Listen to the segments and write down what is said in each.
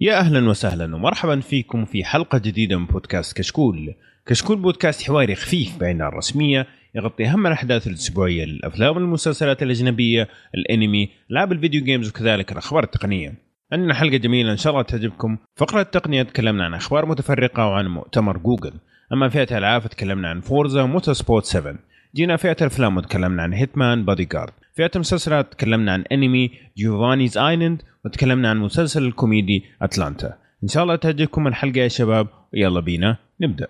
يا أهلا وسهلا ومرحبا فيكم في حلقة جديدة من بودكاست كشكول. كشكول بودكاست حواري خفيف بعيد عن الرسمية، يغطي أهم الأحداث الأسبوعية للأفلام والمسلسلات الأجنبية، الأنمي، ألعاب الفيديو جيمز وكذلك الأخبار التقنية. عندنا حلقة جميلة إن شاء الله تعجبكم. فقرة التقنية تكلمنا عن أخبار متفرقة وعن مؤتمر جوجل. أما فئة الألعاب تكلمنا عن فورزا وموتور سبورت 7. جينا فئة الأفلام وتكلمنا عن هيتمان بودي جارد. فئة المسلسلات تكلمنا عن أنمي جيوفانيز آيلاند، وتكلمنا عن مسلسل الكوميدي أتلانتا. إن شاء الله تعجبكم الحلقة يا شباب، ويلا بينا نبدأ.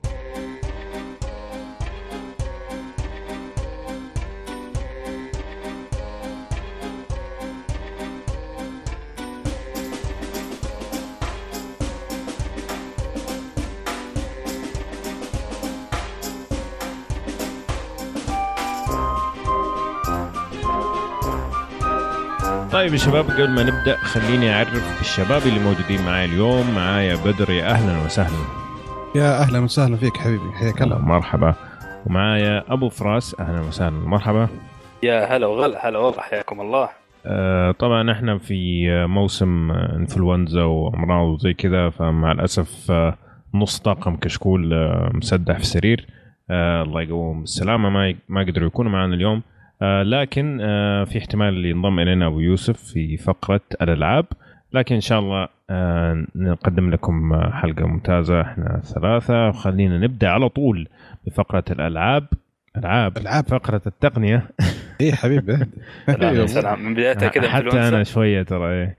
طيب يا شباب، قبل ما نبدأ خليني أعرف الشباب اللي موجودين معايا اليوم. معايا بدر، يا أهلا وسهلا. يا أهلا وسهلا فيك حبيبي، حياك الله. مرحبا. ومعايا أبو فراس، أهلا وسهلا. مرحبا. يا هلا وغلا، هلا والله، حياكم الله. طبعا احنا في موسم انفلونزا وأمراض وزي كذا، فمع الأسف نص طاقم كشكول مسدح في السرير. الله يقوم بالسلامة، ما قدروا يكونوا معنا اليوم. لكن في احتمال اللي ينضم إلينا أبو يوسف في فقرة الألعاب، لكن إن شاء الله نقدم لكم حلقة ممتازة احنا ثلاثة. وخلينا نبدأ على طول بفقرة الألعاب. ألعاب فقرة التقنية. إيه حبيبي. سلام من بدايتها كده. حتى أنا شوية ترى إيه.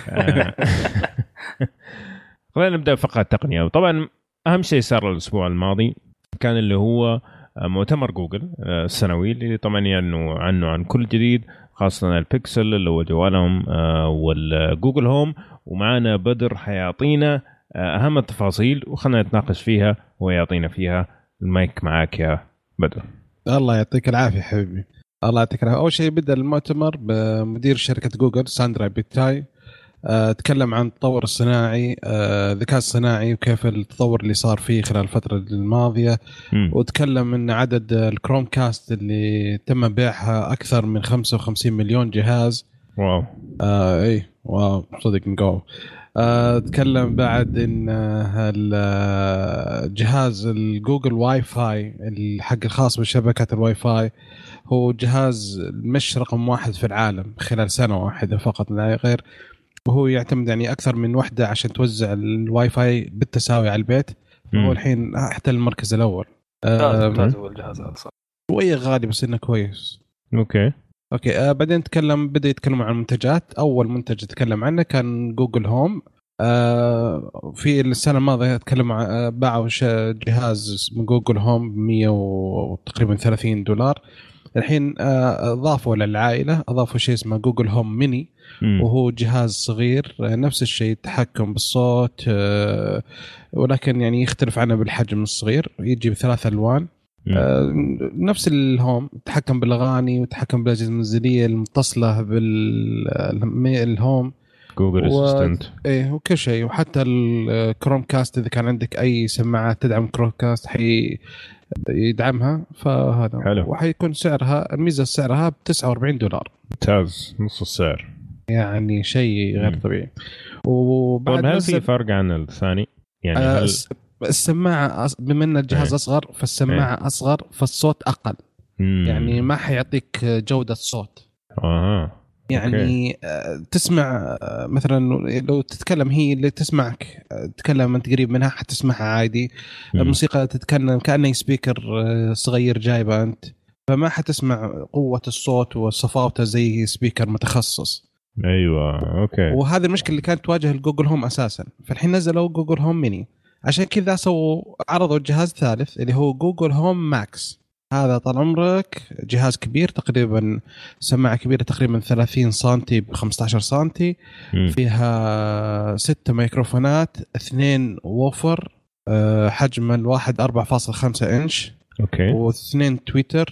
خلينا نبدأ بفقرة التقنية. وطبعا أهم شيء صار الأسبوع الماضي كان اللي هو مؤتمر جوجل السنوي، اللي طبعا يعني عن كل جديد، خاصة البيكسل اللي هو جوالهم والجوجل هوم. ومعنا بدر حيعطينا أهم التفاصيل وخلنا نتناقش فيها ويعطينا فيها. المايك معاك يا بدر. الله يعطيك العافية حبيبي، الله يعطيك العافية. أول شيء بدأ المؤتمر بمدير شركة جوجل ساندرا بيتاي. تكلم عن التطور الصناعي، الذكاء الصناعي، وكيف التطور اللي صار فيه خلال الفترة الماضية. وتكلم ان عدد الكروم كاست اللي تم بيعها اكثر من 55 مليون جهاز. واو. واو صدق نقول. تكلم بعد ان الجهاز الجوجل واي فاي الحق الخاص بشبكة الواي فاي هو جهاز مش رقم واحد في العالم خلال سنة واحدة فقط لا غير، وهو يعتمد يعني أكثر من وحدة عشان توزع الواي فاي بالتساوي على البيت. وهو الحين احتل المركز الأول. ممتاز. هو الجهاز هذا شوية غالي بس إنه كويس. أوكي. بعدين بدأ يتكلم عن المنتجات. أول منتج تكلم عنه كان جوجل هوم. في السنة الماضية تكلم باعوا جهاز من جوجل هوم 100 تقريبا $30. الحين أضافوا للعائلة، أضافوا شيء اسمه جوجل هوم ميني، وهو جهاز صغير نفس الشيء، تحكم بالصوت ولكن يعني يختلف عنه بالحجم الصغير، يجي ب3 ألوان. نفس الهوم، تحكم بالأغاني وتحكم بالأجهزة المنزلية المتصلة بالهوم، جوجل أسيستنت، وكل شيء. وحتى الكروم كاست إذا كان عندك أي سماعات تدعم كروم كاست يدعمها، فهذا حلو. وحيكون سعرها، الميزة سعرها $49. ممتاز، نص السعر، يعني شيء غير طبيعي. وبعد هل في فرق عن الثاني؟ يعني هل السماعة بما أن الجهاز أصغر، فالسماعة أصغر، فالصوت أقل. يعني ما حيعطيك جودة صوت. يعني تسمع مثلا لو تتكلم، هي اللي تسمعك تتكلم أنت قريب منها حتسمعها عادي. الموسيقى تتكلم كأنه سبيكر صغير جايبه أنت، فما حتسمع قوة الصوت وصفاوته زي سبيكر متخصص. أيوة أوكي. وهذه المشكلة اللي كانت تواجه الجوجل هوم أساسا. فالحين نزلوا جوجل هوم ميني، عشان كذا عرضوا الجهاز الثالث اللي هو جوجل هوم ماكس. هذا طال عمرك جهاز كبير، تقريبا سماعة كبيرة تقريبا 30 سنتي ب15 سنتي، فيها 6 ميكروفونات، 2 ووفر، حجم الواحد 4.5 إنش، و2 تويتر.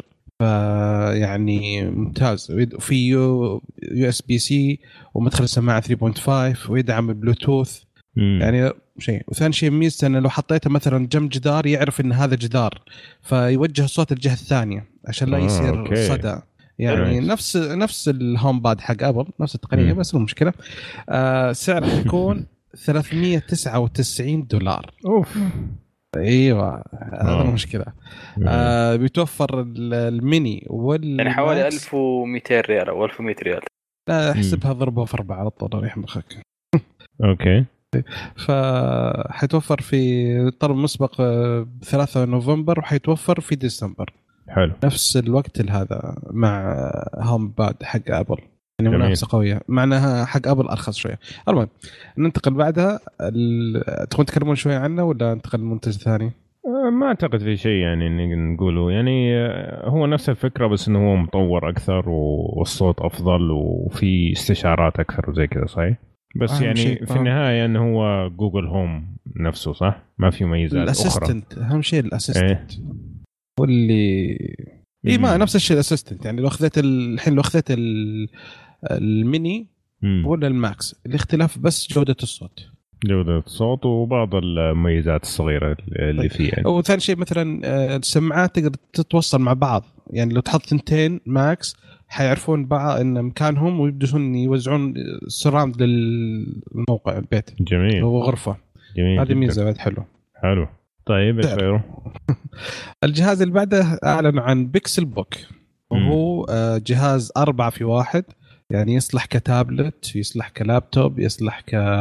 يعني ممتاز. في USB-C ومدخل السماعة 3.5، ويدعم البلوتوث. يعني شيء. وثاني شيء ميزته انه لو حطيته مثلا جنب جدار يعرف ان هذا جدار، فيوجه الصوت الجهة الثانية عشان لا يصير صدى. يعني نفس الهوم باد حق ابل، نفس التقنية. بس المشكلة سعره يكون $399. اوف. ايوه هذا المشكله. بيتوفر الميني يعني حوالي 1200 ريال او 1100 ريال. لا احسبها ضربها في 4 على طول ريح مخك. اوكي. فحيتوفر في طلب مسبق 3 نوفمبر وحيتوفر في ديسمبر. حلو. نفس الوقت هذا مع هوم باد حق ابل، يعني منافسه قويه، معناها حق ابل ارخص شويه. المهم ننتقل بعدها تكون تكلمون شويه عنه ولا ننتقل لمنتج ثاني؟ ما اعتقد في شيء يعني نقوله، يعني هو نفس الفكره بس انه هو مطور اكثر والصوت افضل وفي استشعارات اكثر وزي كذا صحيح. بس يعني في النهايه انه هو جوجل هوم نفسه صح، ما في ميزات اخرى. الاسيستنت اهم شيء الاسيستنت واللي ما نفس الشيء الاسيستنت. يعني لو اخذت الحين لو اخذت الميني ولا الماكس، الاختلاف بس جودة الصوت وبعض المميزات الصغيرة اللي فيه يعني. وثاني شيء مثلا السماعات تقدر تتوصل مع بعض، يعني لو تحط 2 ماكس حيعرفون بعض ان مكانهم ويبدون يوزعون سراوند للموقع البيت. جميل. هو غرفة. جميل. هذه ميزة بعد حلو. طيب ايش غيره؟ الجهاز اللي بعده اعلن عن بيكسل بوك، وهو جهاز 4 في 1، يعني يصلح كتابلت، يصلح كلابتوب، يصلح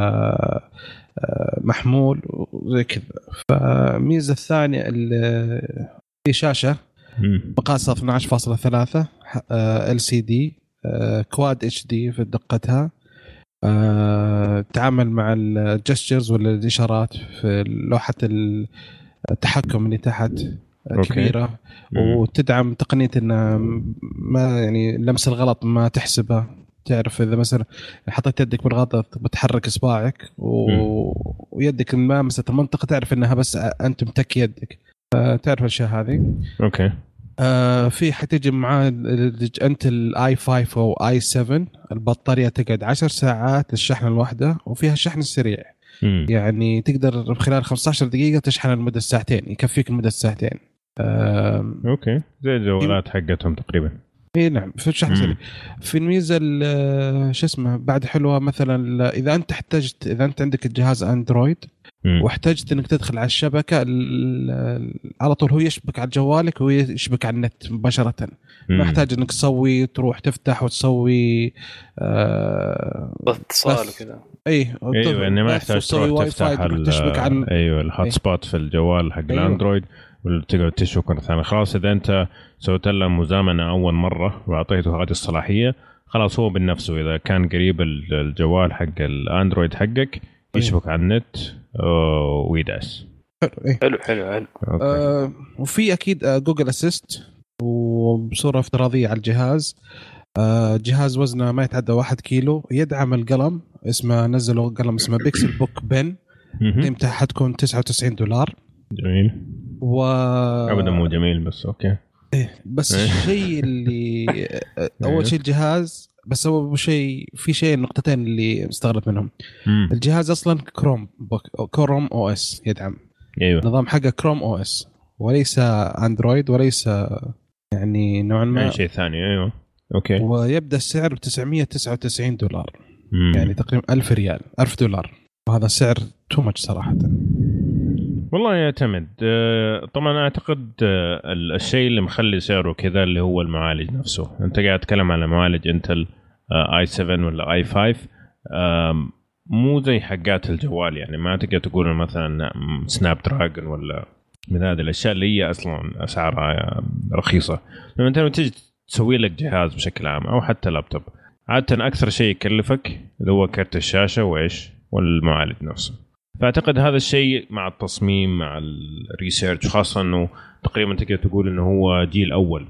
كمحمول وزي كذا. فميزة الثانية في شاشة مقاسها 12.3 LCD كواد HD في دقتها، تعامل مع الجستشرز ولا الإشارات في لوحة التحكم اللي تحت كبيرة. وتدعم تقنية إن ما يعني لمس الغلط ما تحسبه، تعرف إذا مثلا حطيت يدك بالغلط بتحرك إصبعك ويدك ما مست المنطقة تعرف إنها بس أنت متك يدك، تعرف الأشياء هذه. أوكي. في حتيجي معاه أنت الآي 5 أو آي 7، البطارية تقعد 10 ساعات للشحن الواحدة، وفيها الشحن السريع. يعني تقدر خلال 15 دقيقة تشحن لمدة ساعتين، يكفيك لمدة ساعتين. اوكي زي الجوالات حقتهم تقريبا. اي نعم في الشحن السريع. في الميزة شو اسمه بعد حلوة، مثلا إذا أنت احتجت، إذا أنت عندك الجهاز أندرويد واحتجت انك تدخل على الشبكه على طول هو يشبك على جوالك ويشبك على النت مباشره، ما يحتاج انك تسوي تروح تفتح وتسوي اتصال كذا. ايوه يعني ما يحتاج تروح تفتح ايوه الهوت سبوت في الجوال حق الاندرويد وتقدر تشبك مره ثانيه. خلاص اذا انت سويت له مزامنه اول مره واعطيته هذه الصلاحيه، خلاص هو بنفسه اذا كان قريب الجوال حق الاندرويد حقك يشبك على النت ويدعس. حلو. وفي اكيد جوجل اسيست وبصوره افتراضيه على الجهاز. جهاز وزنه ما يتعدى 1 كيلو، يدعم القلم اسمه، نزلوا قلم اسمه بيكسل بوك بن، قيمته حتكون $99. جميل. ابدا مو جميل بس اوكي. بس الشيء اللي اول شيء الجهاز، بس هو شيء في شيء نقطتين اللي مستغرب منهم. الجهاز اصلا كروم او اس يدعم. ايوه نظام حقه كروم او اس وليس اندرويد وليس يعني نوعا ما شيء ثاني. ايوه اوكي. ويبدا السعر ب $999 يعني تقريبا $1000 وهذا سعر تو ماتش صراحه. والله يعتمد طبعا. اعتقد الشيء اللي مخلي سعره كذا اللي هو المعالج نفسه. انت قاعد تتكلم على معالج انتل اي 7 ولا اي 5، مو زي حقات الجوال. يعني ما تقدر تقول مثلا سناب دراجون ولا من هذه الاشياء اللي هي اصلا اسعارها رخيصه. لما انت تيجي تسوي لك جهاز بشكل عام او حتى لابتوب، عاده اكثر شيء يكلفك اللي هو كرت الشاشه وايش والمعالج نفسه. فاعتقد هذا الشيء مع التصميم مع الريسيرش، خاصه انه تقريبا تقدر تقول انه هو جيل اول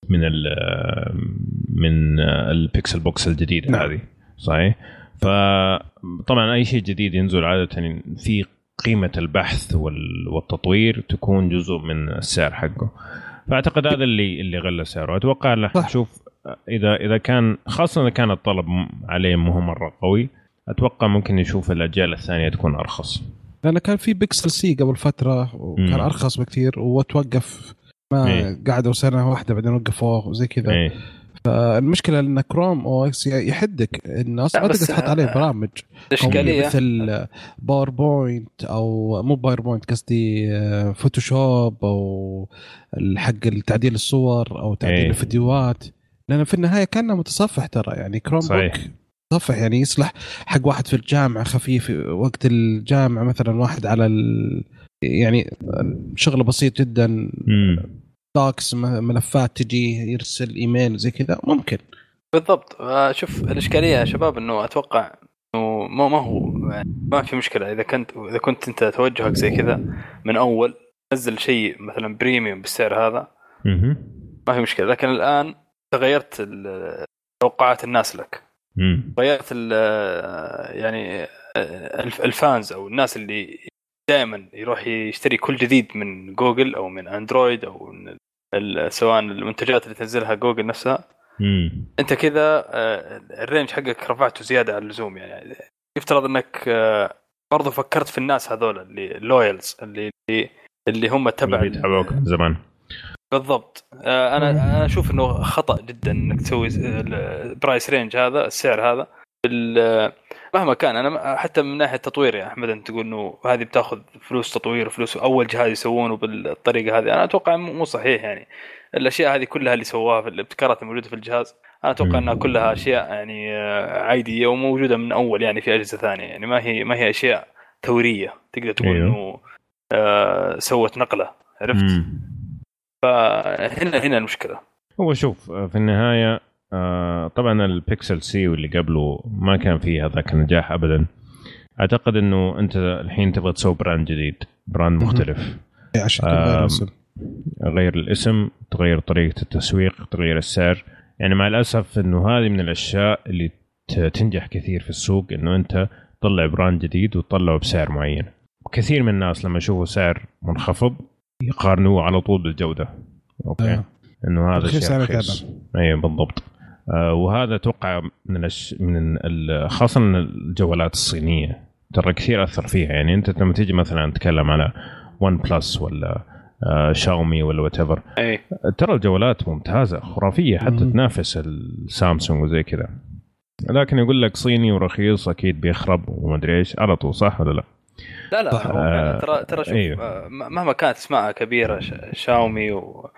من البيكسل بوكس الجديده هذه صحيح. فطبعا اي شيء جديد ينزل عاده في قيمه البحث والتطوير تكون جزء من السعر حقه. فاعتقد هذا اللي غلى سعره. اتوقع نشوف اذا كان خاصه اذا كان الطلب عليه مو مره قوي، اتوقع ممكن نشوف الاجيال الثانيه تكون ارخص. لان كان في بيكسل سي قبل فتره وكان ارخص بكثير وتوقف، ما قعدوا سنه واحده بعدين وقفوه وزي كذا. فالمشكله ان كروم او اكس يحدك ان اصلا ما تقدر تحط عليه برامج الاشكاليه مثل باوربوينت او مو باوربوينت قصدي فوتوشوب او حق تعديل الصور او تعديل الفيديوهات، لان في النهايه كانه متصفح ترى يعني كروم صحيح. بوك متصفح يعني يصلح حق واحد في الجامعه خفيف وقت الجامعه مثلا، واحد على يعني شغله بسيط جدا دوكس ملفات تجي يرسل ايميل زي كذا ممكن. بالضبط. شوف الاشكاليه يا شباب انه اتوقع انه ما هو ما في مشكله اذا كنت انت توجهك زي كذا من اول نزل شيء مثلا بريميوم بالسعر هذا ما في مشكله، لكن الان تغيرت توقعات الناس لك، غيرت يعني الفانز او الناس اللي دائما يروح يشتري كل جديد من جوجل او من اندرويد او من سواء المنتجات اللي تنزلها جوجل نفسها. انت كذا الرينج حقك رفعته زياده عن اللزوم، يعني يفترض انك برضو فكرت في الناس هذول اللي لويالز اللي هم تبع بيتابعوك من زمان. بالضبط. انا اشوف انه خطا جدا انك تسوي البرايس رينج هذا، السعر هذا مهما كان. انا حتى من ناحيه تطوير يا احمد انت تقول انه هذه بتاخذ فلوس تطوير وفلوس اول جهاز يسوونه بالطريقه هذه، انا اتوقع مو صحيح. يعني الاشياء هذه كلها اللي سواها في الابتكارات الموجوده في الجهاز انا اتوقع انها كلها اشياء يعني عاديه وموجوده من اول يعني في اجهزه ثانيه، يعني ما هي اشياء ثوريه تقدر تقول انه سوت نقله، عرفت؟ فهنا المشكله. هو شوف في النهايه طبعا البيكسل سي واللي قبله ما كان فيه هذاك النجاح ابدا. اعتقد انه انت الحين تبغى تسوي براند جديد، براند مختلف، غير الاسم، تغير طريقه التسويق، تغير السعر. يعني مع الاسف انه هذه من الاشياء اللي تنجح كثير في السوق، انه انت تطلع براند جديد وتطلعه بسعر معين. وكثير من الناس لما يشوفوا سعر منخفض يقارنوه على طول بالجوده. اوكي انه هذا شيء رخيص. اي بالضبط. وهذا توقع من خاصه الجوالات الصينيه ترى كثير اثر فيها. يعني انت لما تيجي مثلا تتكلم على ون بلس ولا شاومي ولا واتيفر، ترى الجوالات ممتازه خرافيه حتى تنافس السامسونج وزي كذا، لكن يقول لك صيني ورخيص اكيد بيخرب وما ادري ايش. على طول صح ولا لا؟ لا ترى شوف مهما كانت اسماء كبيره شاومي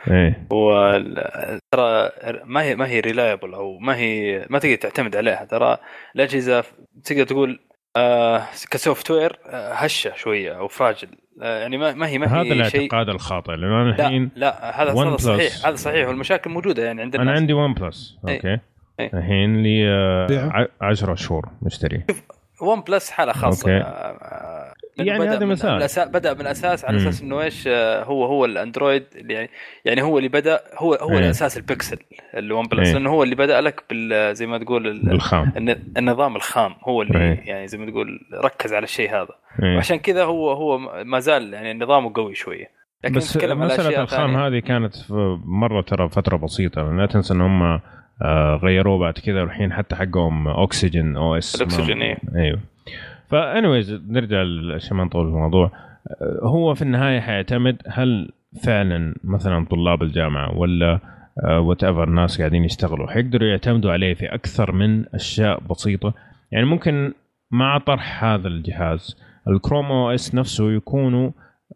ترى ما هي ريلايبل او ما تقدر تعتمد عليها. ترى الاجهزه تقدر تقول كسوفت وير هشه شويه او فراجل، يعني ما هي هذا الاعتقاد الخاطئ. لانه انا الحين لا هذا صحيح، هذا صحيح، والمشاكل موجوده يعني عندنا. انا عندي ون بلس اوكي الحين لي 10 شهور مشتري ون بلس حاله خاصه. يعني هذا مثال بدأ من الأساس على أساس إنه إيش هو الأندرويد اللي يعني هو اللي بدأ هو الأساس البكسل اللي ون بلس، لأنه هو اللي بدأ لك زي ما تقول النظام الخام، هو اللي يعني زي ما تقول ركز على الشيء هذا. وعشان كذا هو ما زال يعني نظامه قوي شوية. لكن بس مسألة الخام هذه كانت مرة ترى فترة بسيطة. لا تنسى إن هم غيروه بعد كذا، والحين حتى حقهم أوكسجين أو اس. أيوه. فانيويز نرجع عشان ما نطول الموضوع. هو في النهايه حيعتمد هل فعلا مثلا طلاب الجامعه ولا واتيفر ناس قاعدين يشتغلوا حيقدروا يعتمدوا عليه في اكثر من اشياء بسيطه. يعني ممكن مع طرح هذا الجهاز الكروم او اس نفسه يكونوا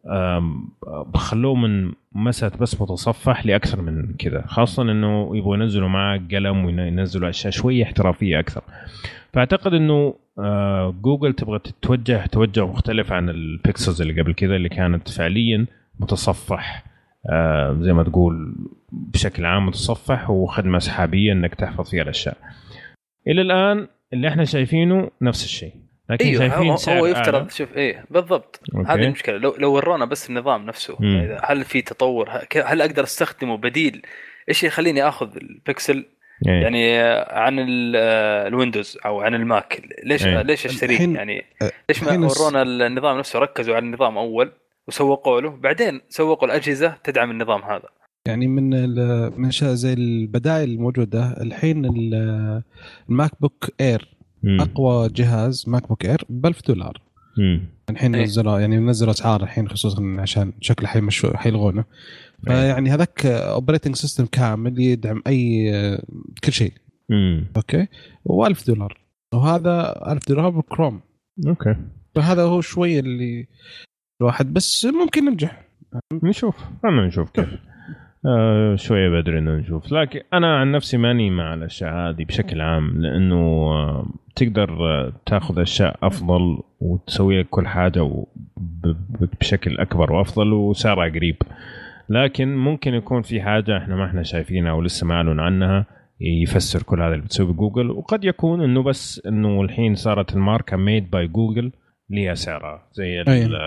بخلوه من مسألة بس متصفح لأكثر من كذا، خاصة إنه يبغوا ينزلوا معه قلم وينزلوا أشياء شوية احترافية أكثر. فأعتقد إنه جوجل تبغى توجه مختلف عن البيكسلز اللي قبل كذا اللي كانت فعليا متصفح، زي ما تقول بشكل عام متصفح وخدمة سحابية إنك تحفظ فيها الأشياء. إلى الآن اللي إحنا شايفينه نفس الشيء، لكن شايفين هو يفترض شوف بالضبط. هذه المشكلة. لو ورونا بس النظام نفسه هل في تطور، هل أقدر استخدمه بديل، إيش يخليني أخذ البيكسل يعني عن الويندوز أو عن الماك؟ ليش أشتريه؟ يعني ليش ما ورونا النظام نفسه، ركزوا على النظام أول وسوقوا له، بعدين سوقوا الأجهزة تدعم النظام هذا. يعني من زي البدائل الموجودة الحين الماك بوك اير، أقوى جهاز ماك بوك اير $1000. الحين نزلوا يعني نزلوا اسعار الحين خصوصا عشان شكله حيلغونه. فيعني هذاك اوبريتنج سيستم كامل يدعم اي كل شيء. اوكي و$1000 وهذا $1000 بالكروم. اوكي فهذا هو شويه اللي الواحد بس ممكن ننجح نشوف كيف. شويه بدري إنه نشوف. لكن انا عن نفسي ماني مع الاشياء هذه بشكل عام لانه تقدر تاخذ اشياء افضل وتسوي لك كل حاجه بشكل اكبر وافضل وسعرها قريب. لكن ممكن يكون في حاجه احنا شايفينها ولسه ما اعلن عنها يفسر كل هذا اللي بتسوي جوجل. وقد يكون انه بس انه الحين صارت الماركه ميد باي جوجل ليها سعرها زي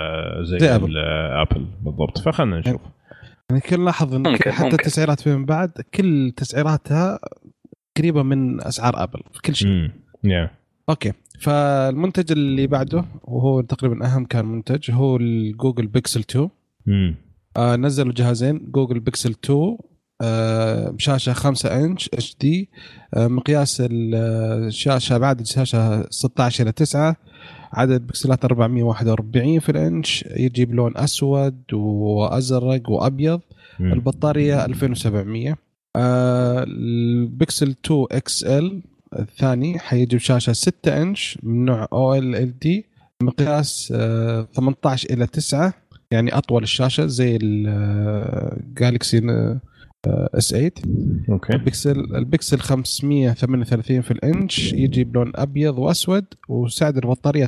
ابل بالضبط. فخلنا نشوف. يعني كل لاحظ إن حتى التسعيرات فيما بعد كل تسعيراتها قريبة من أسعار أبل في كل شيء. أوكي. فالمنتج اللي بعده وهو تقريبا أهم كان منتج هو الجوجل بيكسل 2. نزلوا جهازين جوجل بيكسل 2 شاشة 5 إنش HD. مقياس الشاشة بعد الشاشة 16:9. عدد بكسلات 441 في الانش. يجي بلون اسود وازرق وابيض. البطاريه 2700. البكسل 2 XL الثاني حيجي بشاشه 6 انش من نوع OLED. مقياس 18:9 يعني اطول الشاشه زي الجالكسي S8. اوكي. البكسل 538 في الانش يجي بلون ابيض واسود وسعه البطاريه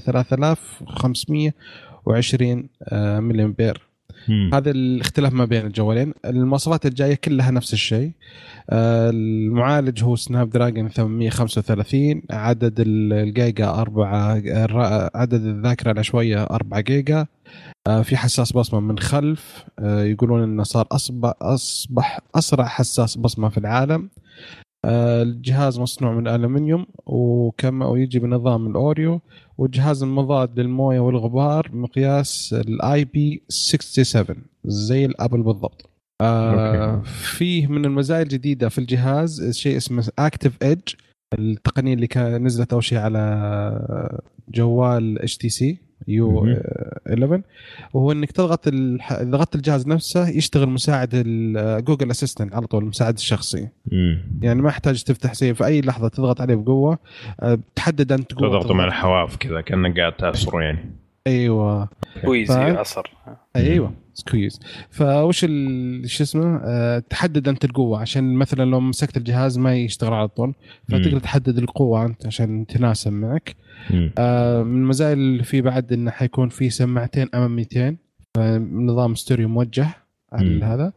3520 ملي امبير. هذا الاختلاف ما بين الجوالين. المواصفات الجايه كلها نفس الشيء. المعالج هو سناب دراجون 835. عدد الجيجا 4. عدد الذاكره العشوائيه 4 جيجا. في حساس بصمة من خلف. يقولون إنه صار أصبح أسرع حساس بصمة في العالم. الجهاز مصنوع من ألمنيوم ويجي بنظام الأوريو. والجهاز مضاد للموية والغبار بمقياس IP67 زي الأبل بالضبط. فيه من المزايا الجديدة في الجهاز شيء اسمه Active Edge. التقنية اللي نزلت أول شيء على جوال HTC U11 وهو انك ضغطت الجهاز نفسه يشتغل مساعد جوجل اسيستنت على طول المساعد الشخصي. يعني ما يحتاج تفتح شيء في اي لحظه تضغط عليه بقوه. تحدد انت تضغط مع الحواف كذا كانك قاعد تعصر يعني. ايوه سكويز عصر. ايوه سكويز. فوش شو اسمه تحدد انت القوه عشان مثلا لو مسكت الجهاز ما يشتغل على طول فتقدر تحدد القوه انت عشان تناسب معك. من المزايا اللي فيه بعد انه حيكون فيه سماعتين اماميتين نظام ستيريو موجه على هذا.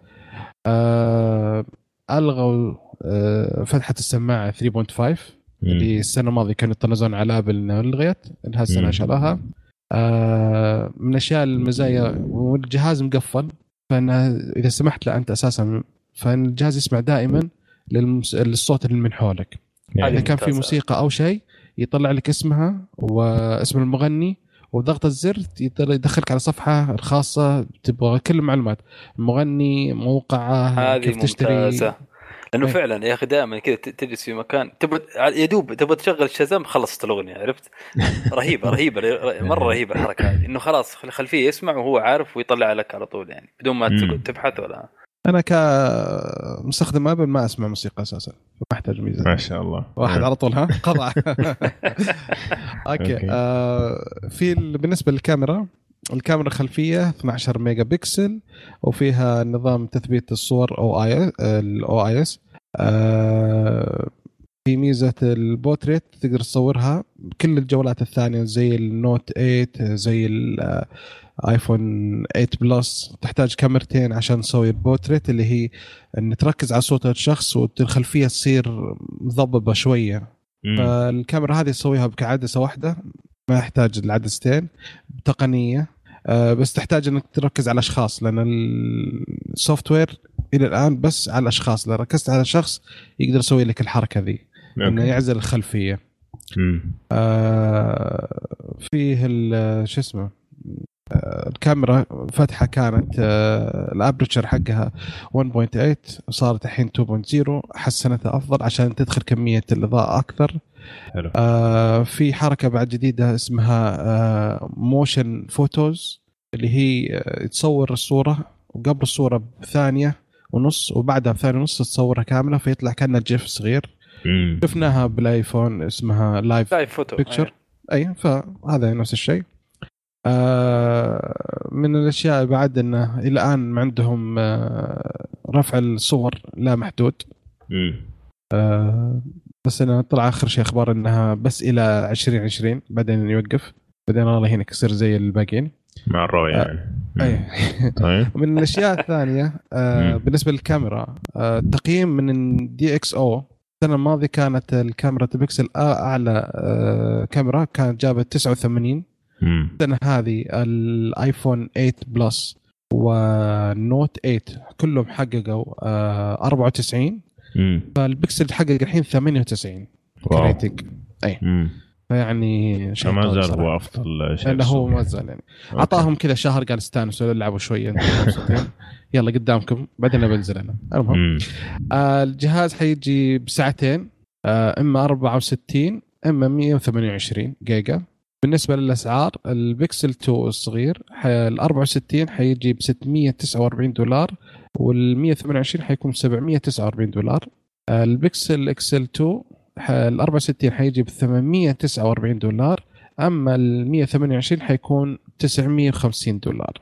الغوا فتحه السماعه 3.5 اللي السنه الماضيه كانوا يطنزون على ابل انها لغيت هالسنه شالوها. من الاشياء المزايا والجهاز مقفل فانه اذا سمحت له انت اساسا فان الجهاز يسمع دائما للصوت اللي من حولك. اذا كان في موسيقى او شيء يطلع لك اسمها واسم المغني وضغط الزر يدخلك على صفحه الخاصه تبغى كل المعلومات المغني موقعه كيف تشتري ممتازة. لانه فعلا يا اخي دائما كذا تجلس في مكان تبغى يدوب تبغى تشغل الشازام خلصت الاغنيه عرفت. رهيبه مره رهيبه الحركه هذه انه خلاص خلفيه يسمع وهو عارف ويطلع لك على طول يعني بدون ما تبحث ولا. انا كمستخدم ابل ما اسمع موسيقى اساسا ما احتاج ميزه ما شاء الله واحد على طول قطع. اوكي في بالنسبه للكاميرا الكاميرا الخلفيه 12 ميجا بكسل وفيها نظام تثبيت الصور OIS. في ميزه البورتريت تقدر تصورها بكل الجوالات الثانيه زي النوت 8 زي ايفون 8 بلس تحتاج كاميرتين عشان تسوي البورتريت اللي هي ان تركز على صوت الشخص والخلفيه تصير مضببه شويه. فالكاميرا هذه تسويها بكعدسه واحده ما يحتاج العدستين بتقنيه. بس تحتاج انك تركز على اشخاص لان السوفت وير الى الان بس على الاشخاص. لو ركزت على شخص يقدر يسوي لك الحركه ذي انه يعزل الخلفيه. فيه شو اسمه الكاميرا فتحة كانت الابرتشر حقها 1.8 صارت الحين 2.0 حسنتها أفضل عشان تدخل كمية الإضاءة أكثر. حلو. في حركة بعد جديدة اسمها موشن فوتوز اللي هي تصور الصورة وقبل الصورة بثانية ونص وبعدها بثانية ونص تصورها كاملة فيطلع كأنه جيف صغير. شفناها بالايفون اسمها لايف فوتو بيكتشر. أي فهذا نفس الشيء. من الأشياء بعد أنه إلى الآن ما عندهم رفع الصور لا محدود. بس أنا طلع آخر شيء أخبار أنها بس إلى 2020 بعدين يوقف بعدين الله هنا يكسر زي الباقين مع الرؤية يعني. طيب. من الأشياء الثانية بالنسبة للكاميرا تقييم من DxO السنة الماضية كانت الكاميرا بيكسل أعلى كاميرا كانت جابت 89. السنة هذه الآيفون 8 بلس والنوت 8 كلهم حققوا 94. فالبكسل حقق الحين 98 كريتيك. أي فيعني شيء ما زال هو أفضل شيء لأنه هو ما زال يعني أعطاهم كذا شهر قال استانسوا لعبوا شوية يلا قدامكم بعدين بنزل أنا. المهم الجهاز حيجي بساعتين إما 64 إما 128 جيجا. بالنسبة للأسعار البيكسل 2 الصغير ال 64 حيجي ب $649 وال 128 حيكون $749. البيكسل اكسل 2 ال 64 حيجي ب $849 أما ال 128 حيكون $950.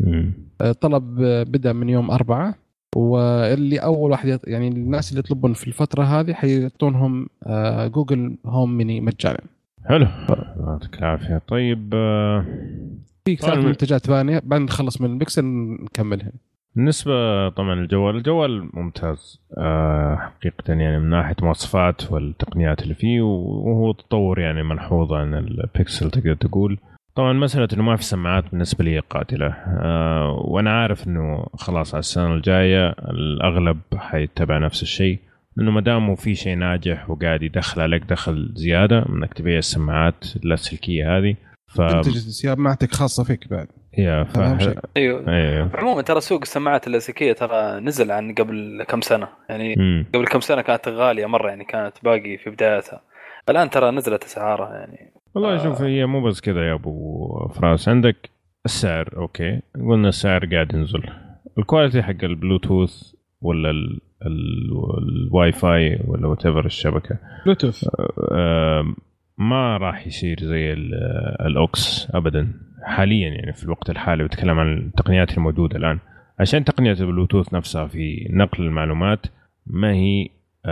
طلب بدأ من يوم 4 واللي أول واحد يعني الناس اللي يطلبون في الفترة هذه حيعطونهم جوجل هوم ميني مجانا. حلو يعطيك العافية. طيب في كثير منتجات ثانية بعد نخلص من البكسل نكملها. بالنسبة طبعا الجوال ممتاز حقيقة يعني من ناحية مواصفات والتقنيات اللي فيه وهو تطور يعني ملحوظ عن البيكسل تقدر تقول. طبعا مسألة إنه ما في سماعات بالنسبة لي قاتلة وأنا عارف إنه خلاص على السنة الجاية الأغلب حيتبع نفس الشيء إنه مدامه في شيء ناجح وقاعد يدخل عليك دخل زيادة منك تبيع السماعات اللاسلكية هذه تنتج سماعتك خاصة فيك بعد. أيوه. عموما ترى سوق السماعات اللاسلكية ترى نزل عن قبل كم سنة يعني قبل كم سنة كانت غالية مرة يعني كانت باقي في بدايتها. الآن ترى نزلت أسعارها يعني. والله شوف هي مو بس كذا يا أبو فراس عندك السعر أوكي قلنا السعر قاعد ينزل الكواليتي حق البلوتوث ولا الواي فاي ولا whatever الشبكة بلوتوث ما راح يصير زي الأوكس أبدا حاليا يعني في الوقت الحالي وتكلم عن التقنيات الموجودة الآن عشان تقنية البلوتوث نفسها في نقل المعلومات ما هي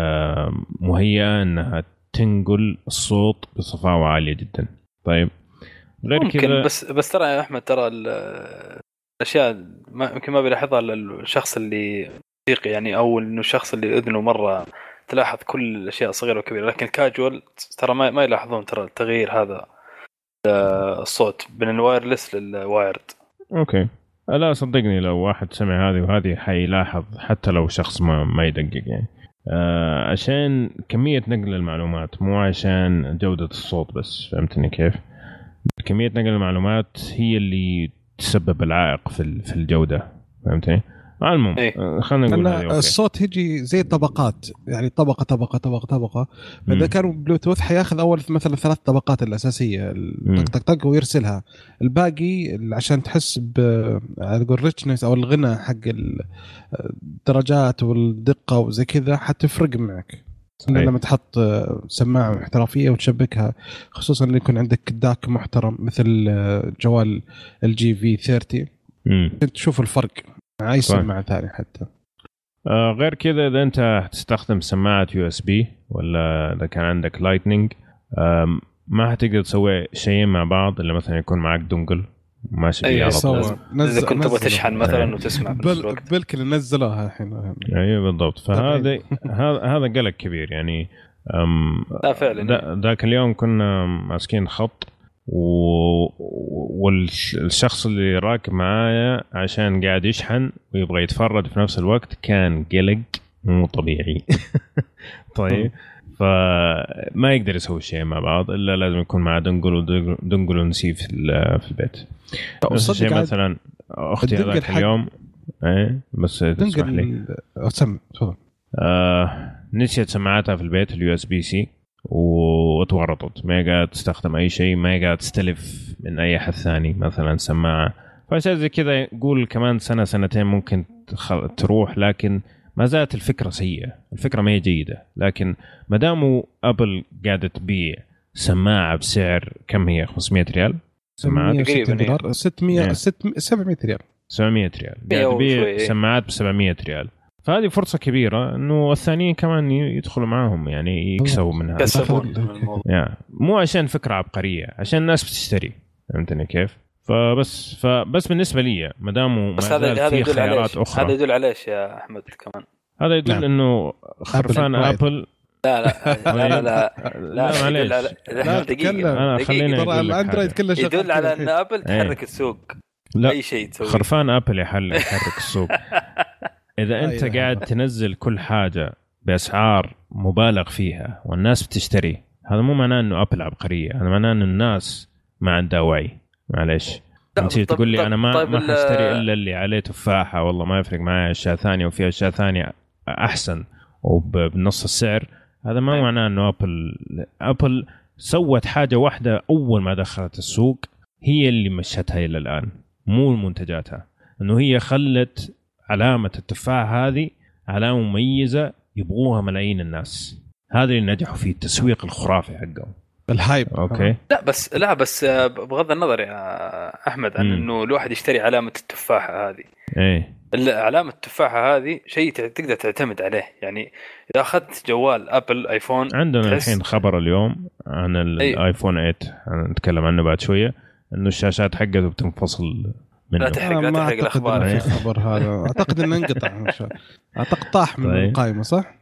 مهيئة أنها تنقل الصوت بصفاوة عالية جدا. طيب غير كذا بس ترى يا أحمد ترى الأشياء يمكن ما بيلاحظها الشخص اللي يعني أو إنه الشخص اللي أذنه مرة تلاحظ كل الأشياء صغيرة وكبيرة لكن كاجوال ترى ما يلاحظون ترى التغيير هذا الصوت بين الوايرلس للوايرد. أوكي لا صدقني لو واحد سمع هذه وهذه حيلاحظ حتى لو شخص ما يدقق يعني عشان كمية نقل المعلومات مو عشان جودة الصوت بس. فهمتني كيف؟ كمية نقل المعلومات هي اللي تسبب العائق في الجودة. فهمتني؟ المهم خلينا نقول الصوت يجي زي طبقات يعني طبقة فإذا كان بلوتوث حياخذ أول مثلا 3 طبقات الأساسية طق ويرسلها الباقي عشان تحس بالريتشنس أو الغنى حق الدرجات والدقة وزي كذا حتفرق معك لما تحط سماعة احترافية وتشبكها خصوصا اللي يكون عندك داك محترم مثل جوال الجي في 30 تشوف الفرق أي سماعة ثانية حتى. غير كذا إذا أنت تستخدم سماعة USB ولا إذا كان عندك لايتنينج ما هتقدر تسوي شيء مع بعض إلا مثلا يكون معك دونجل ماشي فيه على طول. إذا كنت تبغى تشحن مثلا وتسمع بالكل نزلوها الحين. أيوة بالضبط. فهذا هذا قلق كبير يعني. لا فعلا. ذاك اليوم كنا ماسكين خط والشخص اللي راكب معايا عشان قاعد يشحن ويبغى يتفرج في نفس الوقت كان قلق مو طبيعي. طيب فما يقدر يسوي شيء مع بعض الا لازم يكون مع دنقل ونسي في البيت. نفس الشيء مثلا اختي هذاك اليوم بس تسمح لي اسمع تفضل. نسيت سماعاتها في البيت اليو اس بي سي وتورطت، ما قاعد تستخدم اي شيء، ما قاعد تستلف من اي احد ثاني مثلا سماعه. فشيء زي كذا قول كمان سنه سنتين ممكن تروح، لكن ما زالت الفكره سيئه، الفكره ما هي جيده. لكن ما داموا ابل قاعده تبيع سماعه بسعر كم هي 500 ريال سماعات تقريبا 600 700 ريال 700 ريال قاعد تبيع سماعات ب 700 ريال. فهذه فرصة كبيرة إنه الثانيين كمان يدخلوا معهم، يعني يكسبوا منها. يعني مو عشان فكرة عبقرية، عشان الناس بتشتري، فهمتني كيف؟ فبس بالنسبة لي ما داموا هذا في خيارات أخرى. هذا يدل على إيش يا أحمد كمان؟ هذا يدل إنه خرفان أبل. لا دقيقة خلينا الأندرويد كله شغال، يدل على أن أبل تحرك السوق. أي شيء تسوي خرفان أبل يحرك السوق. إذا أنت قاعد تنزل كل حاجة بأسعار مبالغ فيها والناس بتشتري، هذا مو معناه إنه أبل عبقرية، هذا معناه إنه الناس ما عندها وعي. معلش أنت تقول لي أنا ما حاشتري إلا اللي عليه تفاحة، والله ما يفرق معي أشياء ثانية وفي أشياء ثانية أحسن وبنص السعر. هذا ما معناه إنه أبل سوت حاجة واحدة أول ما دخلت السوق هي اللي مشتها إلى الآن، مو منتجاتها. إنه هي خلت علامة التفاح هذه علامة مميزة يبغوها ملايين الناس. هذا اللي نجحوا فيه، التسويق الخرافي حقهم، الهايب. أوكي. لا بس بغض النظر يا أحمد عن إنه الواحد يشتري علامة التفاحة هذه. علامة التفاحة هذه شيء تقدر تعتمد عليه. يعني إذا أخذت جوال أبل آيفون، عندنا الحين خبر اليوم عن الآيفون 8 نتكلم عنه بعد شوية، إنه الشاشات حقته بتنفصل. لا تحرق الأخبار في خبر هذا. أعتقد إنه انقطع أعتقد طاح من القائمة صح؟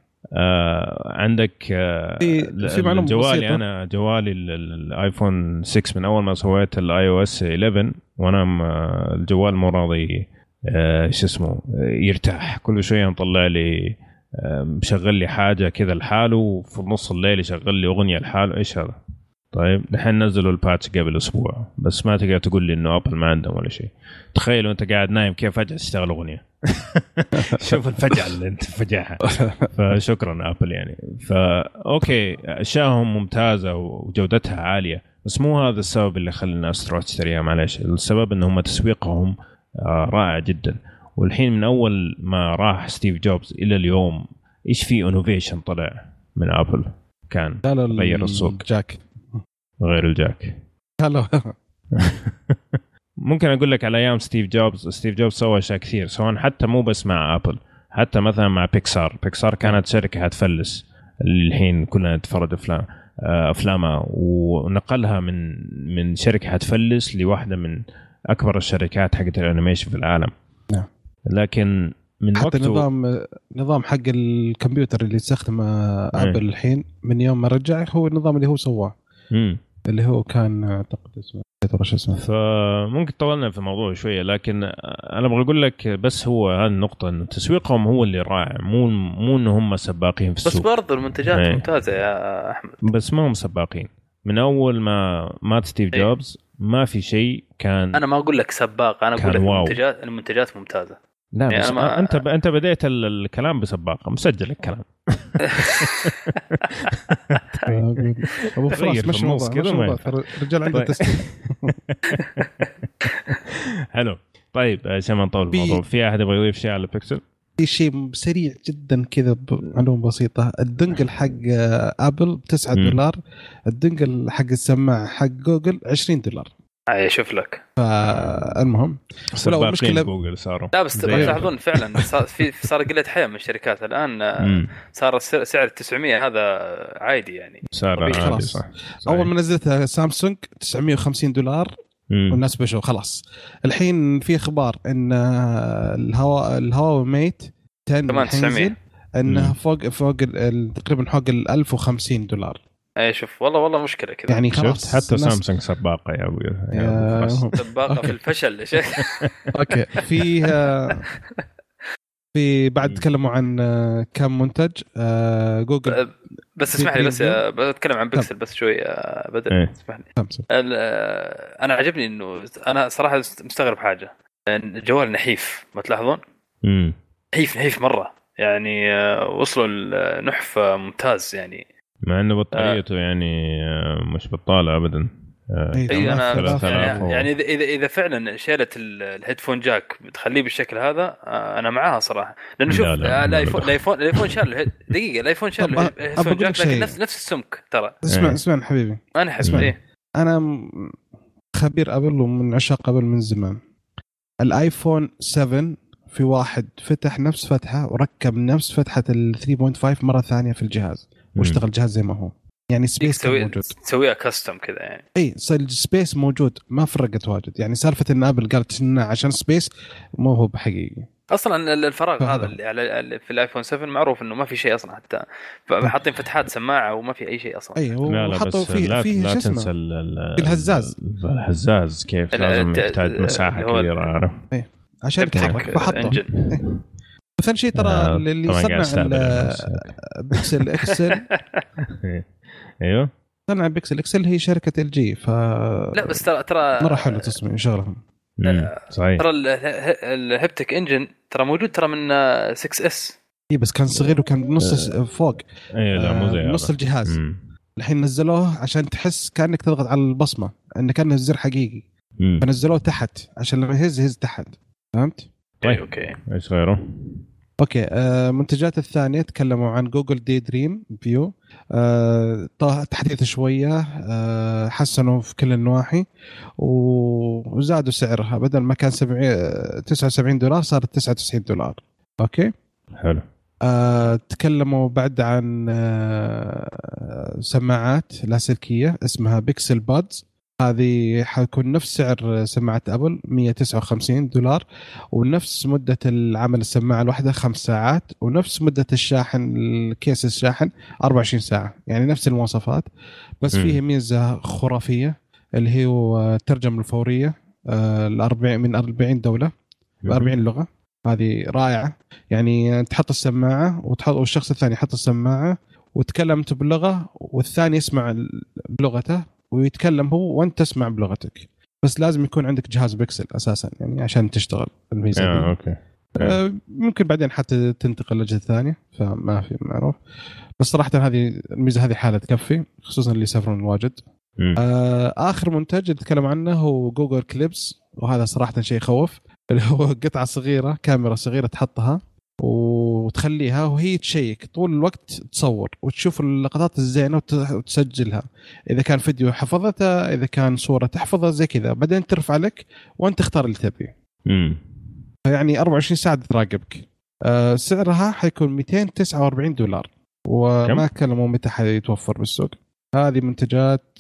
عندك في معلومة جوالي بسيطة. أنا جوالي الآيفون 6 من أول ما سويت الآي أو إس 11 وأنا الجوال مو راضي شو اسمه يرتاح. كل شوية نطلع لي مشغل لي حاجة كذا لحاله، وفي نص الليل يشغل لي أغنية لحاله. إيش هذا؟ طيب نحن نزلوا الباتش قبل أسبوع، بس ما تقدر تقول لي إنه أبل ما عندهم ولا شيء. تخيلوا أنت قاعد نايم كيف فجأة تشتغل أغنية. شوف الفجعة اللي أنت فجعها. فشكرا أبل يعني. فأوكي أشياءهم ممتازة وجودتها عالية، بس مو هذا السبب اللي خلى الناس تروح تشتريها. معلش السبب إنهم تسويقهم رائع جدا. والحين من أول ما راح ستيف جوبز إلى اليوم إيش في إنوفيشن طلع من أبل كان غير السوق. جاك غير الجاك. هلو. ممكن أقول لك على أيام ستيف جوبز سوى أشياء كثير، سواء حتى مو بس مع أبل، حتى مثلا مع بيكسار كانت شركة هتفلس اللي الحين كلنا نتفرج أفلامها، ونقلها من شركة هتفلس لواحدة من أكبر الشركات حقت الأنيميشن في العالم. لكن من حتى وقته نظام حق الكمبيوتر اللي يستخدمه أبل الحين من يوم ما رجع هو النظام اللي هو سواه، اللي هو كان أعتقد اسمه فممكن طولنا في الموضوع شوية، لكن أنا أبغى أقول لك بس هو هذه النقطة إنه تسويقهم هو اللي رائع، مو إنه هم سباقين في السوق. بس برضو المنتجات ممتازة يا أحمد، بس ما هم سباقين. من أول ما مات ستيف جوبز ما في شيء كان. أنا ما أقول لك سباق، أنا أقول لك المنتجات ممتازة. لا يعني بس أنت بديت الكلام بسباقة، مسجل الكلام. أبو فراس مش موضوع كذا رجال عنده تسجيل. حلو. طيب عشان ما نطول الموضوع، في أحد يبغى يضيف شيء على بيكسل؟ في شيء سريع جدا كذا معلومة بسيطة. الدنجل حق أبل $9، الدنجل حق السماعة حق جوجل $20. شوف لك. فالمهم ولو المشكلة جوجل صاروا. لا بس تلاحظون فعلا صار قلة حياة من الشركات الآن. صار سعر 900 هذا عادي يعني. صار عادي صح. أول ما نزلتها سامسونج $950 والناس بشوا خلاص. الحين في اخبار ان الهواوي ميت 10 كمان 900 انها فوق تقريبا فوق $1050. اي شوف والله مشكله كذا يعني خلاص. حتى سامسونج سباقه يا ابوي سباقه في الفشل يا شيخ. اوكي. في بعد تكلموا عن كم منتج جوجل. بس اسمح لي بس بتكلم عن بيكسل بس شوي بدل اسمح لي. انا عجبني انه انا صراحه مستغرب حاجه، الجوال نحيف ما تلاحظون؟ نحيف مره يعني، وصلوا النحف ممتاز يعني، مع انه بطاريته يعني مش بطاله ابدا. انا يعني اذا فعلا شالت الهيدفون جاك بتخليه بالشكل هذا انا معاها صراحه، لانه شوف الايفون شال دقيقه، الايفون شال الهيدفون جاك لكن نفس السمك ترى. اسمع حبيبي، انا حسب انا خبير ابل ومن عشاق ابل من زمان. الايفون 7 في واحد فتح نفس فتحه وركب نفس فتحه ال 3.5 مره ثانيه في الجهاز واشتغل الجهاز زي ما هو، يعني سبيس موجود، تسويها كاستم كذا يعني. اي السبيس موجود ما فرقت واجد، يعني سالفه ان ابل قالت انه عشان سبيس مو هو بحقيقي. اصلا الفراغ هذا اللي في الايفون 7 معروف انه ما في شيء اصلا، حتى حاطين فتحات سماعه وما في اي شيء اصلا. ايوه وحطوا في لا تنسى الهزاز كيف لازم يحتاج مساحه كبيره، عارف عشان يتحرك فحطه. ثاني شيء ترى اللي صنع بيكسل اكسل ايوه صنع بيكسل اكسل هي شركه ال جي، لا بس ترى مره حلو تصميم شغلهم. صحيح. ترى الهبتك انجن ترى موجود ترى من 6 اس. اي بس كان صغير وكان بنص فوق. اي لا مو زي نص الجهاز. الحين نزلوه عشان تحس كانك تضغط على البصمه انه كان الزر حقيقي. فنزلوه تحت عشان لما يهز تحت. فهمت؟ طيب اوكي ايش غيره؟ اوكي منتجات الثانيه تكلموا عن جوجل دي دريم فيو، تحديث شويه، حسنوا في كل النواحي وزادوا سعرها، بدل ما كان $79 صارت $99. اوكي حلو. تكلموا بعد عن سماعات لاسلكيه اسمها بيكسل بادز، هذه حيكون نفس سعر سماعة أبل $159 ونفس مدة العمل السماعة الواحدة 5 ساعات ونفس مدة الشاحن الكيس الشاحن 24 ساعة، يعني نفس المواصفات بس فيه ميزة خرافية اللي هي الترجمة الفورية من 40 دولة ب40 لغة. هذه رائعة، يعني تحط السماعة والشخص الثاني يحط السماعة وتكلمت بلغة والثاني يسمع بلغته ويتكلم هو وانت تسمع بلغتك، بس لازم يكون عندك جهاز بيكسل اساسا يعني عشان تشتغل الميزه دي. اوكي. ممكن بعدين حتى تنتقل لجهه ثانيه فما في معروف، بس صراحه هذه الميزه هذه حاله تكفي خصوصا اللي يسافرون واجد. اخر منتج اللي تكلم عنه هو جوجل كليبس، وهذا صراحه شيء يخوف، اللي هو قطعه صغيره كاميرا صغيره تحطها وتخليها وهي تشيك طول الوقت، تصور وتشوف اللقطات الزينة وتسجلها، إذا كان فيديو حفظتها إذا كان صورة تحفظها زي كذا، بعدين ترفع لك وأنت تختار اللي تبيه. يعني 24 ساعة تراقبك. سعرها حيكون $249 وما كلموا متى حيتوفر بالسوق. هذه منتجات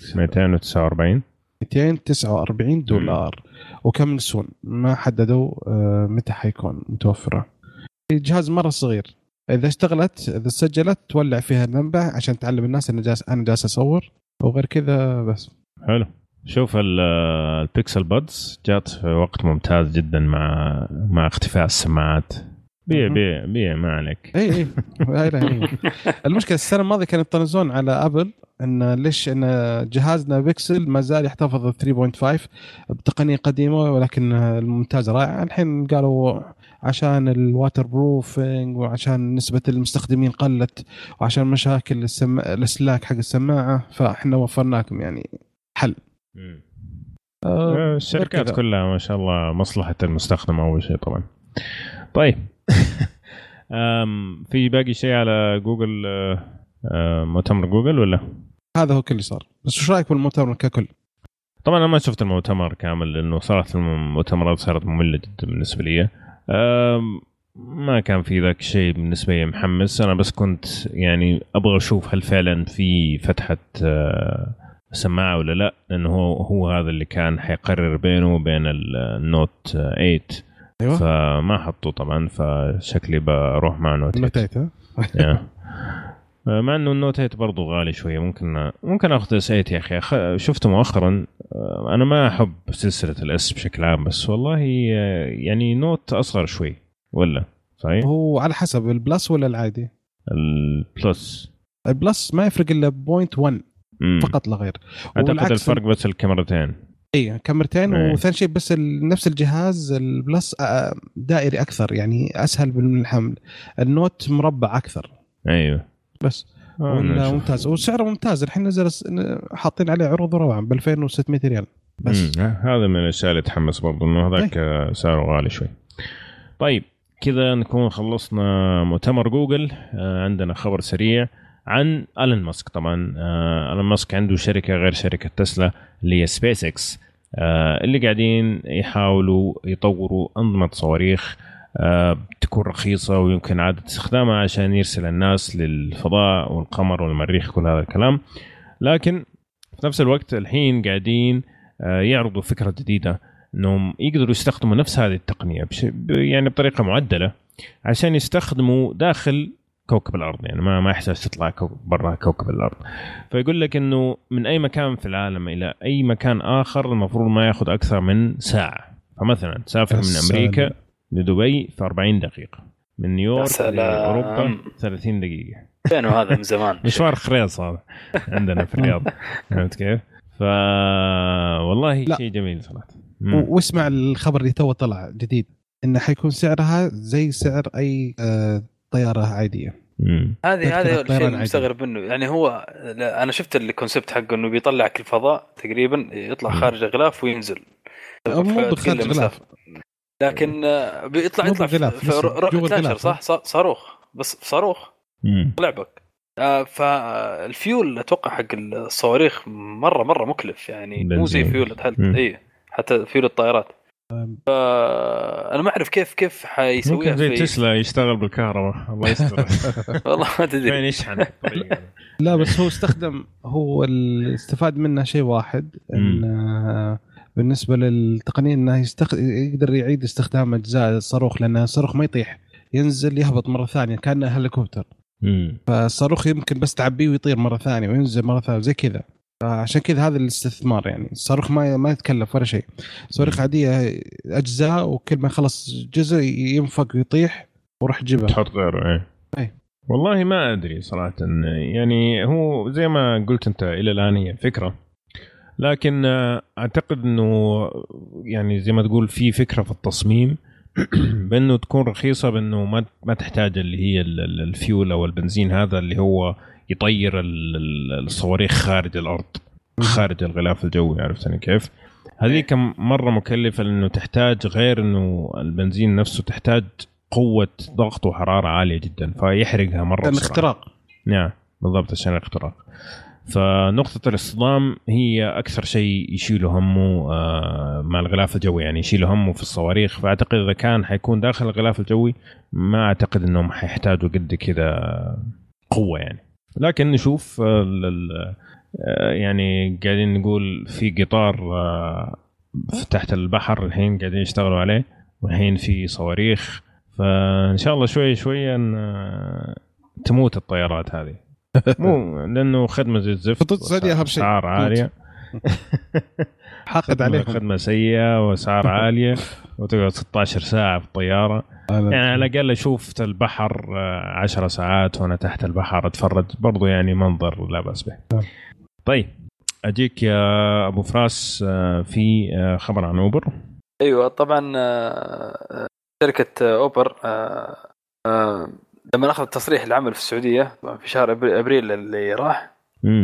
$249 وكم نسون ما حددوا متى حيكون متوفرة. الجهاز مرة صغير، إذا اشتغلت إذا سجلت تولع فيها المنبع عشان تعلم الناس أنا جالس أصور، وغير كذا بس. حلو. شوف البيكسل بادز جات في وقت ممتاز جدا مع اختفاء السماعات. بيع ما عليك. اي المشكلة السنة الماضية كانوا يطنزون على أبل إن ليش إن جهازنا بيكسل ما زال يحتفظ 3.5 بتقنية قديمة ولكن الممتاز رائع. الحين قالوا عشان الواتر بروفينج وعشان نسبة المستخدمين قلت وعشان مشاكل الاسلاك حق السماعة، فاحنا وفرناكم يعني حل. الشركات كلها ما شاء الله مصلحة المستخدم أول شيء طبعا. طيب في باقي شيء على جوجل، مؤتمر جوجل ولا هذا هو كل اللي صار؟ بس شو رأيك بالمؤتمر ككل؟ طبعا أنا ما شفت المؤتمر كامل لأنه صارت المؤتمرات صارت مملة جدا بالنسبة لي. ما كان في ذاك شيء بالنسبة لي محمس. أنا بس كنت يعني أبغى أشوف هل فعلا في فتحة سماعة ولا لا، لأنه هو هذا اللي كان حيقرر بينه وبين النوت 8. أيوة. فما حطوا طبعا، فشكلي بروح مع نوت 8. مع انه النوت 8 برضو غالي شويه، ممكن اخذ اس 8 يا اخي. شفته مؤخرا. انا ما احب سلسله الاس بشكل عام، بس والله يعني نوت اصغر شوي ولا صحيح. هو على حسب البلس ولا العادي. البلس ما يفرق الا 0.1 فقط لا غير. اعتقد الفرق بس الكاميرتين. اي كاميرتين. وثاني شيء بس نفس الجهاز البلس دائري اكثر، يعني اسهل بالحمل. النوت مربع اكثر. ايوه بس ممتاز، وسعره ممتاز. الحين نزل حاطين عليه عروض روعه ب 2600 ريال بس. هذا من الاشياء اللي تحمس برضه، انه هذاك سعره غالي شوي. طيب كذا نكون خلصنا مؤتمر جوجل. عندنا خبر سريع عن ألين ماسك. طبعا ألين ماسك عنده شركة غير شركة تسلا اللي هي سبيس اكس، اللي قاعدين يحاولوا يطوروا أنظمة صواريخ تكون رخيصة ويمكن عادة استخدامها عشان يرسل الناس للفضاء والقمر والمريخ كل هذا الكلام. لكن في نفس الوقت الحين قاعدين يعرضوا فكرة جديدة انهم يقدروا يستخدموا نفس هذه التقنية يعني بطريقة معدلة عشان يستخدموا داخل كوكب الأرض. يعني ما يحتاج تطلع برا كوكب الأرض. فيقول لك إنه من أي مكان في العالم إلى أي مكان آخر المفروض ما يأخذ أكثر من ساعة. فمثلا تسافر من أمريكا لدبي في 40 دقيقة، من نيويورك لأوروبا 30 دقيقة. كانوا هذا من زمان مشوار خريص هذا عندنا في الرياض. فهمت كيف؟ والله شيء جميل صراحة. واسمع الخبر اللي تو طلع جديد، إنه حيكون سعرها زي سعر أي طيارة عادية. هذا الشيء المستغرب منه. يعني هو أنا شفت الكونسبت حقه إنه بيطلعك الفضاء تقريبا، يطلع خارج الغلاف وينزل. مو خارج الغلاف، لكن بيطلع في روكت لانشر، صح؟ صاروخ، بس صاروخ لعبك. فالفيول أتوقع حق الصواريخ مرة مكلف، يعني مو زي فيول حتى فيول الطائرات. أنا ما أعرف كيف حيسويها. ممكن زي تسلا يشتغل بالكهرباء. الله يستر. والله ما تدري يعني يشحن. لا بس هو استفاد منه شيء واحد، إن بالنسبة للتقنية إنه يقدر يعيد استخدام أجزاء الصاروخ، لأن الصاروخ ما يطيح، ينزل يهبط مرة ثانية كأنه هليكوبتر. فالصاروخ يمكن بس تعبيه ويطير مرة ثانية وينزل مرة ثانية زي كذا. عشان كذا هذا الاستثمار. يعني الصاروخ ما يتكلف ولا شيء. صاروخ عادية أجزاء، وكل ما خلص جزء ينفق ويطيح وروح جيبه تحط غيره. أي. والله ما أدري صراحة. يعني هو زي ما قلت أنت إلى الآن هي فكرة، لكن أعتقد أنه يعني زي ما تقول في فكرة في التصميم بأنه تكون رخيصة، بأنه ما تحتاج اللي هي الفيول أو البنزين هذا اللي هو يطير الصواريخ خارج الأرض، خارج الغلاف الجوي. عرفتني كيف؟ هذه كم مرة مكلفة، لأنه تحتاج غير أنه البنزين نفسه تحتاج قوة ضغط وحرارة عالية جدا، فيحرقها مرة بسرعة. الاختراق. نعم بالضبط، عشان الاختراق. فنقطة الاصطدام هي أكثر شيء يشيله همه مع الغلاف الجوي، يعني يشيله همه في الصواريخ. فأعتقد إذا كان حيكون داخل الغلاف الجوي ما أعتقد أنهم حيحتاجوا قد كذا قوة يعني. لكن نشوف يعني قاعدين نقول في قطار تحت البحر الحين قاعدين يشتغلوا عليه، والحين في صواريخ. فإن شاء الله شوي شوي تموت الطيارات هذه. مو لأنه خدمة زي الزفت، أسعار عالية. حقد عليهم. خدمة سيئة وأسعار عالية، وتقعد 16 ساعة في الطيارة. يعني على الأقل شوف البحر 10 ساعات وأنا تحت البحر أتفرج، برضو يعني منظر لا بأس به. طيب أجيك يا أبو فراس في خبر عن أوبر. أيوة طبعا. شركة أوبر لما أخذ تصريح العمل في السعودية في شهر أبريل اللي راح،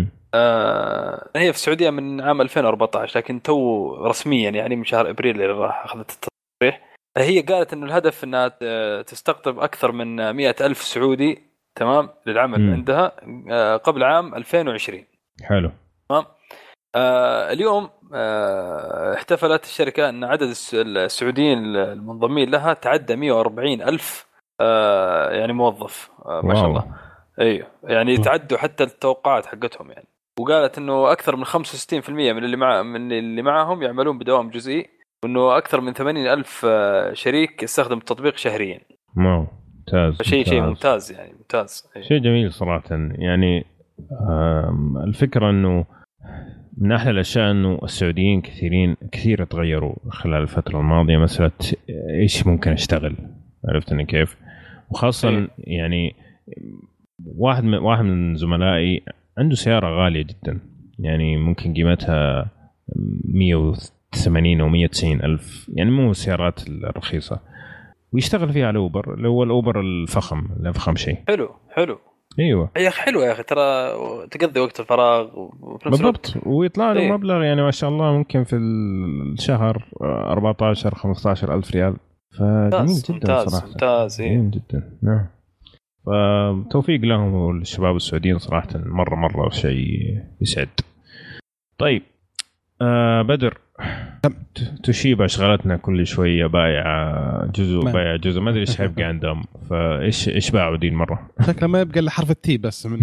هي في السعودية من عام 2014، لكن تو رسميا يعني من شهر أبريل اللي راح أخذت التصريح. هي قالت إنه الهدف إنها تستقطب أكثر من 100,000 سعودي تمام للعمل عندها قبل عام 2020. حلو. تمام. اليوم احتفلت الشركة أن عدد السعوديين المنضمين لها تعدى 140,000 يعني موظف. ما شاء الله. ايوه يعني تعدوا حتى التوقعات حقتهم يعني. وقالت انه اكثر من 65% من اللي معهم يعملون بدوام جزئي، وانه اكثر من 80,000 شريك يستخدم التطبيق شهريا. ممتاز. شيء ممتاز يعني، ممتاز. شيء جميل صراحة. يعني الفكرة انه من احلى الاشياء انه السعوديين كثير تغيروا خلال الفترة الماضية. مسألة ايش ممكن اشتغل، عرفتني كيف؟ وخاصة يعني واحد من زملائي عنده سيارة غالية جدا، يعني ممكن قيمتها 180 أو 190 ألف، يعني مو السيارات الرخيصة، ويشتغل فيها على أوبر، اللي هو الأوبر الفخم شيء. حلو ايوه يا اخي، حلو يا اخي، ترى تقضي وقت الفراغ بالضبط، ويطلع له مبلغ يعني ما شاء الله ممكن في الشهر 14-15 ألف ريال، فجميل جدا صراحة. ممتاز جميل جدا. نعم، فتوفيق لهم والشباب السعوديين صراحة، مرة شيء يسعد. طيب بدر، توشيبا شغلتنا كل شوية بايع جزء ما أدري إيش هيبقى عندهم، فإيش باعوا دي المرة؟ شكله ما يبقى إلا حرف التي بس من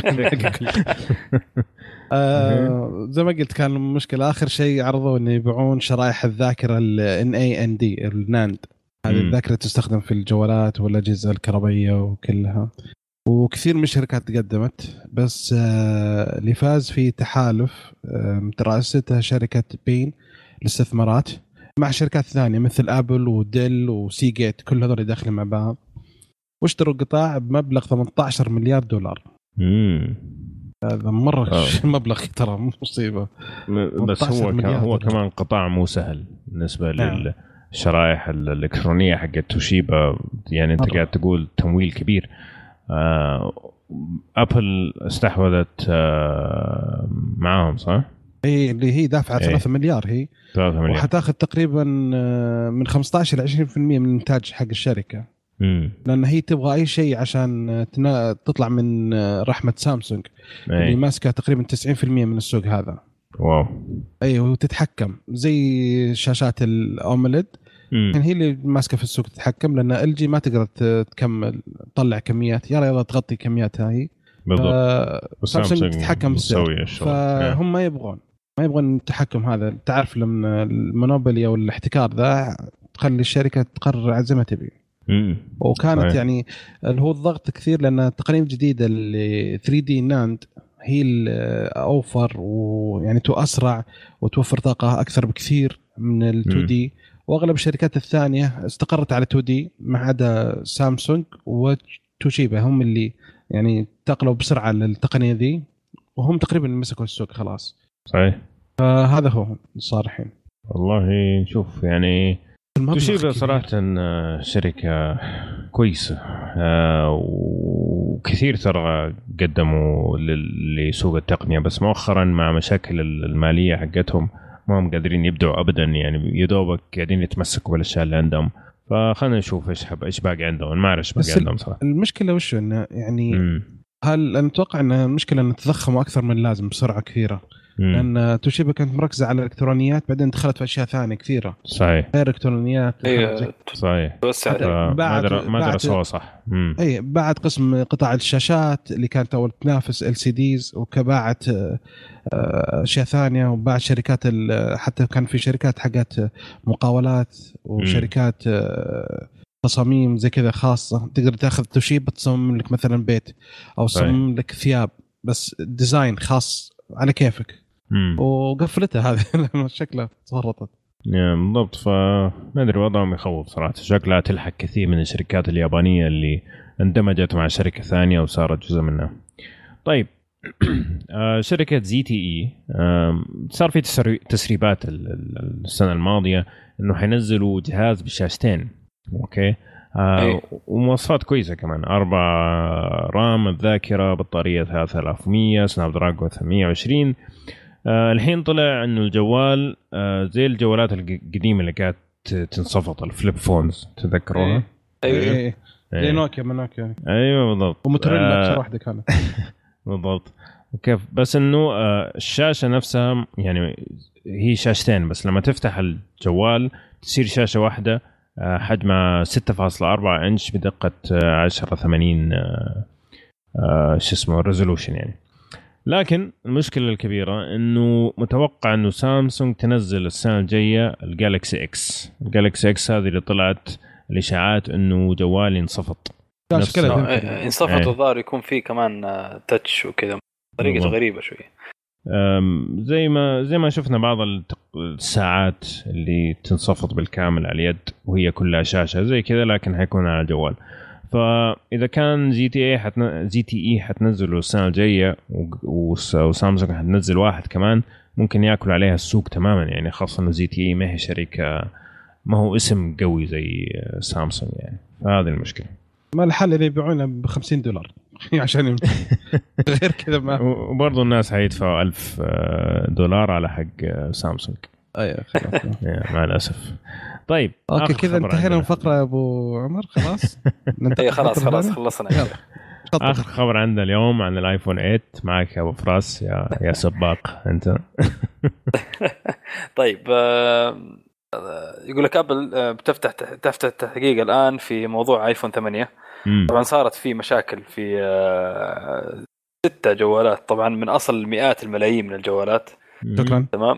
زي ما قلت كان المشكلة آخر شيء عرضوا إنه يبيعون شرائح الذاكرة NAND الناند، هذه الذاكرة تستخدم في الجوالات والأجهزة الكهربائية وكلها، وكثير من الشركات تقدمت، بس اللي فاز في تحالف مترأستها شركة بين الاستثمارات مع شركات ثانية مثل أبل وديل وسيجيت، كل هذول داخلين مع بعض، واشتروا قطاع بمبلغ 18 مليار دولار. هذا مرة مبلغ ترى مصيبة. بس هو كمان قطاع مو سهل بالنسبة للشرائح الإلكترونية حقت توشيبا، يعني أنت قاعد تقول تمويل كبير. أبل استحوذت معاهم صح؟ اي اللي هي دافعة 3 مليار هي 3 مليار، وحتاخذ تقريبا من 15 إلى 20% من الإنتاج حق الشركة، لأن هي تبغى أي شيء عشان تطلع من رحمة سامسونج اللي ماسكة تقريبا 90% من السوق هذا. واو. أيوة، وتتحكم زي شاشات الأومليد، يعني هي اللي ماسكة في السوق تتحكم، لأن LG ما تقدر تكمل تطلع كميات، يلا تغطي كمياتها هي بالضبط، سامسونج تتحكم بالسعر، فهم ما يبغون التحكم هذا. تعرف لما المونوبولي أو الاحتكار ذا تخلي الشركة تقرر عزمها تبي. وكانت يعني اللي هو الضغط كثير، لأن التقنية الجديدة اللي 3D ناند هي الأوفر، ويعني أسرع وتوفر طاقة أكثر بكثير من ال 2D، واغلب الشركات الثانيه استقرت على 2D ما عدا سامسونج وتوشيبا، هم اللي يعني تقلوا بسرعه للتقنيه ذي، وهم تقريبا مسكوا السوق خلاص. صحيح، فهذا هو صار الحين. والله نشوف يعني توشيبا صراحه شركه كويسه، وكثير ترى قدموا لسوق التقنيه، بس مؤخرا مع مشاكل الماليه حقتهم ما هم قادرين يبدعوا أبدا، يعني يدوبك قاعدين يتمسكوا بالأشياء اللي عندهم. فخلنا نشوف إيش باقي عندهم، ما أعرف باقي عندهم صراحة. المشكلة وش إنه يعني هل أنا أتوقع إن المشكلة إن تضخموا أكثر من اللازم بسرعة كثيرة، لأن توشيبا كانت مركزة على الإلكترونيات، بعدين دخلت في أشياء ثانية كثيرة. صحيح، غير إلكترونيات. صحيح، ما درسوها صح. أي بعد قسم قطاع الشاشات اللي كانت أول تنافس LCDs، وكباعت أشياء ثانية، وبعد شركات حتى كان في شركات حقت مقاولات وشركات تصاميم زي كذا خاصة، تقدر تأخذ توشيبا تصمم لك مثلا بيت أو تصمم لك ثياب، بس ديزاين خاص على كيفك. وقفلتها هذه شكلها تورطت. بالضبط، فما أدري وضعهم يخوف صراحة. شكلها تلحق كثير من الشركات اليابانية اللي اندمجت مع شركة ثانية وصارت جزء منها. طيب شركة ZTE صار في تسريبات السنة الماضية إنه حينزلوا جهاز بشاشتين، أوكي، ومواصفات كويسة كمان، 4 رام، الذاكرة، بطارية 3100، سناب دراجون 820. الحين طلع إنه الجوال زي الجوالات القديمة اللي كانت تنصفط، الفليب فونز، تذكروها؟ أيوة زي نوكيا من نوكيا. أيوة بالضبط، وموتوريلا أكثر واحدة كانت. بالضبط. وكيف بس إنه الشاشة نفسها يعني هي شاشتين، بس لما تفتح الجوال تصير شاشة واحدة، حجمها 6.4 إنش بدقة 1080 شو اسمه ريزولوشن يعني. لكن المشكلة الكبيرة إنه متوقع إنه سامسونج تنزل السنة الجاية الجالكسي إكس هذه اللي طلعت الإشاعات إنه جوال ينصفط. انصفط الظاهر يكون فيه كمان تاتش وكذا، طريقة غريبة شوية، زي ما شفنا بعض الساعات اللي تنصفط بالكامل على اليد وهي كلها شاشة زي كذا، لكن حيكون على الجوال. فاذا كان جي تي اي حتنزله السنه الجايه وسامسونج حتنزل واحد كمان، ممكن ياكل عليها السوق تماما يعني، خاصه انه جي تي اي ما هي شركه، ما هو اسم قوي زي سامسونج يعني. فهذه المشكله. ما الحل اللي يبيعونه $50 عشان غير كذا ما. وبرضه الناس حيدفعوا $1000 على حق سامسونج. ايوه خلاص مع الاسف. طيب اوكي كذا انتهينا من الفقره يا ابو عمر. خلاص اي خلاص خلصنا. اخر خبر عندنا اليوم عن الايفون 8. معك يا ابو فراس يا سباق انت. طيب يقول لك ابل بتفتح تحقيق الان في موضوع ايفون 8. طبعا صارت في مشاكل في 6 جوالات طبعا من اصل مئات الملايين من الجوالات. شكرا. تمام.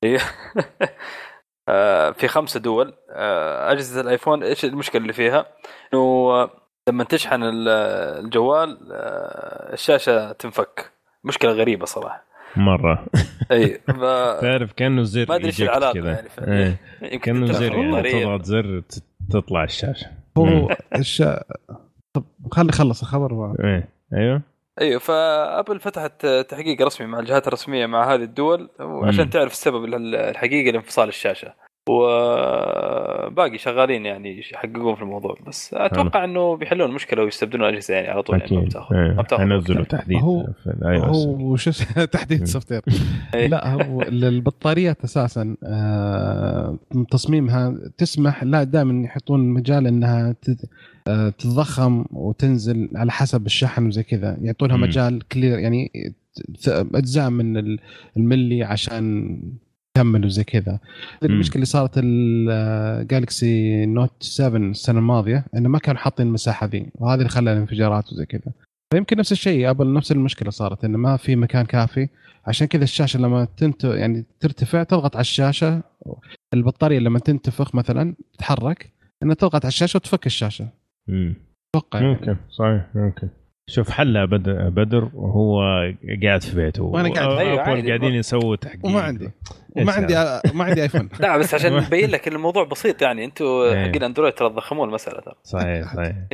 في 5 دول. اجهزه الايفون ايش المشكله اللي فيها؟ انه لما تشحن الجوال الشاشه تنفك. مشكله غريبه صراحه مره. اي تعرف كانه زر، ما ادري ايش العلاقه يعني كانه زر يعني تضغط زر تطلع الشاشه. هو طب خلي خلص الخبر. ايوه فابل فتحت تحقيق رسمي مع الجهات الرسميه مع هذه الدول عشان تعرف السبب الحقيقي لانفصال الشاشه، وباقي شغالين يعني يحققون في الموضوع. بس اتوقع انه بيحلون المشكله ويستبدلون الاجهزه يعني على طول يعني. ما بتاخذ ينزلوا تحديث في الاي او اس. هو شو تحديث سوفت وير. لا هو البطاريات اساسا تصميمها تسمح لا دائما يحطون مجال انها تتضخم وتنزل على حسب الشحن وزي كذا، يعطونها مجال كلير يعني اجزاء من الملي عشان كملوا زي كذا. المشكله اللي صارت الجالكسي نوت 7 السنه الماضيه انه ما كانوا حاطين المساحه ذي، وهذا اللي خلى الانفجارات وزي كذا. فيمكن نفس الشيء ابل نفس المشكله صارت انه ما في مكان كافي، عشان كذا الشاشه لما يعني ترتفع تضغط على الشاشه، البطاريه لما تنتفخ مثلا تتحرك انها تضغط على الشاشه وتفك الشاشه. اتوقع ممكن صحيح ممكن. شوف حلها بدر وهو قاعد في بيته وانا قاعد قاعدين يسووا تحقيق وما عندي ايفون. لا بس عشان نبين لك الموضوع بسيط يعني. انتوا حقين اندرويد ترى تضخمون المساله ترى. صحيح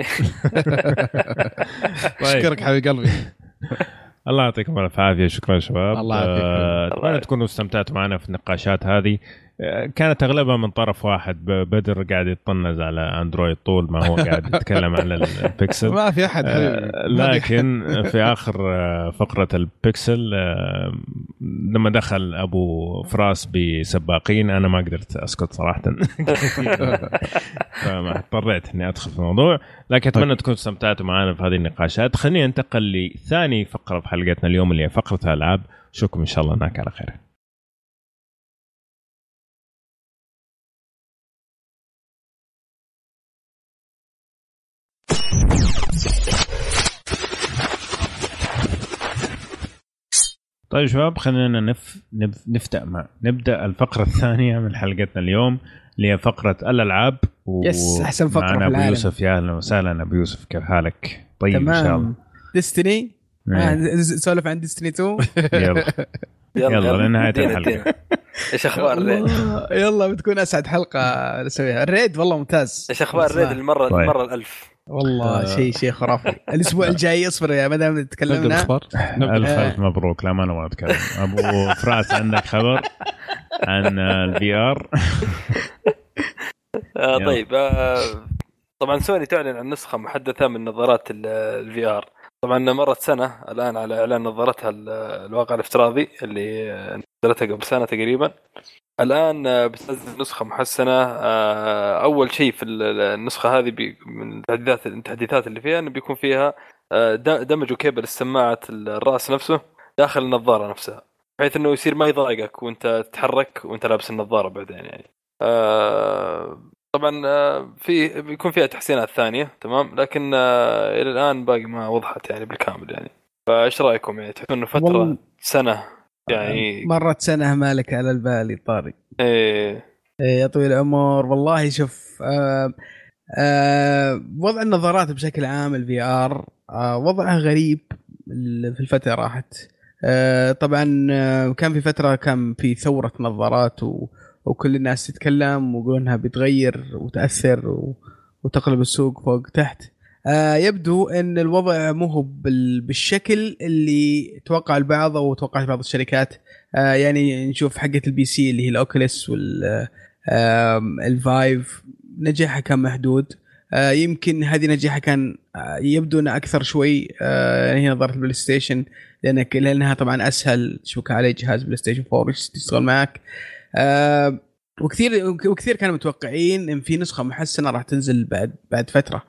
اشكرك حبيب قلبي. الله يعطيكم الف عافيه. شكرا شباب. الله يعطيكم. اتمنى تكونوا استمتعتوا معنا في النقاشات هذه. كانت اغلبها من طرف واحد، بدر قاعد يطنز على اندرويد طول ما هو قاعد يتكلم عن البيكسل. ما في احد لكن في اخر فقره البيكسل لما دخل ابو فراس بسباقين انا ما قدرت اسكت صراحه. فما اضطريت اني ادخل في الموضوع، لكن اتمنى تكونوا استمتعتوا معنا في هذه النقاشات. خلينا ننتقل لثاني فقره في حلقتنا اليوم اللي هي فقره الالعاب. اشوفكم ان شاء الله هناك على خير. طيب شباب خلينا نبدأ الفقرة الثانية من حلقتنا اليوم اللي هي فقرة الألعاب. أحسن فقرة في العالم. أبو يوسف. يا أهلا وسهلا أبو يوسف، كيف حالك؟ طيب تمام. إن شاء الله. ديستني سولف عن ديستني 2. يلا لنهاية الحلقة. ايش اخبار الريد؟ يلا بتكون اسعد حلقه نسويها. الريد والله ممتاز. ايش اخبار الريد المره الألف؟ والله شيء خرافي. الاسبوع الجاي اصبر يا مدام تكلمنا. الف مبروك. لا ما انا اتكلم. ابو فراس عندك خبر عن الفي ار؟ طيب طبعا سوني تعلن عن نسخه محدثه من نظارات الفي ار. طبعا مرت سنه الان على اعلان نظارتها الواقع الافتراضي اللي نزلتها قبل سنه تقريبا. الان بتنزل نسخه محسنه. اول شيء في النسخه هذه من التحديثات اللي فيها انه بيكون فيها دمجوا كيبل السماعه الراس نفسه داخل النظاره نفسها، بحيث انه يصير ما يضايقك وانت تتحرك وانت لابس النظاره بعدين يعني. طبعا بيكون فيها تحسينات ثانيه تمام، لكن الى الان باقي ما وضحت يعني بالكامل يعني. فايش رايكم يعني؟ تحسون انه فتره سنه يعني مرت سنه مالك على البالي طارق؟ ايه يا طويل العمر. والله شوف وضع النظارات بشكل عام الفي ار وضعها غريب في الفتره راحت. طبعا كان في فتره كان في ثوره نظارات وكل الناس تتكلم ويقولونها بتغير وتأثر وتقلب السوق فوق تحت. يبدو ان الوضع مو هو بالشكل اللي توقع البعض او توقعت بعض الشركات. يعني نشوف حقه البي سي اللي هي الاوكيليس والفايف نجاحها كان محدود. يمكن هذه نجاحها كان يبدو انه اكثر شوي هي نظاره البلاي ستيشن، لانها طبعا اسهل تشبك عليه جهاز بلاي ستيشن 4 يشتغل معك. وكثير كانوا متوقعين ان في نسخه محسنه راح تنزل بعد فتره.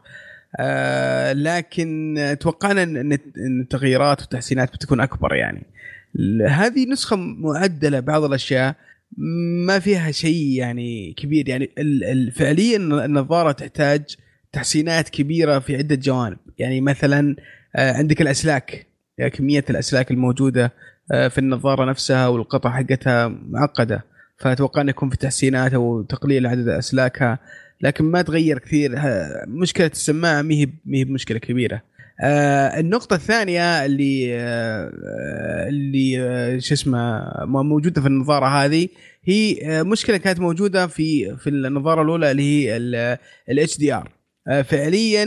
لكن توقعنا ان التغييرات والتحسينات بتكون اكبر. يعني هذه نسخه معدله بعض الاشياء ما فيها شيء يعني كبير. يعني فعليا النظاره تحتاج تحسينات كبيره في عده جوانب. يعني مثلا عندك الاسلاك، يعني كميه الاسلاك الموجوده في النظاره نفسها والقطع حقتها معقده، فاتوقع ان يكون في تحسينات او تقليل عدد اسلاكها، لكن ما تغير كثير. مشكله السماعه ما هي بمشكله كبيره. النقطه الثانيه اللي شو اسمه موجوده في النظاره هذه هي مشكله كانت موجوده في النظاره الاولى اللي هي الاتش دي ار. فعليا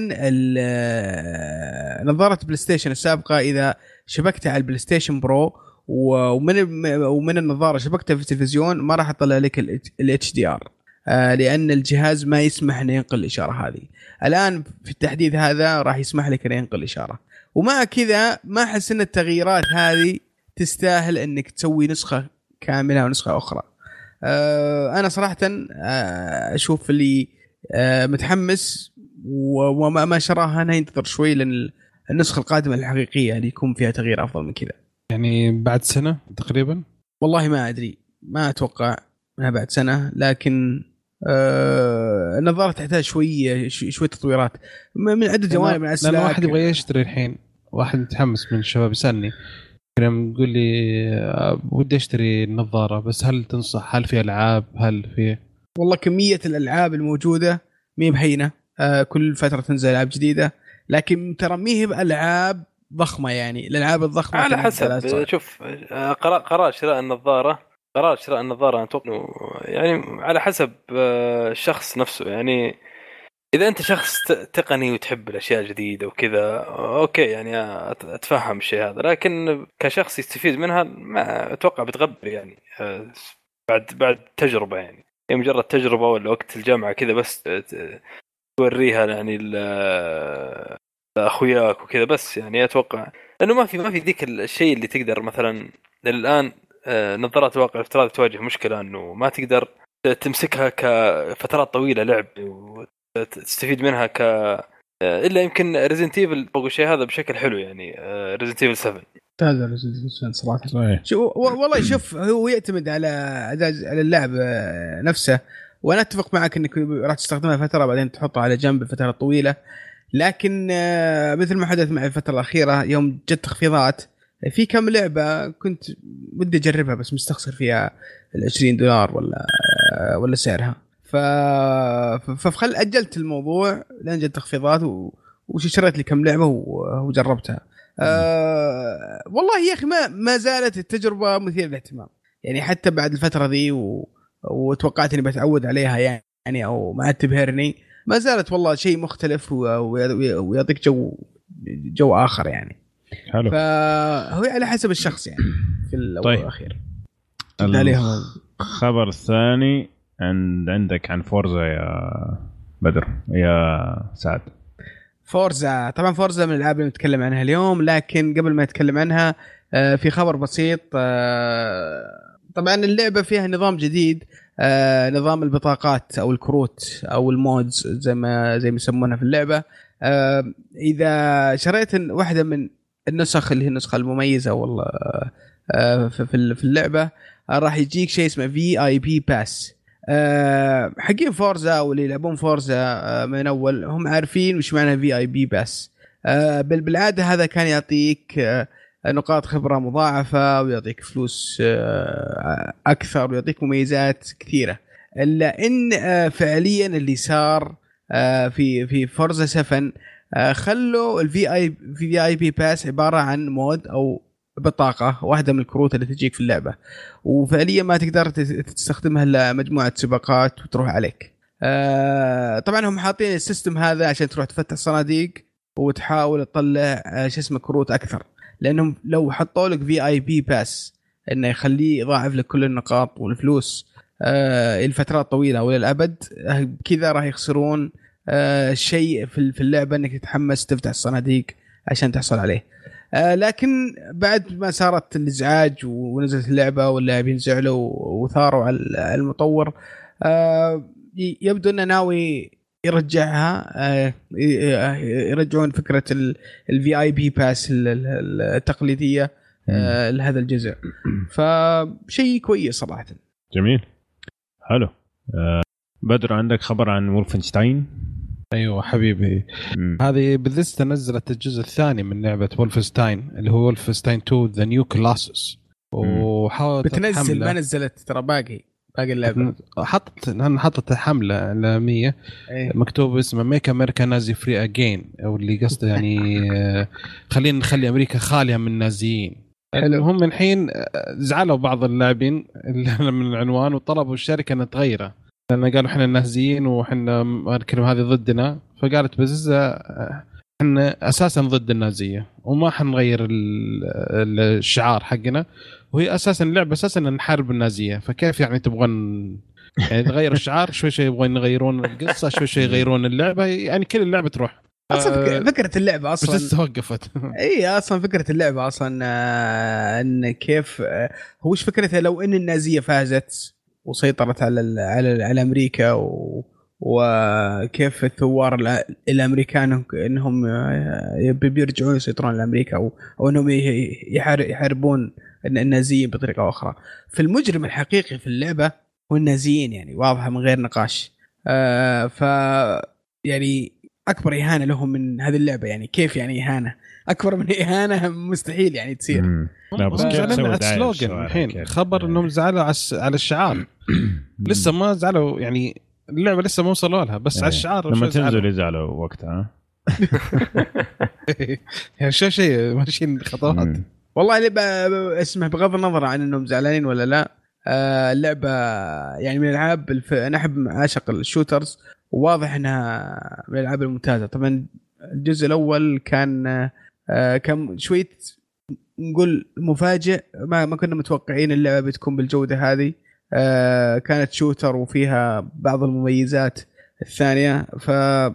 نظاره بلاي ستيشن السابقه اذا شبكتها على البلاي ستيشن برو ومن النظاره شبكتها في التلفزيون ما راح يطلع لك الاتش دي ار، لان الجهاز ما يسمح انه ينقل الاشاره هذه. الان في التحديث هذا راح يسمح لك انه ينقل الاشاره. ومع كذا ما احس ان التغييرات هذه تستاهل انك تسوي نسخه كامله ونسخه اخرى. انا صراحه اشوف اللي متحمس وما شراها انا ينتظر شوي لان النسخه القادمه الحقيقيه اللي يكون فيها تغيير افضل من كذا. يعني بعد سنه تقريبا، والله ما ادري، ما اتوقع انها بعد سنه، لكن النظاره تحتاج شوي تطويرات من عده جوانب. من اسلاك واحد يبغى يشتري الحين، واحد متحمس من الشباب يسالني كلام يقول لي ودي اشتري النظاره، بس هل تنصح؟ هل في العاب؟ هل في والله كميه الالعاب الموجوده مي بهينه. كل فتره تنزل العاب جديده، لكن ترى مي بالعاب ضخمه. يعني الالعاب الضخمه على حسب. شوف قرار شراء النظاره اتوقع يعني على حسب الشخص نفسه. يعني اذا انت شخص تقني وتحب الاشياء الجديده وكذا اوكي، يعني اتفهم الشيء هذا، لكن كشخص يستفيد منها ما اتوقع بتغبر. يعني بعد تجربه، يعني مجرد تجربه ولا وقت الجامعه كذا بس توريها يعني لاخوياك وكذا بس. يعني اتوقع لانه ما في ذيك الشيء اللي تقدر مثلا الان نظارات الواقع الافتراضي تواجه مشكله انه ما تقدر تمسكها كفترات طويله لعب وتستفيد منها الا يمكن ريزنت ايفل فوق الشيء هذا بشكل حلو. يعني ريزنت ايفل 7 هذا ريزنت صراحه صحيح. والله شوف هو يعتمد على اللعب نفسه، وانا اتفق معك انك راح تستخدمها فتره بعدين تحطها على جنب الفتره الطويله. لكن مثل ما حدث معي الفتره الاخيره يوم جت تخفيضات في كم لعبه كنت بدي اجربها بس مستخسر فيها $20 ولا سعرها، فخل اجلت الموضوع لين جت تخفيضات وشريت لي كم لعبه وجربتها. والله يا اخي ما زالت التجربه مثيره للاهتمام. يعني حتى بعد الفتره ذي وتوقعت اني بتعود عليها يعني او ما تبهرني، ما زالت والله شيء مختلف ويعطيك جو اخر يعني. حلو. فهو على حسب الشخص يعني في الاول والاخير. الخبر الثاني عندك عن فورزا يا بدر يا سعد. فورزا طبعا فورزا من الالعاب اللي نتكلم عنها اليوم، لكن قبل ما نتكلم عنها في خبر بسيط. طبعا اللعبه فيها نظام جديد، نظام البطاقات او الكروت او المودز زي ما يسمونها في اللعبه. اذا شريت واحده من النسخ اللي هي النسخه المميزه والله في اللعبه راح يجيك شيء اسمه VIP باس. حقين فورزا واللي يلعبون فورزا من اول هم عارفين وش معنى VIP باس. بالعاده هذا كان يعطيك نقاط خبره مضاعفه ويعطيك فلوس اكثر ويعطيك مميزات كثيره. الا ان فعليا اللي صار في فورزا 7 خلوا VIP باس عباره عن مود او بطاقه واحده من الكروت اللي تجيك في اللعبه، وفعليا ما تقدر تستخدمها الا مجموعه سباقات وتروح عليك. طبعا هم حاطين السيستم هذا عشان تروح تفتح صناديق وتحاول تطلع شو اسمه كروت اكثر، لانهم لو حطوا لك VIP باس انه يخليه يضاعف لك كل النقاط والفلوس الفترات طويله ولا الابد، كذا راح يخسرون شيء في اللعبه، انك تتحمس تفتح الصناديق عشان تحصل عليه. لكن بعد ما صارت الازعاج ونزلت اللعبه واللاعبين زعلوا وثاروا على المطور، يبدو انه ناوي يرجعها، يرجعون فكره VIP باس التقليديه لهذا الجزء. فشيء كويس صراحه. جميل، حلو. بدر، عندك خبر عن وولفنشتاين؟ ايوه حبيبي، هذه بالذات نزلت الجزء الثاني من لعبه وولفنشتاين اللي هو وولفنشتاين 2 ذا نيو كلاسس، وحاولت بتنزل ما نزلت ترى، باقي اللعبه حطت حمله اعلاميه مكتوب اسمه ميك امريكا نازي فري اجين، او اللي قصده يعني خلينا نخلي امريكا خاليه من النازيين. هم الحين زعلوا بعض اللاعبين من العنوان وطلبوا الشركه ان تغيره، لأن قالوا إحنا النازيين وإحنا الكلمة هذه ضدنا، فقالت بززة إحنا أساسا ضد النازية وما حنغير الشعار حقنا، وهي أساسا اللعبة أساسا نحارب النازية، فكيف يعني تبغون يعني تغير الشعار؟ شوي شوي يبغون يغيرون القصة، شوي شوي يغيرون اللعبة، يعني كل اللعبة تروح. أصلا فكرة اللعبة أصلا بس توقفت. إيه أصلا فكرة اللعبة أصلا إن كيف هوش فكرتها لو إن النازية فازت وسيطرت على أمريكا وكيف الثوار الأمريكان إنهم بيرجعون يسيطرون على أمريكا أو إنهم يحاربون النازيين بطريقة أخرى. في المجرم الحقيقي في اللعبة هو النازيين، يعني واضحة من غير نقاش. ف يعني أكبر إهانة لهم من هذه اللعبة، يعني كيف يعني إهانة أكبر من إهانة مستحيل يعني تصير. لا بس زعلان على السلوغن الحين، خبر إنهم زعلوا على الشعار. لسه ما زعلوا، يعني اللعبة لسه ما وصلوا لها، بس على الشعار لما تنزل يزعلوا وقتها. يعني شيء ماشيين خطوات. والله اللي اسمه بغض النظر عن إنهم زعلانين ولا لا، اللعبة يعني من الألعاب أنا أحب عاشق الشوترز، وواضح إنها من الألعاب الممتازة. طبعا الجزء الأول كان شوية نقول مفاجئ، ما كنا متوقعين اللعبة بتكون بالجودة هذه. كانت شوتر وفيها بعض المميزات الثانية. ف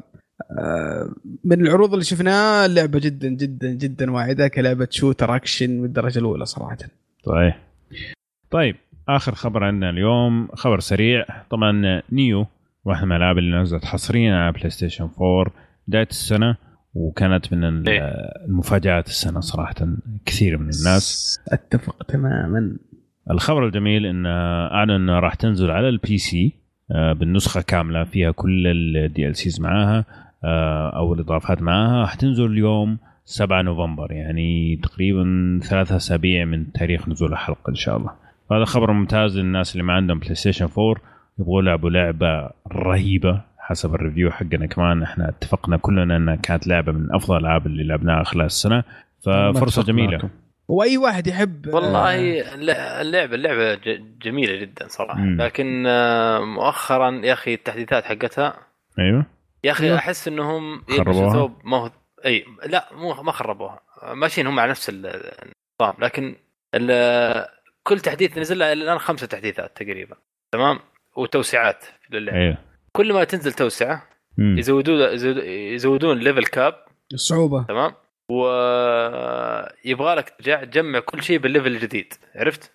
من العروض اللي شفناها اللعبة جدا جدا جدا واعدة كلعبة شوتر أكشن من الدرجة الأولى صراحة. طيب آخر خبر عندنا اليوم خبر سريع. طبعا نيو واحدة من الألعاب اللي نزلت حصريا على بلاي ستيشن 4 بداية السنة، وكانت من المفاجآت السنة صراحة كثير من الناس. اتفق تماما. الخبر الجميل إن أعلن أنه راح تنزل على البي سي بالنسخة كاملة فيها كل الدي ال سيز معاها أو الإضافات معاها. راح تنزل اليوم 7 نوفمبر، يعني تقريبا 3 أسابيع من تاريخ نزول الحلقة إن شاء الله. هذا خبر ممتاز للناس اللي ما عندهم بلاي ستيشن 4 يبغوا يلعبوا لعبة رهيبة. حسب الريفيو حقنا كمان احنا اتفقنا كلنا انها كانت لعبة من افضل الالعاب اللي لعبناها خلال السنة، ففرصة جميلة. واي واحد يحب والله اللعبة جميلة جدا صراحة. لكن مؤخرا يا اخي التحديثات حقتها ايوه يا اخي احس انهم يلبسوا ما هو اي لا ما خربوها، ماشيين هم على نفس النظام، لكن كل تحديث نزل الان 5 تحديثات تقريبا تمام، وتوسعات للعبة. أيوه. كل ما تنزل توسعة يزودون ليفل كاب الصعوبة تمام، ويبغى لك تجمع كل شيء بالليفل الجديد، عرفت؟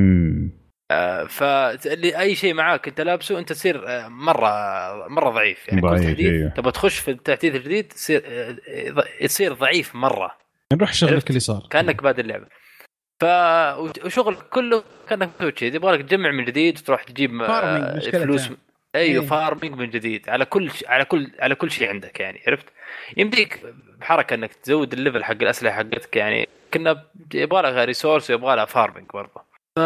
فاللي اي شيء معاك انت لابسه انت تصير مره ضعيف، يعني كل تحديث تبغى تخش في التحديث الجديد تصير ضعيف مره. نروح شغلك اللي صار كانك بادئ اللعبه، وشغل كله كانك تسوي شيء، يبغى لك تجمع من جديد وتروح تجيب فلوس. ايوه فارمينج من جديد على كل شيء عندك، يعني عرفت؟ يمديك بحركه انك تزود الليفل حق الاسلحه حقتك، يعني كنا يبغى لها ريسورس ويبغى لها فارمينج برضه.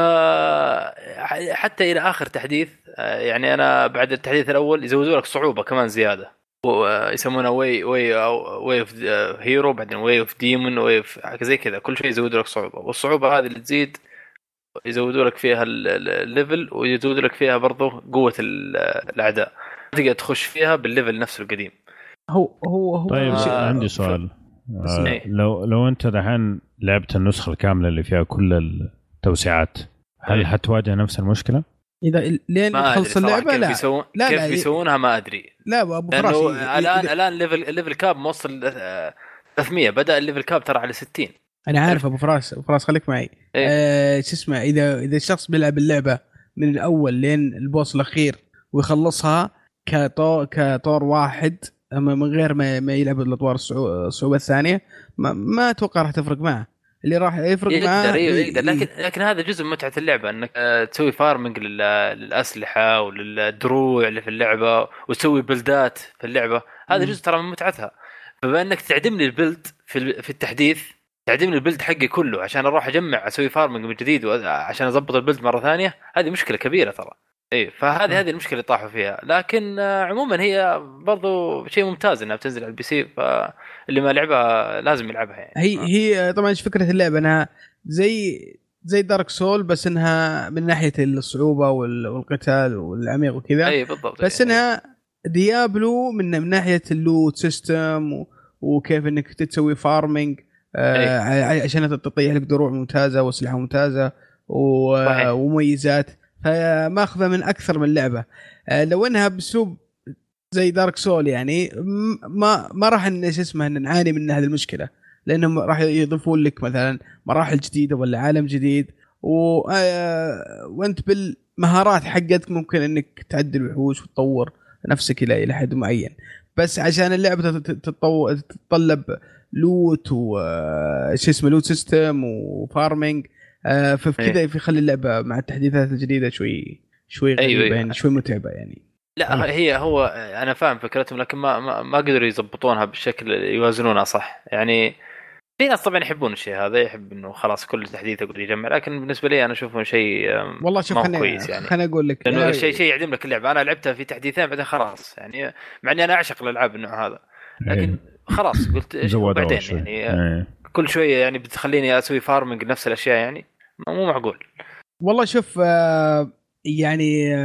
حتى الى اخر تحديث، يعني انا بعد التحديث الاول يزودوا لك صعوبه كمان زياده، ويسمونها واي اوف هيرو، بعدين واي اوف ديمون، واي زي كذا، كل شيء يزودوا لك صعوبه، والصعوبه هذه اللي تزيد يزودوا لك فيها الليفل، ويزودوا لك فيها برضه قوه الاعداء، تقدر تخش فيها بالليفل نفسه القديم. هو طيب عندي سؤال. لو انت دحين لعبت النسخه الكامله اللي فيها كل التوسيعات، هل حتواجه نفس المشكله؟ اذا لين تخلص اللعبه لا كيف بيسوونها ما ادري. لا ابو فراس الان الليفل كاب موصل 300، بدا الليفل كاب ترى على 60. انا عارف ابو فراس خليك معي. شو اسمه، اذا الشخص بيلعب اللعبه من الاول لين البوس الاخير ويخلصها كطور واحد من غير ما يلعب الاطوار الصعوبه الثانيه، ما اتوقع راح تفرق معه. اللي راح يفرق معه يقدر لكن هذا جزء من متعه اللعبه، انك تسوي فارمنج للاسلحه وللدروع اللي في اللعبه وتسوي بلدات في اللعبه. هذا جزء ترى من متعتها. فبما انك تعدم لي البلد في التحديث، تعدم لي البلد حقي كله عشان اروح اجمع اسوي فارمنج من جديد عشان اضبط البلد مره ثانيه، هذه مشكله كبيره ترى. ايه فهذه المشكله اللي طاحوا فيها. لكن عموما هي برضو شيء ممتاز انها بتنزل على البي سي، فاللي ما لعبها لازم يلعبها يعني. هي طبعا ايش فكره اللعبه؟ انها زي دارك سول، بس انها من ناحيه الصعوبه والقتال والعميق وكذا. اي بالضبط. بس انها ديابلو من ناحيه اللوت سيستم وكيف انك تسوي فارمينج عشان تطيح لك دروع ممتازه واسلحه ممتازه ومميزات. فماخذه من اكثر من لعبه. لو انها باسلوب زي دارك سول يعني ما راح ان نعاني من هذه المشكله، لانهم راح يضيفون لك مثلا مراحل جديده ولا عالم جديد، وانت بالمهارات حقتك ممكن انك تعدل وحوش وتطور نفسك الى حد معين. بس عشان اللعبه تتطلب لوت لوت سيستم وفارمينج، فكذا يخلي اللعبه مع التحديثات الجديده شوي غريبه يعني، شوي متعبه يعني. لا هو انا فاهم فكرتهم، لكن ما قدروا يضبطونها بالشكل يوازنونها صح يعني. في ناس طبعا يحبون الشيء هذا، يحب انه خلاص كل تحديث يقدر يجمع، لكن بالنسبه لي انا اشوفه شيء والله شوف كويس يعني. خليني اقول لك لانه شيء يعدم لك اللعبه. انا لعبتها في تحديثين بعدين خلاص يعني، مع اني انا اعشق الالعاب النوع هذا، لكن خلاص قلت ايش بعدين يعني كل شويه يعني بتخليني اسوي فارمنج نفس الاشياء يعني، مو معقول. والله شوف يعني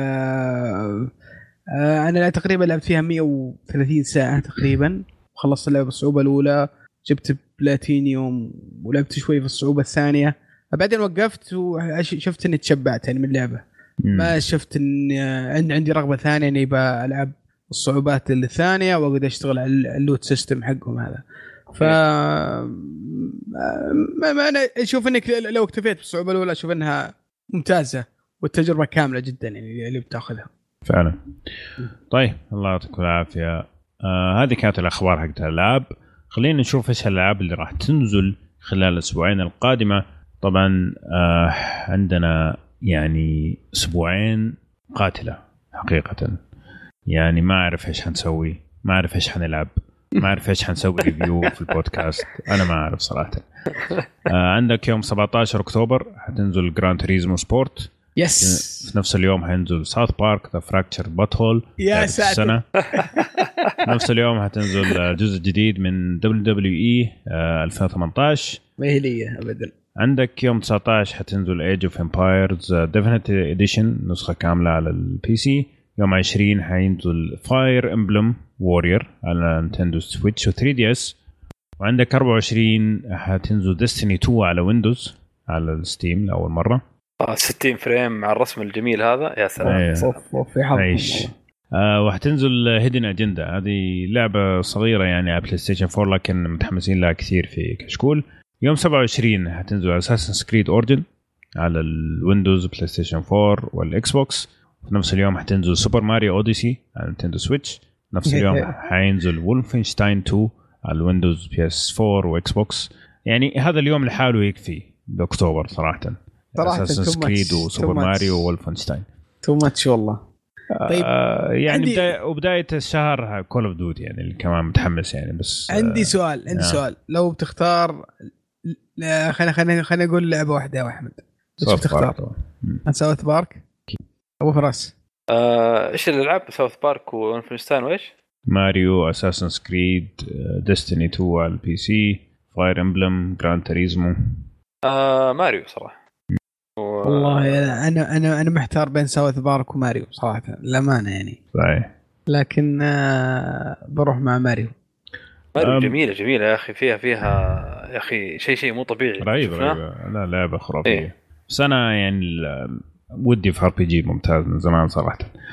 انا تقريبا لعبت فيها 130 ساعه تقريبا، وخلصت اللعبه بالصعوبه الاولى، جبت بلاتينيوم ولعبت شوي في الصعوبه الثانيه، بعدين وقفت وشفت اني تشبعت يعني من اللعبه. ما شفت ان عندي رغبه ثانيه اني بلعب الصعوبات الثانيه واقعد اشتغل على اللوت سيستم حقهم هذا. ف ما انا اشوف انك لو اكتفيت بالصعوبه الاولى اشوف انها ممتازه والتجربه كامله جدا يعني اللي بتاخذها فعلا. طيب الله يعطيكم العافيه. هذه كانت الاخبار حقت الالعاب. خلينا نشوف ايش الالعاب اللي راح تنزل خلال الاسبوعين القادمه. طبعا عندنا يعني اسبوعين قاتله حقيقه، يعني ما اعرف ايش حنسوي، ما اعرف ايش حنلعب، ما اعرف ايش حنسوي ريفيو في البودكاست، انا ما اعرف صراحه. عندك يوم 17 اكتوبر حتنزل جران توريزمو سبورت. يس. في نفس اليوم حينزل ساوث بارك ذا فراكتشر باتهول يا ساتر. نفس اليوم حتنزل جزء جديد من WWE 2018. ما هي لي ابدا. عندك يوم 19 حتنزل ايج اوف امبايرز ديفينيتيف اديشن نسخه كامله على البي سي. يوم 20 حينزل فاير امبلم وورير على نينتندو سويتش و 3 دي اس. وعندك 24 حتنزل ديستني 2 على ويندوز على الستيم لاول مره 60 فريم مع الرسم الجميل هذا، يا سلام. في حظ. وحتنزل هيدن اجندا، هذه لعبه صغيره يعني على بلاي ستيشن 4 لكن متحمسين لها كثير في كشكول. يوم 27 حتنزل اساسن كريد اوريجن على الويندوز بلاي ستيشن 4 والاكس بوكس. في نفس اليوم حتنزل سوبر ماريو اوديسي على نينتندو سويتش. نفس اليوم حينزل وولفنشتاين 2 على الويندوز بي اس 4 واكس بوكس. يعني هذا اليوم لحاله يكفي باكتوبر صراحه. اساسن كريد وسوبر ماريو وولفنشتاين تو ماتش والله. طيب يعني بداية الشهر كول اوف ديوتي يعني اللي كمان متحمس يعني. بس عندي سؤال لو بتختار خلينا نقول لعبة واحدة يا أحمد، ايش بتختار؟ ساوث بارك أبو فراس. ايش الالعاب؟ ساوث بارك وولفنشتاين وايش؟ ماريو، اساسن كريد، ديستني 2 على البي سي، فاير امبلم، جران توريزمو. ماريو صراحة. والله انا محتار بين ساوث بارك وماريو صراحه الامانه يعني. صحيح. لكن بروح مع ماريو. جميلة يا أخي، فيها يا أخي شيء مو طبيعي. رهيبة. لا لعبة خرافية. إيه؟ بس أنا يعني ودي في RPG ممتاز من زمان صراحة،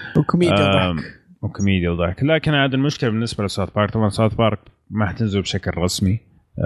وكوميديا وضحك. لكن هذا المشكلة بالنسبة لساوث بارك. طبعا ساوث بارك ما حتنزل بشكل رسمي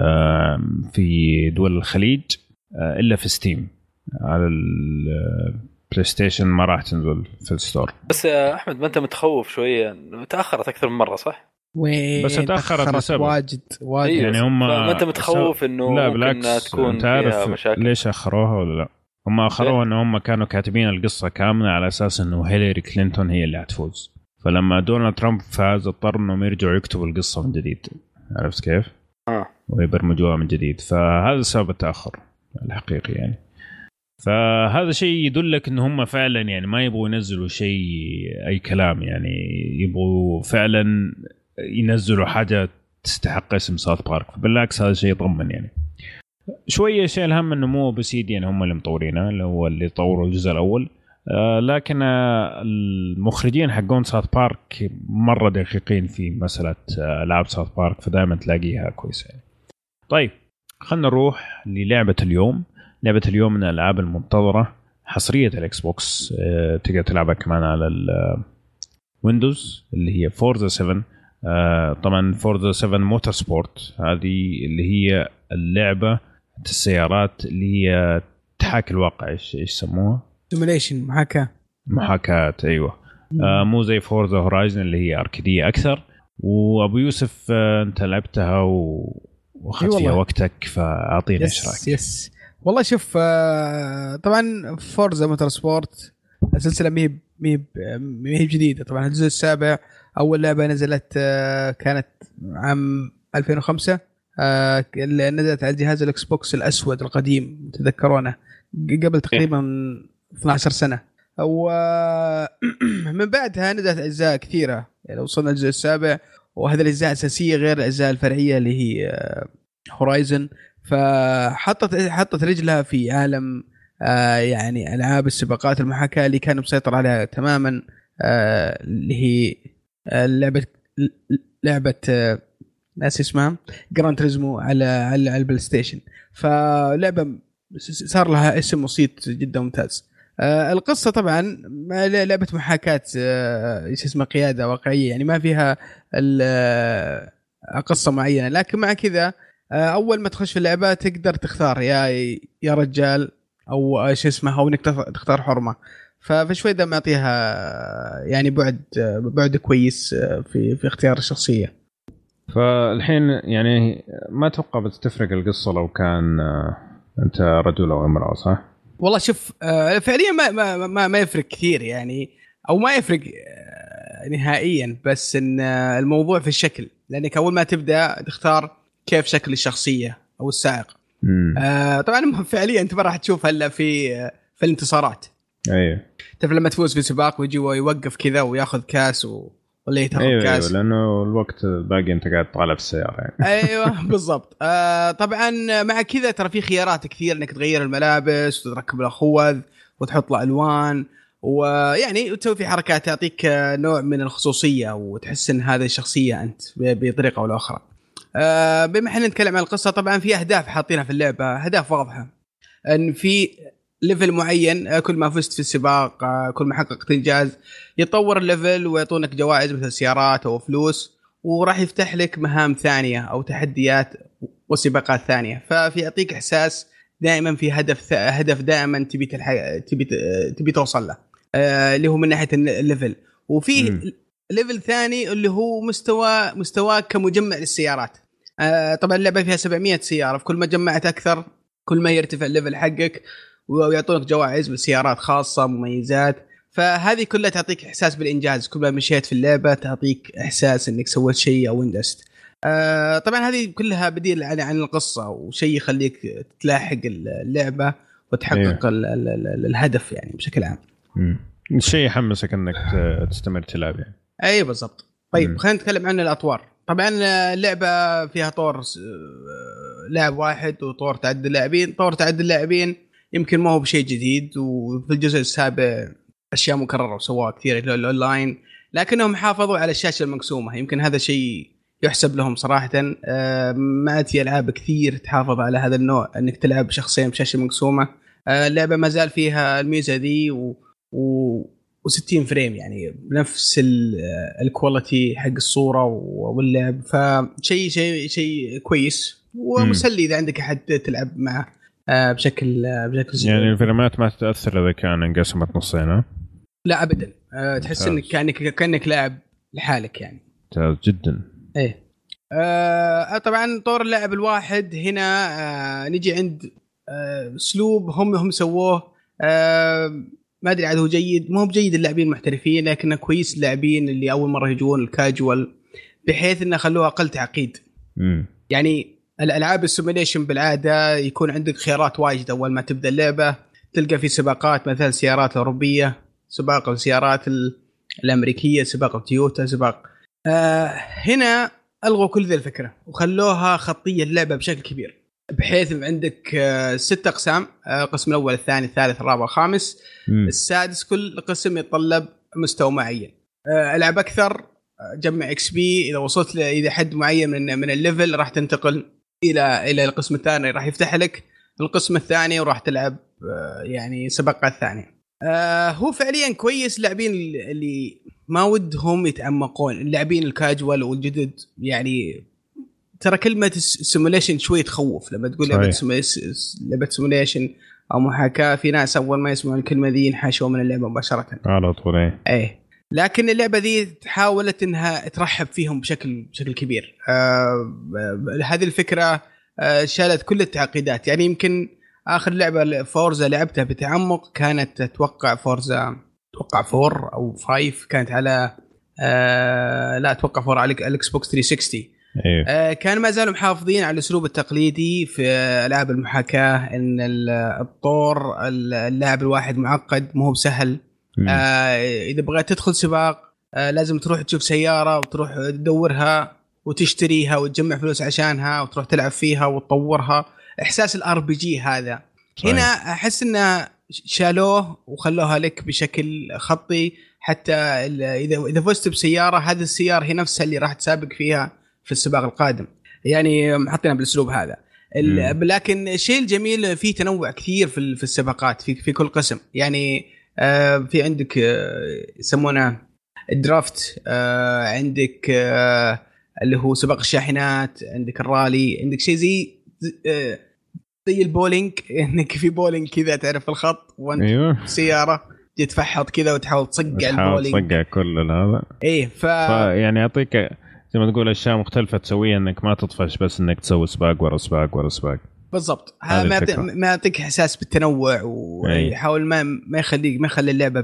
في دول الخليج إلا في ستيم. على البلاي ستيشن ما راح تنزل في الستور. بس يا أحمد ما أنت متخوف شوية، تأخرت أكثر من مرة صح؟ بس تأخرت بسبب واجد يعني هم ما أنت متخوف إنه لا بالعكس تكون فيها مشاكل. ليش أخروها ولا لا؟ هم أخروها إنه هم كانوا كاتبين القصة كاملة على أساس إنه هيلاري كلينتون هي اللي هتفوز، فلما دونالد ترامب فاز اضطر إنهم يرجعوا يكتبوا القصة من جديد. عرفت كيف؟ ويبرمجوها من جديد. فهذا سبب التأخر الحقيقي يعني. فهذا شيء يدلك إن هم فعلا يعني ما يبغوا ينزلوا شيء أي كلام، يعني يبغوا فعلا ينزلوا حاجة تستحق اسم ساوث بارك. بالعكس هذا شيء يطمن يعني شوية. شيء الهم إنه مو بس يعني هم اللي مطورينه، اللي هو اللي طوروا الجزء الأول، لكن المخرجين حقون ساوث بارك مرة دقيقين في مسألة ألعاب ساوث بارك، فدائما تلاقيها كويسة يعني. طيب خلنا نروح للعبة اليوم. لعبة اليوم من الألعاب المنتظرة، حصرية الإكس بوكس، تقدر تلعبها كمان على الويندوز، اللي هي فورزا 7. طبعا فورزا 7 موتور سبورت، هذه اللي هي اللعبة السيارات اللي هي تحاكي الواقع. ايش يسموها؟ سيموليشن، محاكاة. ايوه. مو زي فورزا هورايزن اللي هي اركيدية اكثر. وابو يوسف انت لعبتها واخذت فيها وقتك، فاعطينا ايش رايك. يس والله شوف، طبعا فورزا موتور سبورت السلسلة ميب جديدة. طبعا الجزء السابع أول لعبة نزلت كانت عام 2005، نزلت على جهاز الإكس بوكس الأسود القديم تذكرونه، قبل تقريبا 12 سنة. ومن بعدها نزلت أجزاء كثيرة، يعني وصلنا الجزء السابع، وهذه الأجزاء أساسية غير الأجزاء الفرعية اللي هي هورايزن. فحطت رجلها في عالم يعني ألعاب السباقات المحاكاة اللي كان مسيطر عليها تماما، اللي هي لعبة ناس اسمها جراند تريزمو على البلاي ستيشن. فلعبة صار لها اسم وصيت جدا ممتاز. القصة طبعا لعبة محاكاة، ايش اسمها، قيادة واقعية، يعني ما فيها قصة معينة. لكن مع كذا اول ما تخش في اللعبة تقدر تختار يا رجال او ايش اسمها، او انك تختار حرمة. فشوي ده معطيها يعني بعد كويس في اختيار الشخصية. فالحين يعني ما توقع بتفرق القصة لو كان انت رجل او امرأة، صح؟ والله شوف، فعليا ما يفرق كثير يعني، او ما يفرق نهائيا. بس ان الموضوع في الشكل، لانك اول ما تبدأ تختار كيف شكل الشخصية او السائق. طبعا فعليا انت ما راح تشوف هلا في الانتصارات. ايوه، تعرف لما تفوز في سباق ويجي ويوقف كذا وياخذ كاس ولا يتاخذ كاس. ايوه، لانه الوقت باقي انت قاعد طالع في السياره يعني. ايوه بالضبط. طبعا مع كذا ترى في خيارات كثير انك تغير الملابس وتركب الاخوذ وتحط له الوان، ويعني وتسوي في حركات تعطيك نوع من الخصوصيه وتحس ان هذه الشخصيه انت بطريقه او اخرى. بما احنا نتكلم عن القصه، طبعا في اهداف حاطينها في اللعبه، اهداف واضحه، ان في ليفل معين كل ما فزت في السباق، كل ما حققت انجاز يتطور الليفل ويعطونك جوائز مثل سيارات او فلوس، وراح يفتح لك مهام ثانيه او تحديات وسباقات ثانيه. ففي يعطيك احساس دائما في هدف دائما تبي توصل له، اللي هو من ناحيه الليفل. وفي ليفل ثاني اللي هو مستوى كمجمع للسيارات. طبعا اللعبه فيها 700 سياره، كل ما جمعت اكثر كل ما يرتفع الليفل حقك، ويعطونك جوائز بالسيارات خاصة مميزات. فهذه كلها تعطيك إحساس بالإنجاز، كل ما مشيت في اللعبة تعطيك إحساس إنك سويت شيء أو انجزت. طبعا هذه كلها بديل عن القصة، وشيء يخليك تلاحق اللعبة وتحقق الهدف يعني بشكل عام. الشيء يحمسك إنك تستمر تلعب يعني. أي بالضبط. طيب خلينا نتكلم عن الأطوار. طبعا اللعبة فيها طور لاعب واحد وطور تعدد اللاعبين. طور تعدد اللاعبين يمكن ما هو بشيء جديد، وفي الجزء السابع أشياء مكررة وسواها كثير. الأونلاين لكنهم حافظوا على الشاشه المقسومه. يمكن هذا شيء يحسب لهم صراحه. ما في العاب كثير تحافظ على هذا النوع، انك تلعب شخصين بشاشه مقسومه. اللعبه ما زال فيها الميزه دي و60 فريم، يعني بنفس الكواليتي حق الصوره واللعب. فشيء كويس ومسلي اذا عندك احد تلعب معه بشكل يعني الفريمات ما تتاثر اذا كان انقسمت نصين؟ لا ابدا. تحس انك كانك لاعب لحالك يعني. ممتاز جدا. ايه. طبعا طور اللاعب الواحد هنا. نجي عند اسلوب هم سووه. ما ادري عاد هو جيد مو بجيد اللاعبين المحترفين، لكنه كويس اللاعبين اللي اول مره يجون الكاجوال، بحيث انه خلوه اقل تعقيد. يعني الالعاب السيميليشن بالعاده يكون عندك خيارات واجد اول ما تبدا اللعبه. تلقى في سباقات مثلا سيارات اوروبيه، سباق السيارات الامريكيه، سباق تويوتا، سباق. هنا الغوا كل ذي الفكره وخلوها خطيه اللعبه بشكل كبير، بحيث عندك 6 اقسام. القسم الاول، الثاني، الثالث، الرابع، الخامس، السادس. كل قسم يتطلب مستوى معين. العب اكثر، جمع اكس بي. اذا وصلت الى حد معين من الليفل راح تنتقل الى القسم الثاني، راح يفتح لك القسم الثاني وراح تلعب يعني سباقات ثانيه. هو فعليا كويس. اللاعبين اللي ما ودهم يتعمقون، اللاعبين الكاجوال والجدد، يعني ترى كلمه سيموليشن شوي تخوف. لما تقول لعبه سيموليشن او محاكاه، في ناس اول ما يسمعون الكلمه ذي ينحشوا من اللعبه مباشره على طول. ايه. لكن اللعبه ذي حاولت انها ترحب فيهم بشكل كبير. هذه الفكره شالت كل التعقيدات. يعني يمكن اخر لعبه فورزا لعبتها بتعمق كانت اتوقع فورزا 4 او 5، كانت على لا اتوقع 4 على الاكس بوكس 360. أيوه. كان ما زالوا محافظين على الاسلوب التقليدي في العاب المحاكاه، ان الطور اللاعب الواحد معقد مو هو بسهل. اذا بغيت تدخل سباق لازم تروح تشوف سياره وتروح تدورها وتشتريها وتجمع فلوس عشانها وتروح تلعب فيها وتطورها. احساس الار بي جي هذا صحيح. هنا احس انه شالوه وخلوها لك بشكل خطي. حتى اذا فزت بسياره، هذه السياره هي نفسها اللي راح تسابق فيها في السباق القادم. يعني محطينها بالاسلوب هذا. لكن الشيء الجميل فيه تنوع كثير في السباقات في كل قسم. يعني في عندك يسمونه الدرافت، عندك اللي هو سباق الشاحنات، عندك الرالي، عندك شيء زي البولينج، انك في بولينج كذا تعرف الخط وانت أيوه. سياره تتفحط كذا وتحاول تصقع البولينج، تصقع كل هذا. ايه. يعني يعطيك زي ما تقول اشياء مختلفه تسويها، انك ما تطفش بس انك تسوي سباق ورا سباق ورا سباق. بالضبط. ما يعطيك احساس بالتنوع، ويحاول ما يخلي اللعبه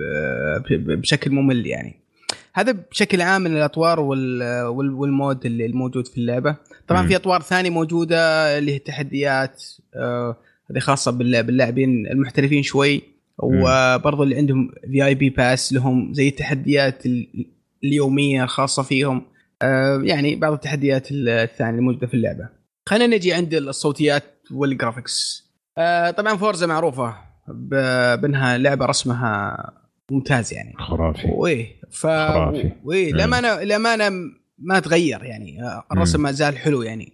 بشكل ممل. يعني هذا بشكل عام من الاطوار والمود اللي الموجود في اللعبه. طبعا في اطوار ثانيه موجوده اللي هي التحديات، هذه خاصه باللاعبين المحترفين شوي. وبرضه اللي عندهم VIP باس لهم زي التحديات اليوميه الخاصه فيهم. يعني بعض التحديات الثانيه الموجوده في اللعبه. خلينا نجي عند الصوتيات والجرافيكس. طبعا فورزا معروفه بانها لعبه رسمها ممتاز، يعني خرافي. خرافي. لما ما تغير، يعني الرسم ما زال حلو. يعني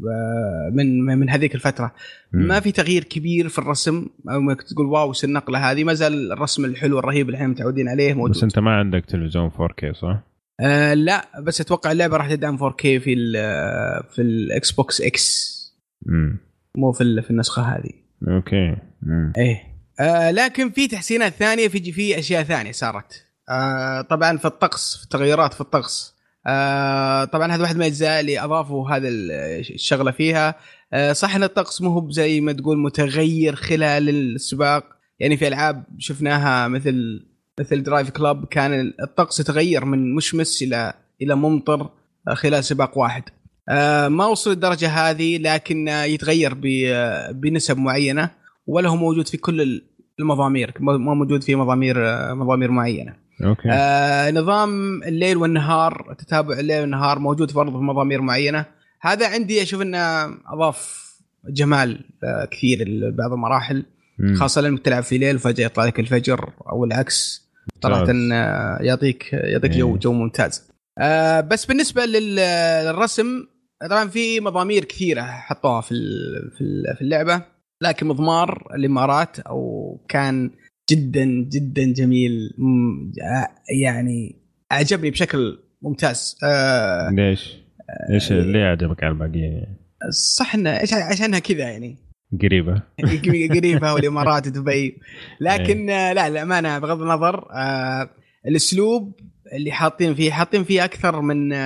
من هذيك الفتره ما في تغيير كبير في الرسم او ما تقول واو النقله هذه. ما زال الرسم الحلو الرهيب اللي احنا متعودين عليه موجود. بس انت ما عندك تلفزيون 4K صح؟ لا، بس اتوقع اللعبه راح تدعم 4K في الاكس بوكس اكس، مو في النسخه هذه. اوكي. ايه. لكن في تحسينات ثانيه، في اشياء ثانيه صارت. طبعا في الطقس، في تغيرات في الطقس. طبعا هذا واحد من الاجزاء اللي اضافوا هذا الشغله فيها. صح ان الطقس مو هو زي ما تقول متغير خلال السباق. يعني في العاب شفناها مثل درايف كلاب كان الطقس يتغير من مشمس الى ممطر خلال سباق واحد. ما وصل الدرجه هذه، لكن يتغير بنسب معينه، ولا هو موجود في كل المضامير، ما موجود في مضامير معينه. أوكي. نظام الليل والنهار، تتابع الليل والنهار موجود برضه في مضامير معينه. هذا عندي اشوف انه اضاف جمال كثير لبعض المراحل، خاصه لما تلعب في ليل فجاه يطلع لك الفجر او العكس. صراحه يعطيك جو ممتاز. بس بالنسبه للرسم طبعا في مضامير كثيره حطوها في اللعبه، لكن مضمار الامارات او كان جدا جدا جميل، يعني اعجبني بشكل ممتاز. ليش ليه عجبك على الباقيين؟ صح انه عشانها كذا يعني قريبه والامارات ودبي، لكن لا الامانه بغض النظر الاسلوب اللي حاطين فيه اكثر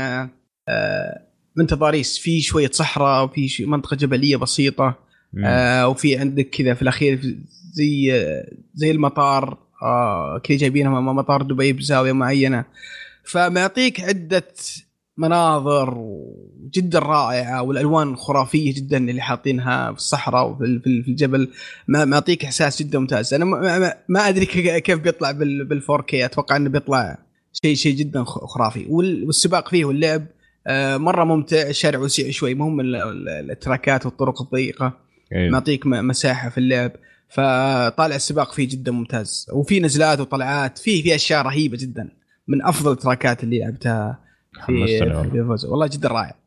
من تضاريس، في شويه صحراء وفي منطقه جبليه بسيطه، وفي عندك كذا في الاخير زي المطار كذا جايبينها مطار دبي بزاويه معينه، فمعطيك عده مناظر جدا رائعه، والالوان خرافيه جدا اللي حاطينها في الصحراء وفي الجبل، ما معطيك احساس جدا ممتاز. انا ما ادري كيف بيطلع بال4K، اتوقع انه بيطلع شيء جدا خرافي، والسباق فيه واللعب مره ممتع. الشارع وسيع شوي، مهم التراكات والطرق الضيقه، معطيك مساحه في اللعب، فطالع السباق فيه جدا ممتاز، وفي نزلات وطلعات، فيه اشياء رهيبه جدا، من افضل التراكات اللي لعبتها في فوز، والله جدا رائع.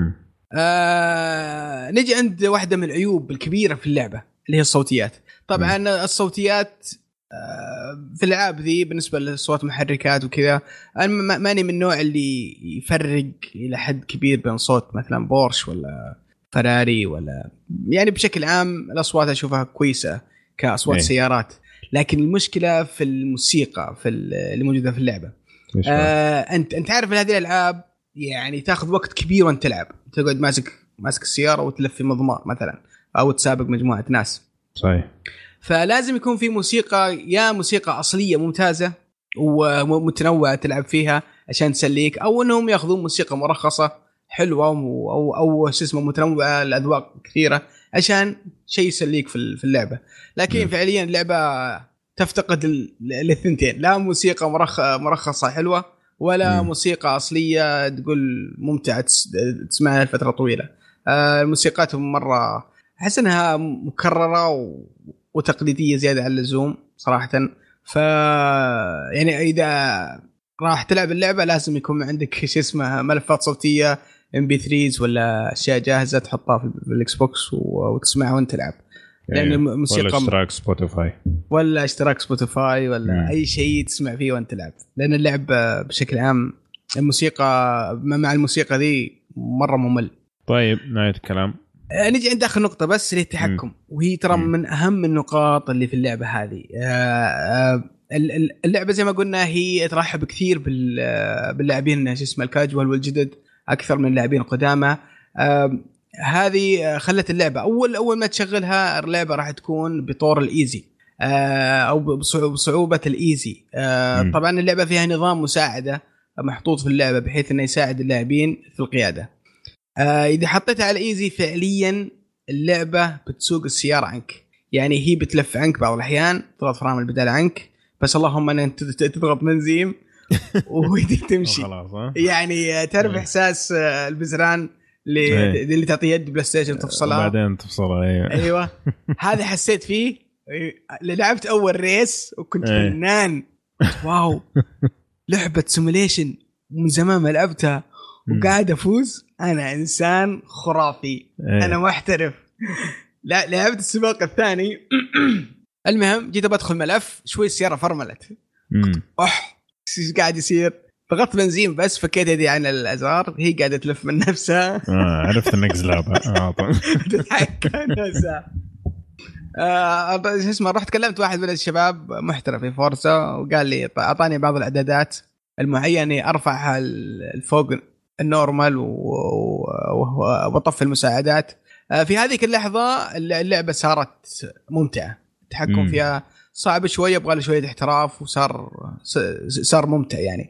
نجي عند واحدة من العيوب الكبيرة في اللعبة اللي هي الصوتيات. طبعا الصوتيات في الألعاب ذي بالنسبة للصوت محركات وكذا، أنا ماني من النوع اللي يفرق إلى حد كبير بين صوت مثلا بورش ولا فراري، ولا يعني بشكل عام الأصوات أشوفها كويسة كأصوات سيارات، لكن المشكلة في الموسيقى اللي موجودة في اللعبة. انت عارف هذه الالعاب يعني تاخذ وقت كبير وانت تلعب، تقعد ماسك السياره وتلف في مضمار مثلا، او تسابق مجموعه ناس. صحيح. فلازم يكون في موسيقى، يا موسيقى اصليه ممتازه ومتنوعه تلعب فيها عشان تسليك، او انهم ياخذون موسيقى مرخصه حلوه او شو اسمه متنوعه الاذواق كثيره عشان شيء يسليك في اللعبه. لكن فعليا اللعبه تفتقد الاثنتين، لا موسيقى مرخصة حلوة ولا موسيقى أصلية تقول ممتعة تسمعها لفترة طويلة. الموسيقات مرة أحس أنها مكررة وتقليدية زيادة عن اللزوم صراحة. يعني إذا راح تلعب اللعبة لازم يكون عندك شيء اسمه ملفات صوتية MP3s ولا أشياء جاهزة تحطها في الإكس بوكس وتسمعها وانت تلعب، لأن الموسيقى ولا اشتراك سبوتيفاي ولا أي شيء تسمع فيه وانت تلعب، لأن اللعب بشكل عام الموسيقى مع الموسيقى ذي مرة ممل. طيب نهاية الكلام نجي عند آخر نقطة بس اللي التحكم، وهي ترى من أهم النقاط اللي في اللعبة هذه. اللعبة زي ما قلنا هي ترحب كثير باللاعبين اسمه الكاجوال والجدد أكثر من اللاعبين القدامى. هذه خلت اللعبة أول ما تشغلها اللعبة راح تكون بطور الإيزي أو بصعوبة الإيزي. طبعا اللعبة فيها نظام مساعدة محطوط في اللعبة بحيث أنه يساعد اللاعبين في القيادة. إذا حطيتها على الإيزي فعليا اللعبة بتسوق السيارة عنك، يعني هي بتلف عنك بعض الأحيان، تضغط فرامل البدال عنك، بس اللهم أن أنت تضغط منزيم ويديك تمشي. يعني تعرف إحساس البزران اللي تعطي يد بلاي ستيشن تفصلها وبعدين تفصلها. ايوه هذا حسيت فيه. لعبت اول ريس وكنت فنان، واو لعبه سيموليشن من زمان ما لعبتها وقاعد افوز، انا انسان خرافي، انا محترف. لا لعبت السباق الثاني المهم جيت بدخل ملف شوي السياره فرملت، ايش قاعد يصير؟ ضغطت بنزين بس فكيت يدي عن الازرار، هي قاعده تلف من نفسها. عرفت انك زلابه تضحك نفسها. اسمه رحت كلمت واحد من الشباب محترف في فورسا وقال لي اعطاني بعض الاعدادات المعينه ارفعها الفوق النورمال وطفي المساعدات. في هذه اللحظه اللعبه صارت ممتعه، التحكم فيها صعب شويه، يبغى له شويه احتراف، وصار ممتع يعني.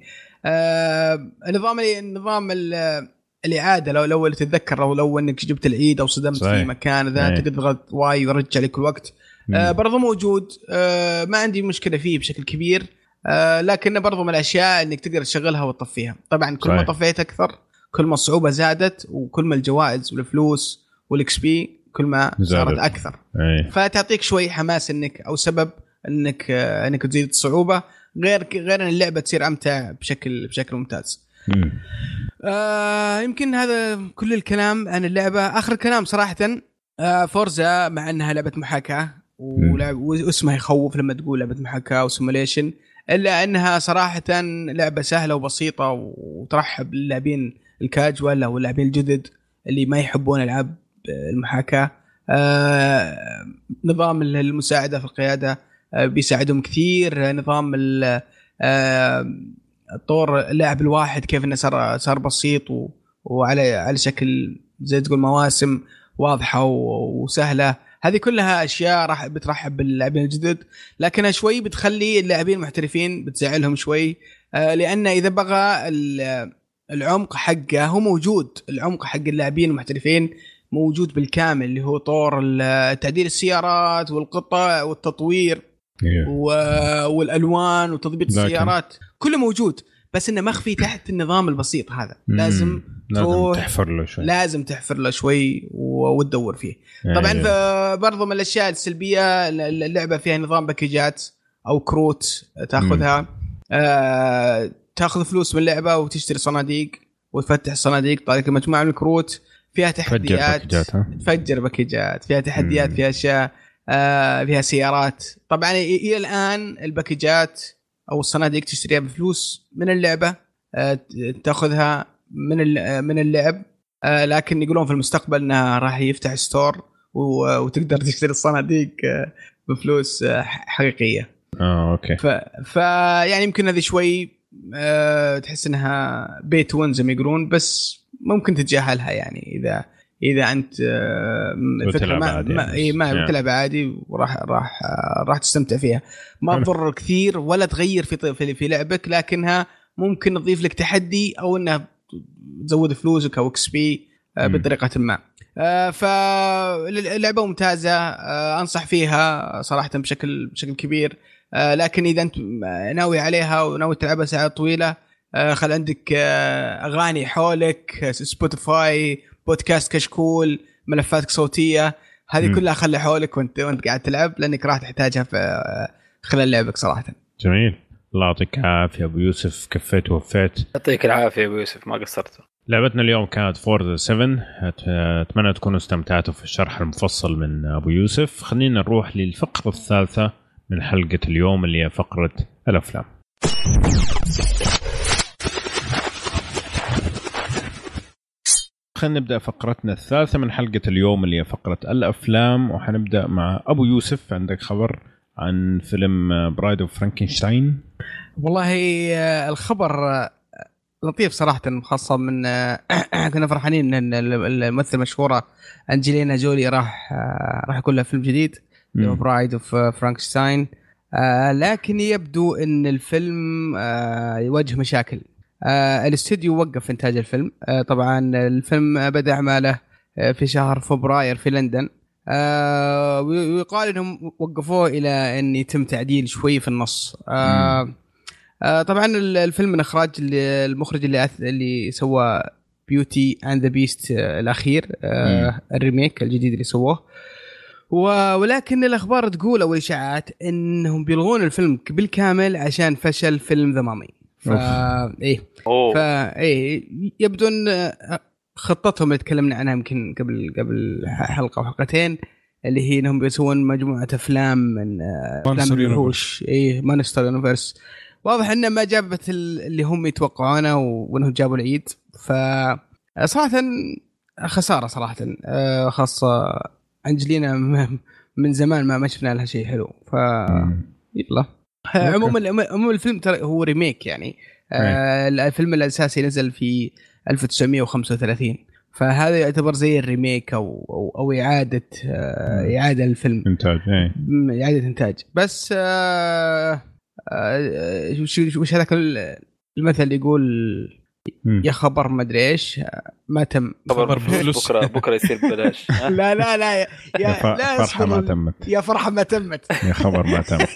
النظام الإعادة لو تتذكر لو انك جبت العيد او صدمت في مكان ذا تقدر تضغط واي ويرجع لك الوقت، برضو موجود، ما عندي مشكلة فيه بشكل كبير، لكن برضو من الاشياء انك تقدر تشغلها وتطفيها. طبعا كل ما طفيت اكثر كل ما الصعوبة زادت، وكل ما الجوائز والفلوس والاكس بي كل ما صارت اكثر، فتعطيك شوي حماس انك او سبب انك تزيد الصعوبة. غير ان اللعبه تصير امتع بشكل ممتاز. يمكن هذا كل الكلام عن اللعبه. اخر كلام صراحه فورزا مع انها لعبه محاكاه واسمها يخوف لما تقول لعبه محاكاه وسيموليشن، الا انها صراحه لعبه سهله وبسيطه وترحب باللاعبين الكاجوال او اللاعبين الجدد اللي ما يحبون العاب المحاكاه. نظام المساعده في القياده بيساعدهم كثير. نظام الطور اللاعب الواحد كيف انه صار بسيط وعلى شكل زي تقول مواسم واضحه وسهله. هذه كلها اشياء راح بترحب باللاعبين الجدد، لكنها شوي بتخلي اللاعبين المحترفين بتزعلهم شوي، لان اذا بغى العمق حقه هو موجود. العمق حق اللاعبين المحترفين موجود بالكامل، اللي هو طور تعديل السيارات والقطع والتطوير والالوان وتضبيط السيارات كله موجود، بس انه مخفي تحت النظام البسيط هذا. لازم تحفر له شوي وتدور فيه. طبعا برضو من الاشياء السلبيه اللعبه فيها نظام باكيجات او كروت تاخذها. تاخذ فلوس من اللعبه وتشتري صناديق وتفتح الصناديق طالع مجموعه من الكروت فيها تحديات، تفجر باكيجات فيها تحديات، فيها اشياء فيها سيارات. طبعا الى الان الباكيجات او الصناديق تشتريها بفلوس من اللعبه، تاخذها من اللعب، لكن يقولون في المستقبل انها راح يفتح ستور وتقدر تشتري الصناديق بفلوس حقيقيه. اوكي. يعني يمكن هذه شوي تحس انها بيت وين زي ما يقولون، بس ممكن تتجاهلها يعني اذا انت ما بتلعب عادي وراح تستمتع فيها. ما تضر كثير ولا تغير في لعبك، لكنها ممكن تضيف لك تحدي او انها تزود فلوسك او اكس بي بطريقه ما. فاللعبه ممتازه، انصح فيها صراحه بشكل كبير. لكن اذا انت ناوي عليها وناوي تلعبها ساعات طويله، خل عندك اغاني حولك، سبوتيفاي، بودكاست كشكول، ملفاتك صوتيه، هذه كلها خلي حولك وانت قاعد تلعب، لانك راح تحتاجها في خلال لعبك صراحه. جميل. الله يعطيك العافيه ابو يوسف، كفيت ووفيت. يعطيك العافيه ابو يوسف، ما قصرت. لعبتنا اليوم كانت فورزا 7. اتمنى تكونوا استمتعتوا في الشرح المفصل من ابو يوسف. خلينا نروح للفقره الثالثه من حلقه اليوم اللي هي فقره الافلام. خلينا نبدأ فقرتنا الثالثة من حلقة اليوم اللي هي فقرة الأفلام، وحنبدأ مع أبو يوسف. عندك خبر عن فيلم برايد أوف فرانكنشتاين؟ والله الخبر لطيف صراحة، خاصة من كنا فرحانين أن الممثلة المشهورة أنجلينا جولي راح يكون لها فيلم جديد برايد أوف فرانكنشتاين، لكن يبدو أن الفيلم يواجه مشاكل. الاستوديو وقف إنتاج الفيلم. طبعا الفيلم بدأ أعماله في شهر فبراير في لندن، ويقال إنهم وقفوه إلى أن يتم تعديل شوي في النص. طبعا الفيلم من إخراج المخرج اللي سوى بيوتي أند ذا بيست الأخير، الريميك الجديد اللي سووه. ولكن الأخبار تقول أو الإشاعات إنهم بيلغون الفيلم بالكامل عشان فشل فيلم ذا مامي. يبدو ان خطتهم اللي تكلمنا عنها يمكن قبل حلقه وحلقتين، اللي هي انهم بيسوون مجموعه افلام من افلام الوحوش، مانستر يونيفرس. واضح انه ما جابت اللي هم يتوقعونه، وانهم جابوا العيد. فصراحه خساره صراحه، خاصه انجلينا من زمان ما شفنا لها شيء حلو. يلا عموما الفيلم ترى هو ريميك يعني. الفيلم الأساسي نزل في 1935، فهذا يعتبر زي الريميك أو إعادة الفيلم، إنتاج. إعادة إنتاج. بس وش هذاك المثل يقول يا خبر ما ادري ايش ما تم، خبر بكره يصير ببلاش. لا يا فرحه ما تمت، يا فرحه ما تمت، يا خبر ما تم،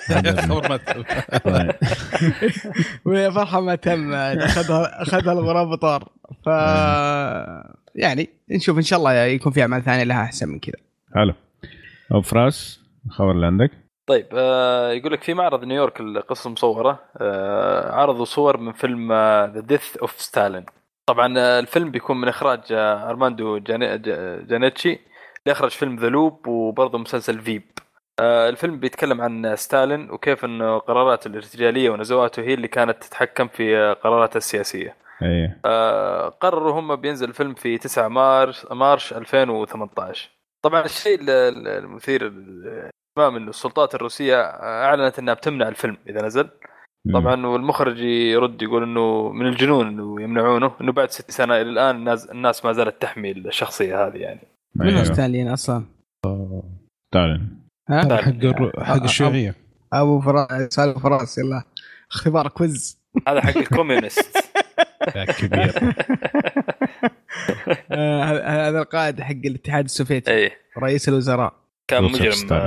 ويا فرحه ما تم اخذها الغراب طار. يعني نشوف ان شاء الله يكون في اعمال ثانيه لها احسن من كذا. حلو. أو فراس، الخبر اللي عندك؟ طيب يقول لك في معرض نيويورك القصص المصورة عرضوا صور من فيلم The Death of Stalin. طبعا الفيلم بيكون من إخراج أرماندو جانيتشي اللي أخرج فيلم ذا لوب وبرضه مسلسل فيب. الفيلم بيتكلم عن ستالين وكيف أنه قراراته الارتجالية ونزواته هي اللي كانت تتحكم في قراراته السياسية. قرروا هم بينزل الفيلم في 9 مارس 2018. طبعا الشيء المثير اهتمام انه السلطات الروسيه اعلنت انها بتمنع الفيلم اذا نزل. طبعا والمخرج يرد يقول انه من الجنون انه يمنعونه، انه بعد 6 سنة الى الان الناس ما زالت تحمي الشخصيه هذه يعني. من هو ستالين اصلا؟ ستالين حق الشيوعيه. ابو فراس يلا اختبار كويز. هذا حق الكوميونست كبير. هذا القائد حق الاتحاد السوفيتي، رئيس الوزراء، كان مجرم.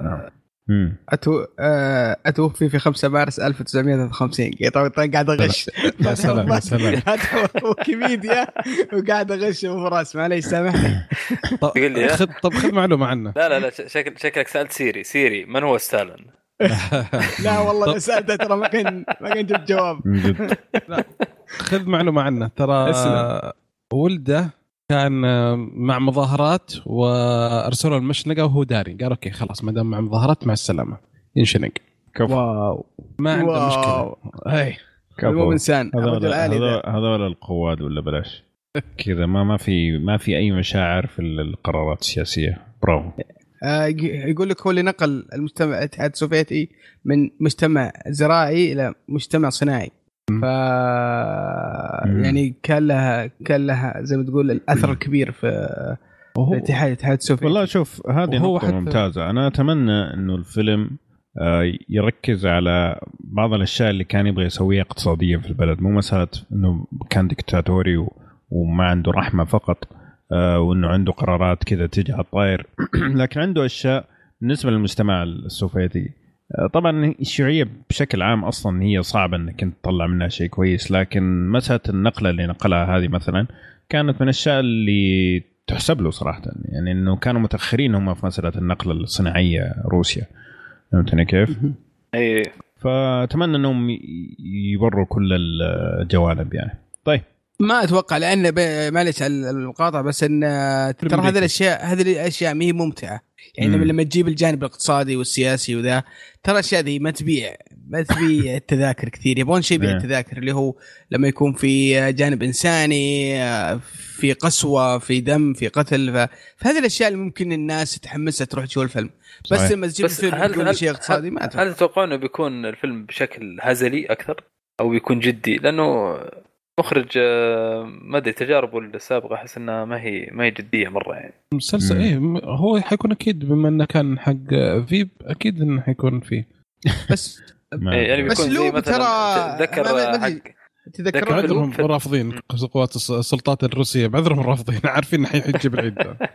أتوفي في 5 مارس 1953. قاعد أغش. يا سلام. هذا هو كوميديا وقاعد أغش وفراس، معليش سامحني. طب خذ معلومة عنه. لا شكلك سألت سيري من هو ستالين؟ لا والله سألته ترى ما كان جبت جواب. خذ معلومة عنه ترى. ولده كان مع مظاهرات وارسلوا المشنقه وهو داري، قال اوكي خلاص ما دام مع مظاهرات مع السلامه ينشنق. واو ما عنده مشكله. هاي مو انسان هذول القواد ولا بلاش كذا ما في اي مشاعر في القرارات السياسيه. برافو. يقول لك هو اللي نقل المجتمع الاتحاد السوفيتي من مجتمع زراعي الى مجتمع صناعي. يعني كان لها زي ما تقول الأثر الكبير في الاتحاد السوفيتي. والله شوف هذه نقطة ممتازة. أنا أتمنى إنه الفيلم يركز على بعض الأشياء اللي كان يبغى يسويها اقتصاديا في البلد، مو مسألة إنه كان ديكتاتوري وما عنده رحمة فقط، وإنه عنده قرارات كذا تجي على الطائر لكن عنده أشياء بالنسبة للمجتمع السوفيتي. طبعا الشيوعية بشكل عام أصلا هي صعبة أنك تطلع منها شيء كويس، لكن مسألة النقلة اللي نقلها هذه مثلا كانت من الأشياء اللي تحسب له صراحة، يعني أنه كانوا متأخرين هم في مسألة النقلة الصناعية روسيا. فهمتني كيف؟ أي. فأتمنى أنهم يبروا كل الجوانب يعني. طيب ما أتوقع لأن معلش على المقاطعة بس أن ترى هذه الأشياء ما هي ممتعة يعني لما تجيب الجانب الاقتصادي والسياسي وذا ترى الأشياء دي ما تبيع التذاكر كثير. يبون شيء يبيع التذاكر اللي هو لما يكون في جانب إنساني، في قسوة، في دم، في قتل. فهذه الأشياء اللي ممكن الناس تحمسها تروح تشوف الفيلم. بس لما تجيب الفيلم شيء اقتصادي ما أتوقع. هل تتوقع إنه بيكون الفيلم بشكل هزلي أكثر أو بيكون جدي؟ لأنه مخرج ما ادري تجاربه السابقه احس انها ما هي جديه مره يعني. مسلسل هو حيكون اكيد بما انه كان حق فيب اكيد انه حيكون فيه بس يعني بيكون زي مثلا تذكر حق تذكرهم رافضين قوات السلطات الروسيه بعذرهم رافضين عارفين انه حيحج بالعيد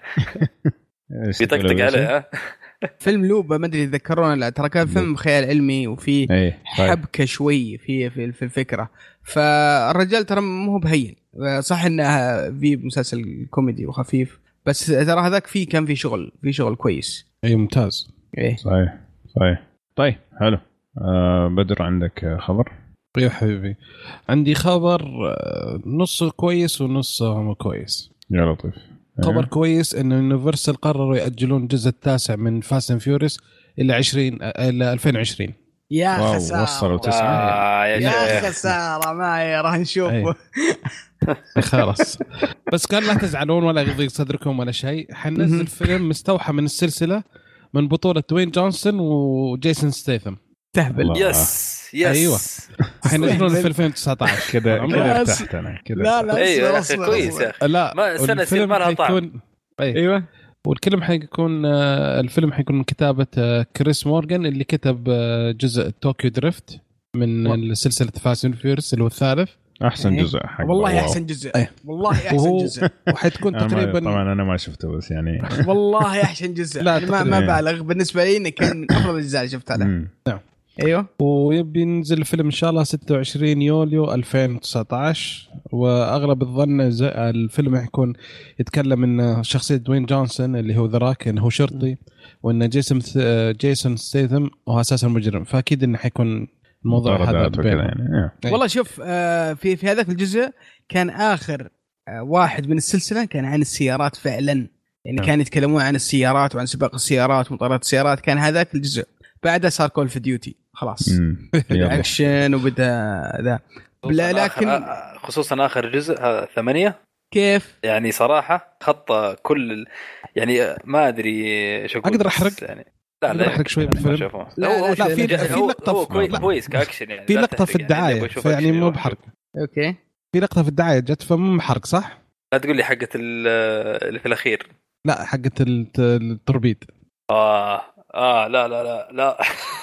بيطقطق عليه. فيلم لوبا ما ادري تذكرون لا ترى كان فيلم خيال علمي وفي حبكه شوي في الفكره. فالرجال ترى مو بهين صح انها في مسلسل كوميدي وخفيف بس ترى هذاك كان في شغل كويس. اي ممتاز. صحيح. طيب حلو. بدر عندك خبر؟ يا حبيبي عندي خبر نص كويس ونص مو كويس. يا لطيف. خبر كويس إنه يونيفرسال قرروا يأجلون الجزء التاسع من فاست اند فيوريوس إلى 2020. يا خسارة. وصلوا 9. يا خسارة ما راح نشوفه. خلاص بس قال لا تزعلون ولا يضيق صدركم ولا شيء. حننزل فيلم مستوحى من السلسلة من بطولة دوين جونسون وجيسون ستيثم. تهبل. يس ايوه حينزلون في 2019 كذا ارتحت انا كذا. لا كويس يا اخي. لا السنه ما لها طعم. ايوه والفيلم حيكون من كتابه كريس مورغان اللي كتب جزء طوكيو دريفت من سلسله فاست اند فيوريوس اللي هو الثالث. احسن جزء حق والله احسن جزء. والله احسن جزء. وحتكون تقريبا طبعا انا ما شفته بس يعني والله احسن جزء. ما بالغ بالنسبه لي انه كان من افضل الاجزاء اللي شفتها له. نعم ايوه ويبي ينزل الفيلم ان شاء الله 26 يوليو 2019. واغلب الظن الفيلم يكون يتكلم ان شخصيه دوين جونسون اللي هو ذراك انه هو شرطي، وان جيسون ستيثم هو اساسا مجرم، فاكيد انه حيكون الموضوع هذا يعني. والله شوف في هذاك الجزء كان اخر واحد من السلسله كان عن السيارات فعلا، يعني كان يتكلمون عن السيارات وعن سباق السيارات ومطارات السيارات. كان هذاك الجزء بعدها صار كول في ديوتي خلاص اكشن وبدا ذا. لكن خصوصا اخر جزء 8 كيف يعني صراحه خط كل يعني ما ادري ايش اقول. اقدر احرق يعني لا احرق شوي بالفيلم. لا في لقطه كويس كاكشن يعني. في لقطه في الدعايه يعني مو بحرق. اوكي في لقطه في الدعايه جت فمو بحرق صح؟ لا تقول لي حقه اللي في الاخير. لا حقه التوربيد. لا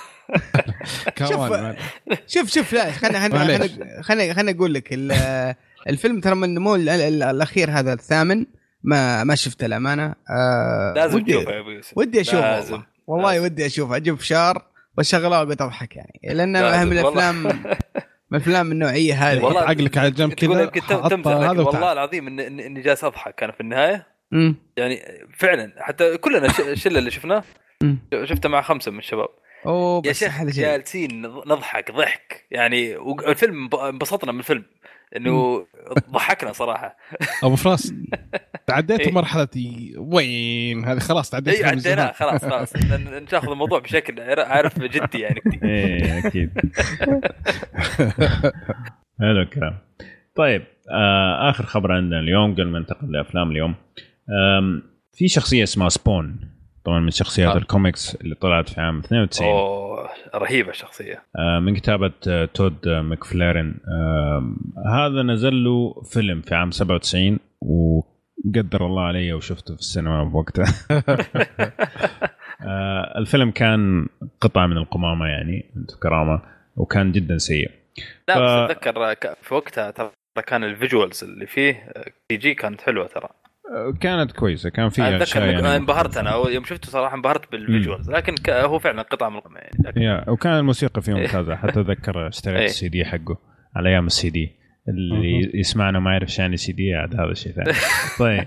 شوف لا خلينا اقول لك الفيلم ترى من مو الاخير هذا الثامن ما شفته الامانه. لازم تشوفه يا ابو يوسف. ودي اشوفه والله ودي اشوفه. اجيب فشار واشغله وبضحك يعني لان اهم الافلام النوعيه هذه. والله عقلك على جنب كذا والله العظيم اني جالس اضحك. انا في النهايه يعني فعلا حتى كلنا الشله اللي شفناه شفته مع 5 من الشباب يا شيخ جالسين نضحك ضحك يعني. والفيلم انبسطنا من الفيلم انه ضحكنا صراحه. ابو فراس تعديت مرحله وين هذه خلاص تعديت عدينا خلاص ناخذ الموضوع بشكل عارف جدي يعني. ايه اكيد. هذا الكلام. طيب اخر خبر عندنا اليوم قبل ما ننتقل لافلام اليوم. في شخصيه اسمها سبون، طبعا من شخصيات الكوميكس اللي طلعت في عام 92. رهيبة الشخصية. من كتابة تود ماكفلارين. هذا نزل له فيلم في عام 97 وقدر الله علي وشفته في السينما بوقتها. الفيلم كان قطعة من القمامة يعني كرامة، وكان جدا سيء. لا بس أتذكر في وقتها ترى كان الفيجوالز اللي فيه جي كانت حلوة ترى. كانت كويسه، كان فيها اشياء يعني انبهرت انا يوم شفته صراحه انبهرت بالفيجوالز، لكن هو فعلا قطعه من يعني وكان الموسيقى فيه ممتازه. حتى اتذكر اشتريت السي دي حقه على ايام السي دي. اللي يسمعنا ما يعرف يعني سي دي عاد هذا الشيء ثاني. طيب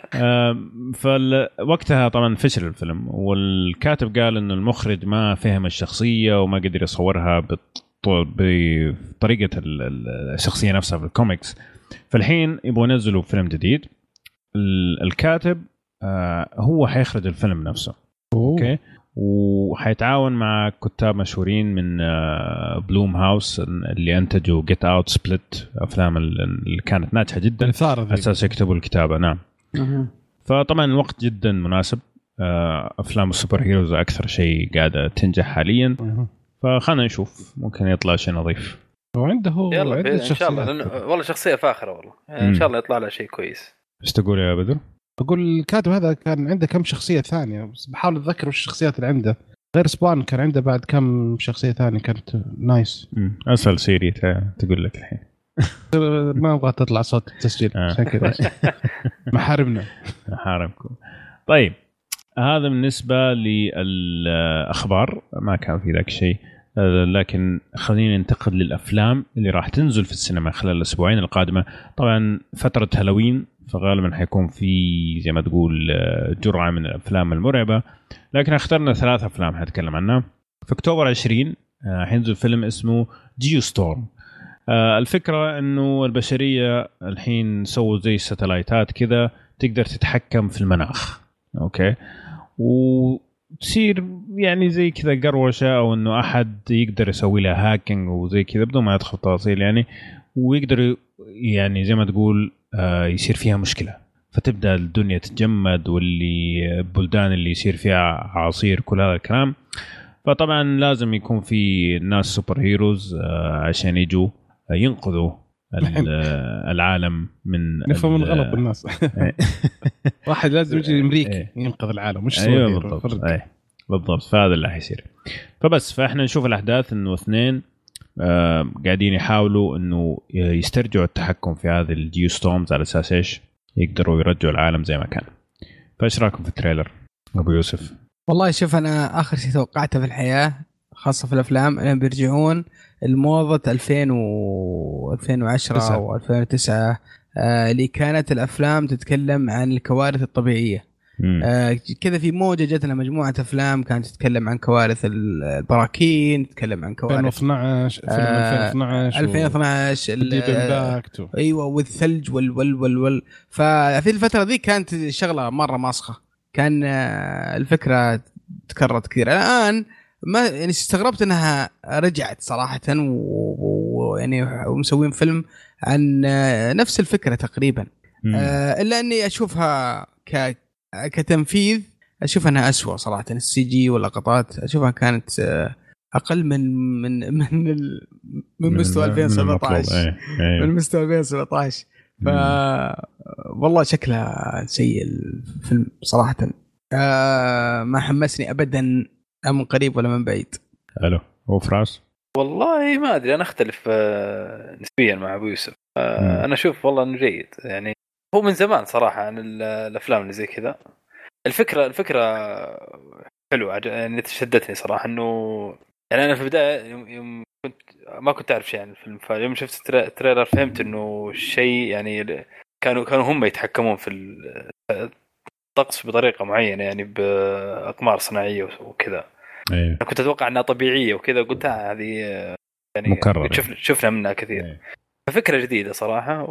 فوقتها طبعا فشل الفيلم، والكاتب قال انه المخرج ما فهم الشخصيه وما قدر يصورها بطريقه الشخصيه نفسها في الكوميكس. فالحين يبغوا ينزلوا فيلم جديد. الكاتب هو حيخرج الفيلم نفسه. اوكي، وحيتعاون مع كتاب مشهورين من بلوم هاوس اللي انتجوا جيت اوت سبليت، افلام اللي كانت ناجحه جدا اساس يكتبوا الكتابه. نعم. فطبعا الوقت جدا مناسب. افلام السوبر هيروز اكثر شيء قاعده تنجح حاليا، فخلنا نشوف ممكن يطلع شيء نظيف. وعنده ان شاء الله والله شخصيه فاخره والله ان شاء الله يطلع له شيء كويس. ايش تقول يا بدر؟ اقول الكاتب هذا كان عنده كم شخصيه ثانيه، بس بحاول اتذكر وش الشخصيات اللي عنده غير سبان. كان عنده بعد كم شخصيه ثانيه كانت نايس. اسهل سيري تقول لك الحين. ما ابغى تطلع صوت التسجيل عشان كذا. محاربنا محاربكم. طيب هذا بالنسبه للاخبار، ما كان في ذاك شيء. لكن خلينا ننتقل للأفلام اللي راح تنزل في السينما خلال الأسبوعين القادمة. طبعا فترة هالوين، فغالبا حيكون في زي ما تقول جرعة من الأفلام المرعبة، لكن اخترنا 3 أفلام حنتكلم عنها. في أكتوبر 20 حينزل فيلم اسمه جيو ستورم. الفكرة أنه البشرية الحين سووا زي ساتلايتات كذا تقدر تتحكم في المناخ. أوكي، تصير يعني زي كذا قروشة، أو أنه أحد يقدر يسوي لها هاكينج وزي كذا بدون ما يدخل تفاصيل يعني، ويقدر يعني زي ما تقول يصير فيها مشكلة، فتبدأ الدنيا تتجمد، واللي بلدان اللي يصير فيها عصير كل هذا الكلام. فطبعا لازم يكون في ناس سوبر هيروز عشان يجوا ينقذوا العالم من نفهم من غلط الناس. واحد لازم يجي أمريكا ينقذ العالم، مش سوبر هيرو. بالضبط، فهذا اللي حيصير. فاحنا نشوف الأحداث إنه 2 قاعدين يحاولوا إنه يسترجعوا التحكم في هذه الجيوستورمز على أساس إيش يقدروا يرجعوا العالم زي ما كان. فإيش رأيكم في التريلر أبو يوسف؟ والله شوف، أنا آخر شيء توقعته في الحياة خاصه في الافلام الان بيرجعون الموضه 2010 او 2009 اللي كانت الافلام تتكلم عن الكوارث الطبيعيه. كذا في موجة جتنا مجموعة أفلام كانت تتكلم عن كوارث البراكين، تتكلم عن كوارث 2012 فيلم 2012 أيوة والثلج وال ففي الفترة ذي كانت شغلة مرة مسخة، كان الفكرة تكررت كثير. الآن ما يعني استغربت أنها رجعت صراحة ويعني ومسوين فيلم عن نفس الفكرة تقريبا. إلا أني أشوفها كتنفيذ أشوف أنها أسوأ صراحة. السي جي واللقطات أشوفها كانت أقل من مستوى 2017 من مستوى 2017. والله شكلها سيء الفيلم صراحة. ما حمسني أبدا من قريب ولا من بعيد. ألو هو فراس والله ما أدري، أنا أختلف نسبيا مع أبو يوسف. أنا أشوف والله إنه جيد، يعني هو من زمان صراحة عن الأفلام اللي زي كذا. الفكرة حلوة يعني تشدتني صراحة. إنه يعني أنا في البداية يوم ما كنت أعرف شيء عن الفيلم، فيوم شفت التريلر فهمت إنه شيء يعني كانوا هم يتحكمون في الطقس بطريقة معينة، يعني بأقمار صناعية وكذا. أيوه. كنت أتوقع أنها طبيعية وكذا، قلت هذه يعني مكرر شفنا منها كثير. أيوه. ففكرة جديدة صراحة،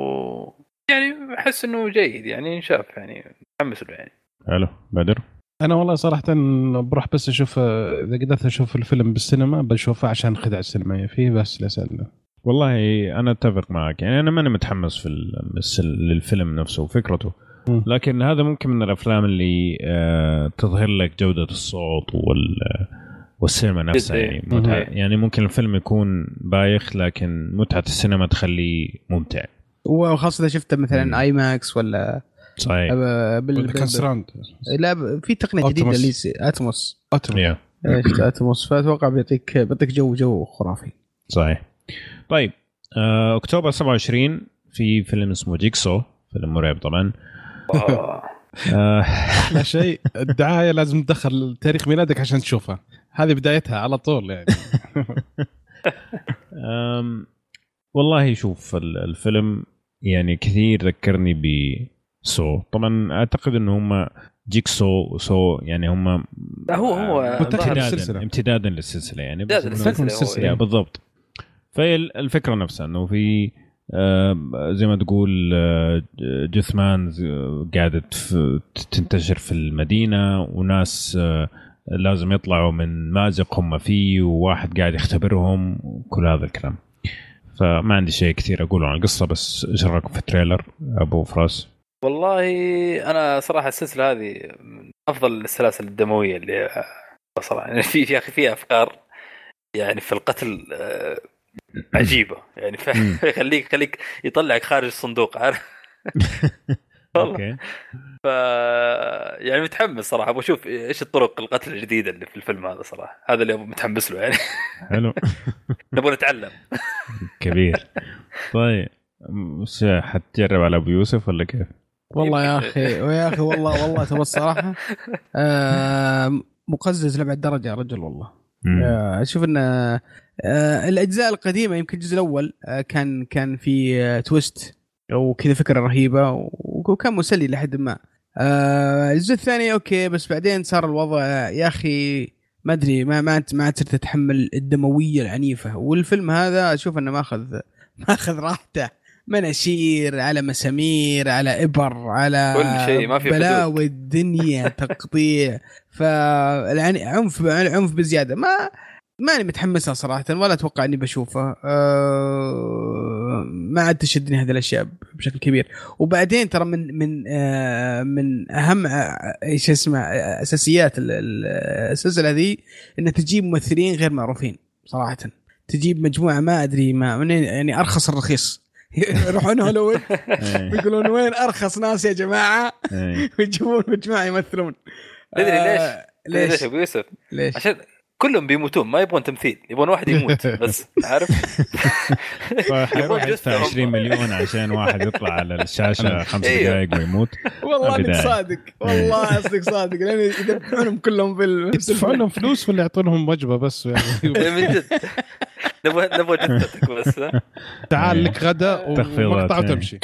يعني أحس إنه جيد يعني نشاف، يعني متحمس له يعني. ألو بدر. أنا والله صراحة بروح بس أشوف إذا قدرت أشوف الفيلم بالسينما بشوفه عشان خدع السينمائية فيه بس لسألنا. والله أنا أتفق معك، يعني أنا ماني متحمس في للفيلم نفسه وفكرته، لكن هذا ممكن من الأفلام اللي تظهر لك جودة الصوت والسينما نفسها. يعني ممكن الفيلم يكون بايخ لكن متعة السينما تخليه ممتع، وخاصة شفته مثلا اي ماكس ولا صحيح بالكسراند. لا في تقنية جديدة اللي اتموس اتموس فاتوقع بيعطيك جو خرافي. صحيح. طيب اكتوبر 27 في فيلم اسمه جيكسو، فيلم مرعب طبعا. لا شيء الدعاية لازم تدخل تاريخ ميلادك عشان تشوفها، هذه بدايتها على طول يعني. والله شوف الفيلم يعني كثير ذكرني بسو. طبعا اعتقد ان هم جيكسو يعني هم هو امتدادا للسلسله، يعني السلسله بالضبط. فالفكره نفسها انه في زي ما تقول جثمان قاعدة تنتشر في المدينة، وناس لازم يطلعوا من مازق هم فيه، وواحد قاعد يختبرهم وكل هذا الكلام. فما عندي شيء كثير أقوله عن القصة، بس إيش رأيكم في التريلر أبو فراس؟ والله أنا صراحة السلسلة هذه من أفضل السلاسل الدموية اللي صراحة يعني في أخي فيها أفكار يعني في القتل عجيبة يعني خليك يطلعك خارج الصندوق، عارف؟ اوكي. يعني متحمس صراحة، بشوف ايش الطرق القتل الجديدة اللي في الفيلم هذا صراحة. هذا اللي متحمس له يعني. حلو. نبغى نتعلم. كبير. طيب مش حتجرب على ابو يوسف ولا كيف؟ والله يا اخي والله تبى الصراحة مقزز لبعد درجة يا رجل والله. اشوف ان الاجزاء القديمه يمكن الجزء الاول كان في تويست او كذا فكره رهيبه وكان مسلي لحد ما. الجزء الثاني اوكي، بس بعدين صار الوضع يا اخي ما ادري ما صرت تتحمل الدمويه العنيفه. والفيلم هذا اشوف انه ماخذ راحته، مناشير على مسامير على ابر على كل شيء، ما في بلاوي الدنيا تقطيع. فالعني عنف بزياده، ماني متحمسها صراحه، ولا اتوقع اني بشوفه. ما عاد تشدني هذه الاشياء بشكل كبير. وبعدين ترى من اهم ايش اسمه اساسيات السلسله هذه ان تجيب ممثلين غير معروفين صراحه. تجيب مجموعه ما ادري يعني ارخص الرخيص يروحون هوليوود يقولون وين ارخص ناس يا جماعه، ويجيبون مجموعه يمثلون. تدري ليش ابو يوسف؟ ليش؟ عشان كلهم بيموتون ما يبغون تمثيل يبغون واحد يموت بس عارف يبغون يدفع 20 مليون عشان واحد يطلع على الشاشة 5 دقائق ويموت. والله انك صادق والله اصدق صادق لان يدفعونهم كلهم يدفعونهم فلوس ولا يعطونهم وجبة بس يعني من جد نبغى جثتك بس تعال لك غدا ومقطع وتمشي.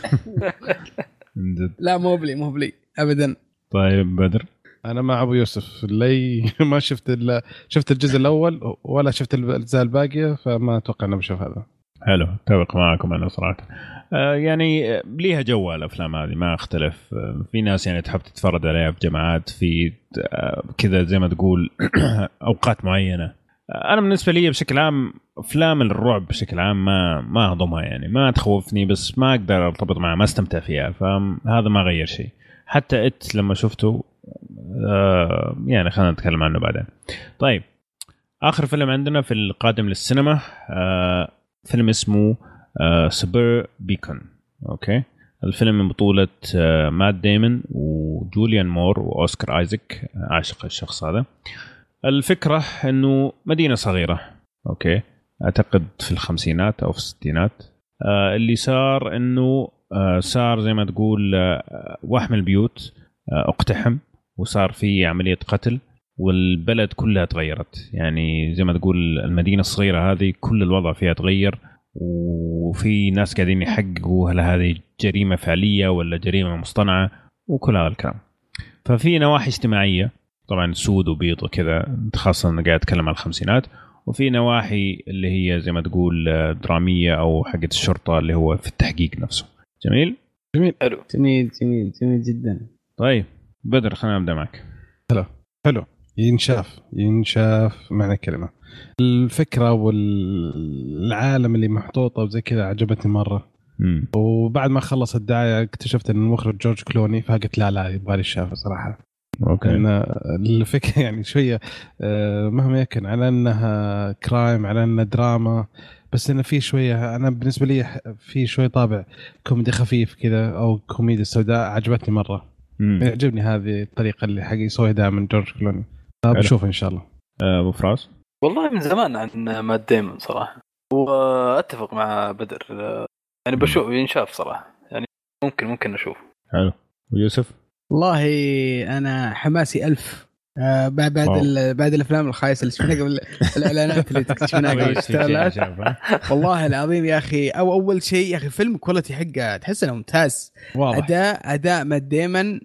لا مو بلي ابدا. طيب بدر انا مع ابو يوسف لي ما شفت الجزء الاول ولا شفت الاجزاء الباقيه فما اتوقع اني بشوف هذا. حلو اتفق معكم انا صراحه. يعني ليها جو الافلام هذه ما اختلف. في ناس يعني تحب تتفرج عليها في جماعات في كذا زي ما تقول اوقات معينه. انا بالنسبه لي بشكل عام افلام الرعب بشكل عام ما اهضمها يعني ما تخوفني بس ما اقدر ارتبط معها ما استمتع فيها فهذا ما غير شيء. حتى لما شفته يعني خلينا نتكلم عنه بعدين. طيب آخر فيلم عندنا في القادم للسينما فيلم اسمه سبير بيكون. أوكي الفيلم من بطولة مات ديمون وجوليان مور وأوسكار آيزاك. عاشق الشخص هذا. الفكرة إنه مدينة صغيرة أوكي أعتقد في الخمسينات أو في الستينات. اللي صار إنه صار زي ما تقول وحم البيوت اقتحم وصار في عملية قتل والبلد كلها تغيرت. يعني زي ما تقول المدينة الصغيرة هذه كل الوضع فيها تغير وفي ناس قاعدين يحققوا هل هذه جريمة فعلية ولا جريمة مصطنعة وكل هذا الكلام. ففي نواحي اجتماعية طبعا سود وبيض وكذا خاصة أنا قاعد أتكلم عن الخمسينات. وفي نواحي اللي هي زي ما تقول درامية أو حقة الشرطة اللي هو في التحقيق نفسه. جميل جدا. طيب بدر خلينا نبدأ معك. حلو ينشاف معنى الكلمة. الفكرة والعالم اللي محطوطة وزي كذا عجبتني مرة. وبعد ما خلص الدعاية اكتشفت ان المخرج جورج كلوني فقلت لا يبغالي الشافة صراحة. اوكي الفكرة يعني شوية مهما يكن على انها كرايم على انها دراما بس انه في شوية انا بالنسبة لي في شوية طابع كوميدي خفيف كذا او كوميديا سوداء عجبتني مرة. يعجبني هذه الطريقة اللي حق يسويها دائما جورج كلوني. بشوف إن شاء الله. أبو فراس والله من زمان عن مات ديمون صراحة وأتفق مع بدر يعني بشوف ينشاف صراحة يعني ممكن نشوف. حلو. ويوسف والله أنا حماسي 1000 بعد الأفلام الخايسة اللي شفناها قبل الإعلانات اللي تكتشفناها قبل والله العظيم يا أخي أول شيء يا أخي فيلم كواليتي حقه تحس إنه ممتاز. أداء مات ديمون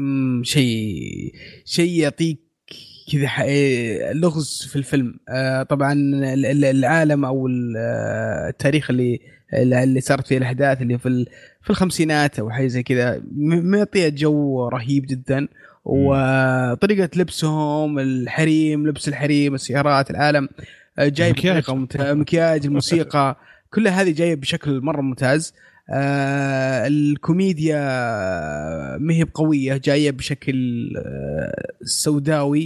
شيء يعطيك كذا لغز في الفيلم. طبعا العالم او التاريخ اللي صارت فيه الاحداث اللي في الخمسينات او حاجه زي كذا معطيه جو رهيب جدا. وطريقه لبسهم لبس الحريم السيارات العالم جاي بطريقه مكياج الموسيقى كل هذه جايه بشكل مره ممتاز. الكوميديا مهب قوية جاية بشكل سوداوي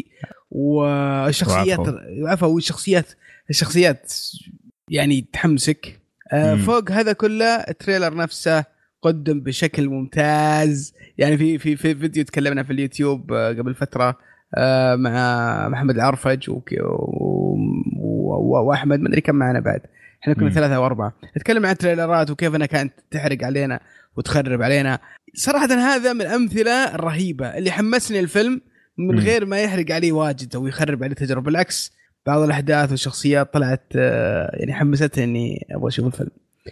والشخصيات الشخصيات يعني تحمسك. فوق هذا كله التريلر نفسه قدم بشكل ممتاز. يعني في فيديو تكلمنا في اليوتيوب قبل فترة مع محمد العرفج وأحمد ما أدري كم معنا بعد احنا كنا 3 أو 4 نتكلم عن التريلرات وكيف انها كانت تحرق علينا وتخرب علينا. صراحة هذا من الأمثلة الرهيبة اللي حمسني الفيلم من غير ما يحرق عليه واجد أو يخرب عليه تجربة. بالعكس بعض الأحداث والشخصيات طلعت يعني حمستني إني أبغى أشوف الفيلم.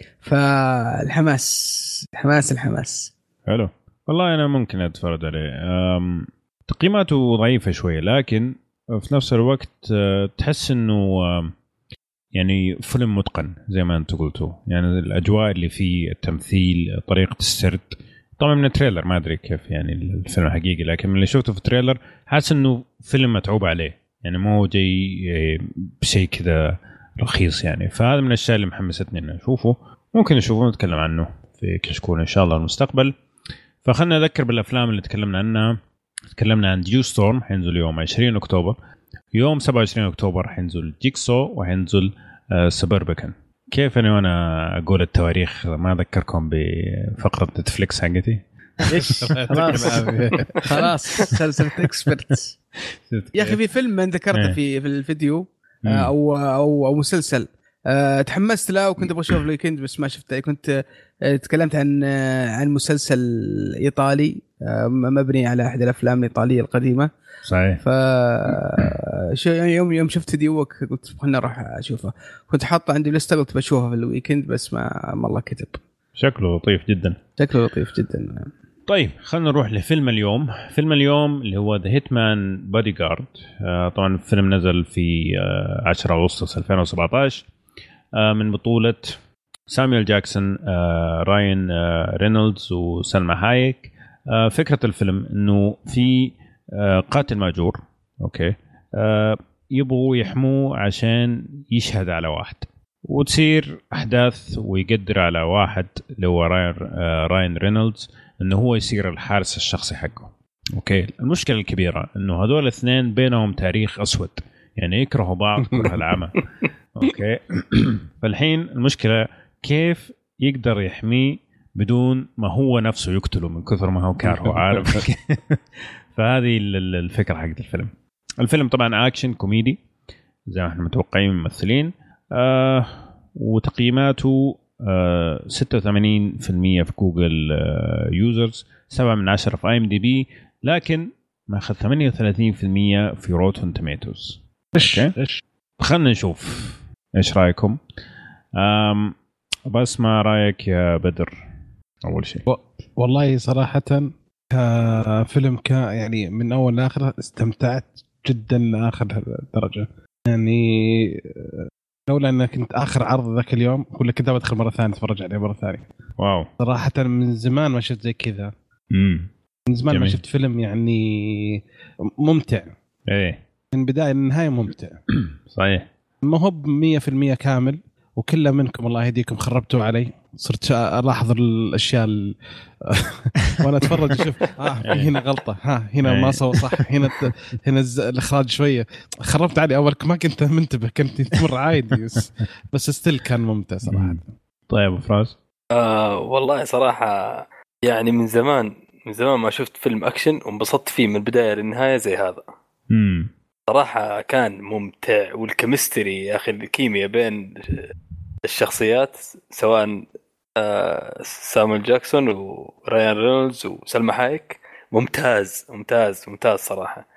فالحماس حلو والله أنا ممكن أتفرج عليه. تقييماته ضعيفة شوية لكن في نفس الوقت تحس إنه يعني فيلم متقن زي ما أنت قلتوا. يعني الأجواء اللي فيه التمثيل طريقة السرد طبعا من التريلر ما أدري كيف يعني الفيلم حقيقي لكن من اللي شفته في التريلر حاسس إنه فيلم متعوب عليه يعني مو جاي بشيء كذا رخيص يعني. فهذا من الأشياء اللي محمستني إنه أشوفه. ممكن نشوفه ونتكلم عنه في كشكول إن شاء الله المستقبل. فخلنا نذكر بالأفلام اللي تكلمنا عنها. تكلمنا عن ديو ستورم حينزل يوم 20 أكتوبر. يوم 27 أكتوبر حينزل جيكسو وحينزل سبربكن. كيف أنا وأنا أقول التواريخ ما أذكركم بفقرة نتفليكس حقتي. ايش خلاص صرت اكسبرت يا اخي. في فيلم من ذكرته في الفيديو او مسلسل تحمست له وكنت ابغى اشوف الويكند بس ما شفته. كنت تكلمت عن مسلسل ايطالي مبني على احد الافلام الايطاليه القديمه. صحيح. يوم شفت فيديوك قلت خلنا اروح اشوفه. كنت حاطه عندي لسته قلت بشوفه في الويكند بس ما الله كتب. شكله لطيف جدا. طيب خلينا نروح لفيلم اليوم. فيلم اليوم اللي هو The Hitman Bodyguard. طبعا الفيلم نزل في 10 أغسطس 2017 من بطولة سامويل جاكسون، راين رينولدز وسلمى هايك. فكرة الفيلم انه في قاتل مأجور اوكي يبغوا يحموه عشان يشهد على واحد، وتصير احداث ويقدر على واحد اللي هو راين رينولدز انه هو يصير الحارس الشخصي حقه. اوكي المشكله الكبيره انه هذول الاثنين بينهم تاريخ اسود، يعني يكرهوا بعض كره العمى. اوكي فالحين المشكله كيف يقدر يحميه بدون ما هو نفسه يقتله من كثر ما هو كاره عارف. فهذه الفكره حقت الفيلم. الفيلم طبعا اكشن كوميدي زي ما احنا متوقعين من الممثلين. وتقييماته 86% في جوجل يوزرز، 7 من 10 في IMDb، لكن ما اخذ 38% في روتن توميتوز. ايش خلنا نشوف ايش رايكم. بس ما رايك يا بدر اول شيء؟ والله صراحه فيلم يعني من اول لاخر استمتعت جدا لاخر درجه. يعني لولا انك كنت اخر عرض ذاك اليوم كله كنت بدخل مره ثانيه اتفرج عليه مره ثانيه. واو صراحه من زمان ما شفت زي كذا. من زمان جميل. ما شفت فيلم يعني ممتع ايه من بدايه للنهايه ممتع. صحيح. ما هو 100% كامل وكله منكم الله يهديكم خربتوا علي. صرت الاحظ الاشياء وانا اتفرج اشوف هنا غلطه، هنا ما سوى صح، هنا الاخراج شويه خربت علي. اول ما كنت منتبه كنت تمر عادي بس ستيل كان ممتع صراحه. طيب ابو فراس؟ والله صراحه يعني من زمان ما شفت فيلم اكشن وانبسطت فيه من البدايه للنهايه زي هذا. صراحه كان ممتع، والكيمستري يا اخي الكيمياء بين الشخصيات سواء سامويل جاكسون ورايان رينولدز وسلمى هايك ممتاز صراحة.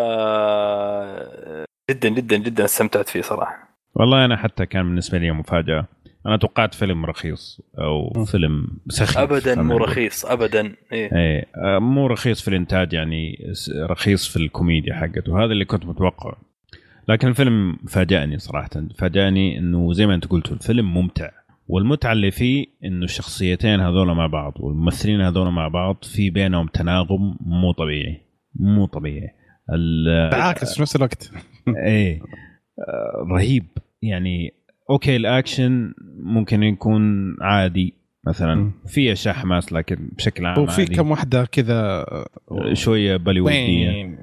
جدا جدا جدا استمتعت فيه صراحة. والله أنا حتى كان بالنسبة لي مفاجأة. أنا توقعت فيلم رخيص أو فيلم سخيف. أبدا مو رخيص أبدا. إيه مو رخيص في الإنتاج، يعني رخيص في الكوميديا حقته، وهذا اللي كنت متوقع. لكن الفيلم فاجأني صراحة، فاجأني إنه زي ما أنت قلت الفيلم ممتع، والمتعة اللي فيه إنه الشخصيتين هذول مع بعض والممثلين هذول مع بعض في بينهم تناغم مو طبيعي. تعاكس في نفس الوقت. إيه رهيب. يعني أوكي الأكشن ممكن يكون عادي مثلا في أشياء حماس، لكن بشكل عام وفي كم واحدة كذا شوية بوليوودية.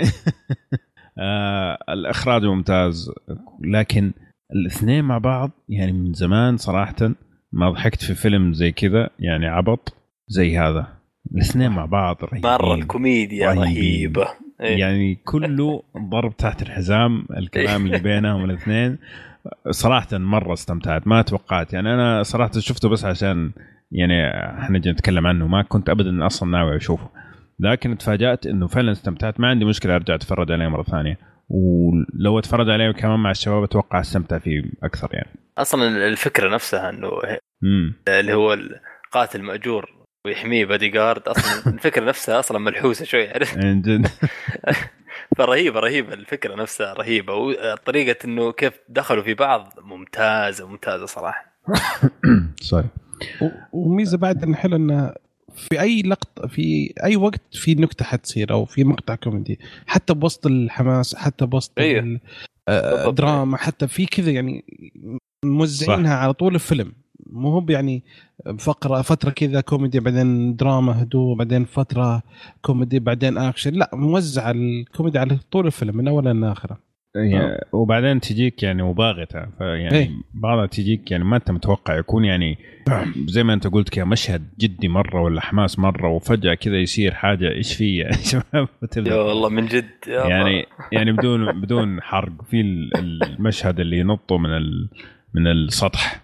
الإخراج ممتاز، لكن الاثنين مع بعض يعني من زمان صراحة ما ضحكت في فيلم زي كذا، يعني عبط زي هذا. الاثنين مع بعض رهيبين مرة، الكوميديا رهيبة. يعني كله ضرب تحت الحزام الكلام اللي بينهم الاثنين. صراحة مرة استمتعت، ما توقعت. يعني أنا صراحة شفته بس عشان يعني حنجي نتكلم عنه، ما كنت أبدا أصلا ناوي أشوفه، لكن اتفاجأت إنه فعلا استمتعت. ما عندي مشكلة أرجع أتفرج عليه مرة ثانية، ولو اتفرج عليه كمان مع الشباب اتوقع استمتع فيه اكثر. يعني اصلا الفكره نفسها انه اللي هو القاتل مأجور ويحميه بادي جارد، اصلا الفكره نفسها اصلا ملحوسه شوي، عرفت؟ فرهيبه الفكره نفسها رهيبه، وطريقه انه كيف دخلوا في بعض ممتازه صراحه. صحيح. وميزه بعد ان حلو انه في اي لقطه في اي وقت في نكته حتصير او في مقطع كوميدي، حتى بوسط الحماس، حتى بوسط الدراما، حتى في كذا يعني موزعينها على طول الفيلم. مو هو يعني فتره كذا كوميدي بعدين دراما هدوء بعدين فتره كوميدي بعدين اكشن، لا موزع الكوميدي على طول الفيلم من اوله لاخره. وبعدين تجيك يعني مباغته، فيعني بعضها تجيك يعني ما انت متوقع يكون يعني زي ما انت قلت كده مشهد جدي مره ولا حماس مره، وفجاه كذا يصير حاجه ايش في يا شباب يا والله من جد يا يعني بدون حرق في المشهد اللي ينطوا من السطح.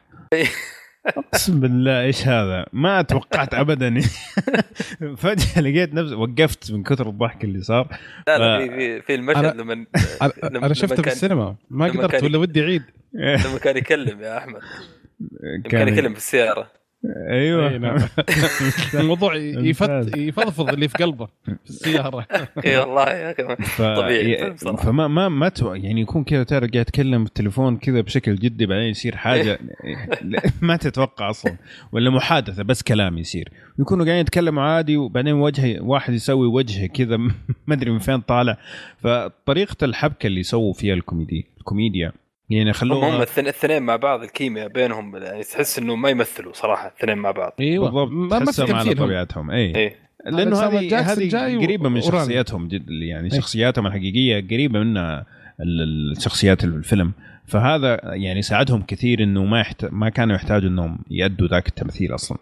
اقسم بالله ايش هذا، ما توقعت ابدا. فجاه لقيت نفسي وقفت من كثر الضحك اللي صار. لا في المشهد لما انا شفته في السينما ما قدرت ولا ودي عيد. لما كان يكلم يا احمد كان يكلم في السياره. ايوه نعم. الموضوع يفضفض اللي في قلبه في السياره. اي والله يا اخي طبيعي. فما يعني يكون كذا ترى قاعد يتكلم في التليفون كذا بشكل جدي، بعدين يصير حاجه ما تتوقع اصلا، ولا محادثه بس كلام يصير، يكونوا قاعدين يتكلموا عادي وبعدين وجه واحد يسوي وجهه كذا ما ادري من فين طالع. فطريقه الحبكه اللي يسووا فيها الكوميديا يعني خلوهم هم الاثنين مع بعض، الكيمياء بينهم يعني تحس انه ما يمثلوا صراحه الاثنين مع بعض. ايوه ما تحسهم على طبيعتهم. اي لانه هذه قريبه من شخصياتهم يعني شخصياتهم الحقيقيه قريبه من الشخصيات الفيلم، فهذا يعني ساعدهم كثير انه ما كانوا يحتاجوا انهم يأدوا ذاك التمثيل اصلا.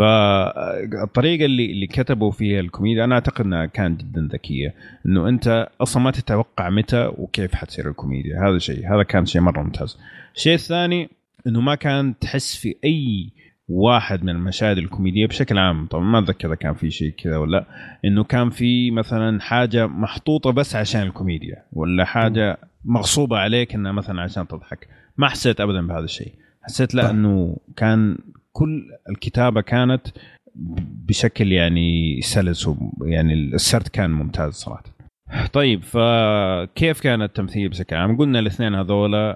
فالطريقه اللي كتبوا فيها الكوميديا انا اعتقد انها كانت جدا ذكيه، انه انت اصلا ما تتوقع متى وكيف حتصير الكوميديا. هذا كان شيء مره ممتاز. الشيء الثاني انه ما كان تحس في اي واحد من المشاهد الكوميديه بشكل عام، طبعا ما اتذكر اذا كان في شيء كذا ولا انه كان في مثلا حاجه محطوطه بس عشان الكوميديا، ولا حاجه مغصوبه عليك انها مثلا عشان تضحك. ما حسيت ابدا بهذا الشيء. حسيت لا انه كان كل الكتابة كانت بشكل يعني سلس، يعني السرد كان ممتاز صراحة. طيب فكيف كان التمثيل بشكل عام؟ قلنا الاثنين هذولا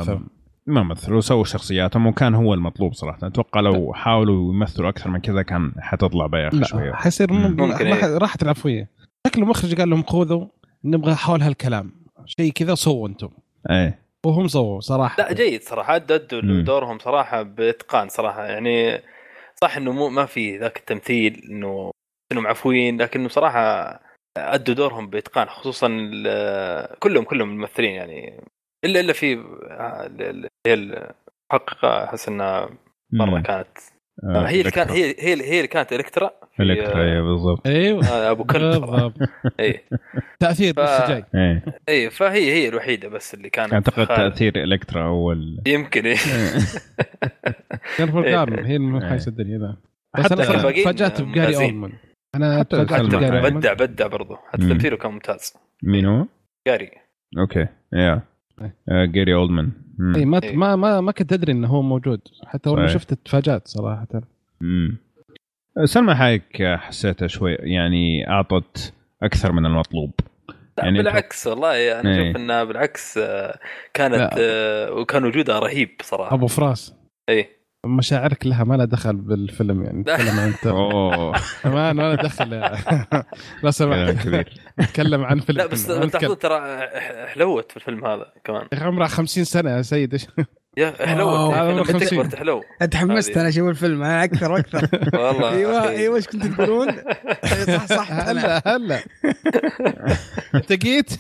ما مثلوا سووا شخصياتهم، وكان هو المطلوب صراحة. أتوقع لو حاولوا يمثلوا أكثر من كذا كان حتطلع بايخ شوية، حيصير راحت العفوية. شكل المخرج قال لهم خذوا نبغى حول هالكلام شيء كذا سووا أنتم. وهم سووا صراحة. لا جيد صراحة، أدوا دورهم صراحة بإتقان صراحة. يعني صح إنه ما في ذاك التمثيل إنه عفويين، لكنه صراحة أدوا دورهم بإتقان، خصوصا كلهم الممثلين يعني إلا في الحقيقة أحس إنها مرة كانت هي اللي كانت إلكترا بالضبط. ايوه ابو كلب. اي تاثير بس جاي. اي فهي الوحيده بس اللي كانت اعتقد تاثير الكترا اول يمكن. كان فرقان هي من حيث الدنيا ذا. بس انا فاجأت بجاري اولمان. انا بدع برضه، حتى تمثيله كان ممتاز. مين هو؟ جاري. اوكي جاري اولمان. اي ما كنت ادري انه هو موجود، حتى اول ما شفت تفاجأت صراحه. سلمى حايك حسيتها شوي يعني أعطت أكثر من المطلوب. يعني بالعكس والله أنا أشوف إنها بالعكس كانت وكان وجودها رهيب صراحة. أبو فراس مشاعرك لها ما له دخل بالفيلم يعني. تكلم عن ما له دخل. لا سمعت كبير تكلم عن فيلم. لا بس ترى حلوت في الفيلم هذا كمان. عمره 50 سنة يا سيد. يا حلوت تكبر تحلو. اتحمست انا اشوف الفيلم انا اكثر واكثر. والله ايوه ايش كنت تقولون؟ صح هلا انت جيت.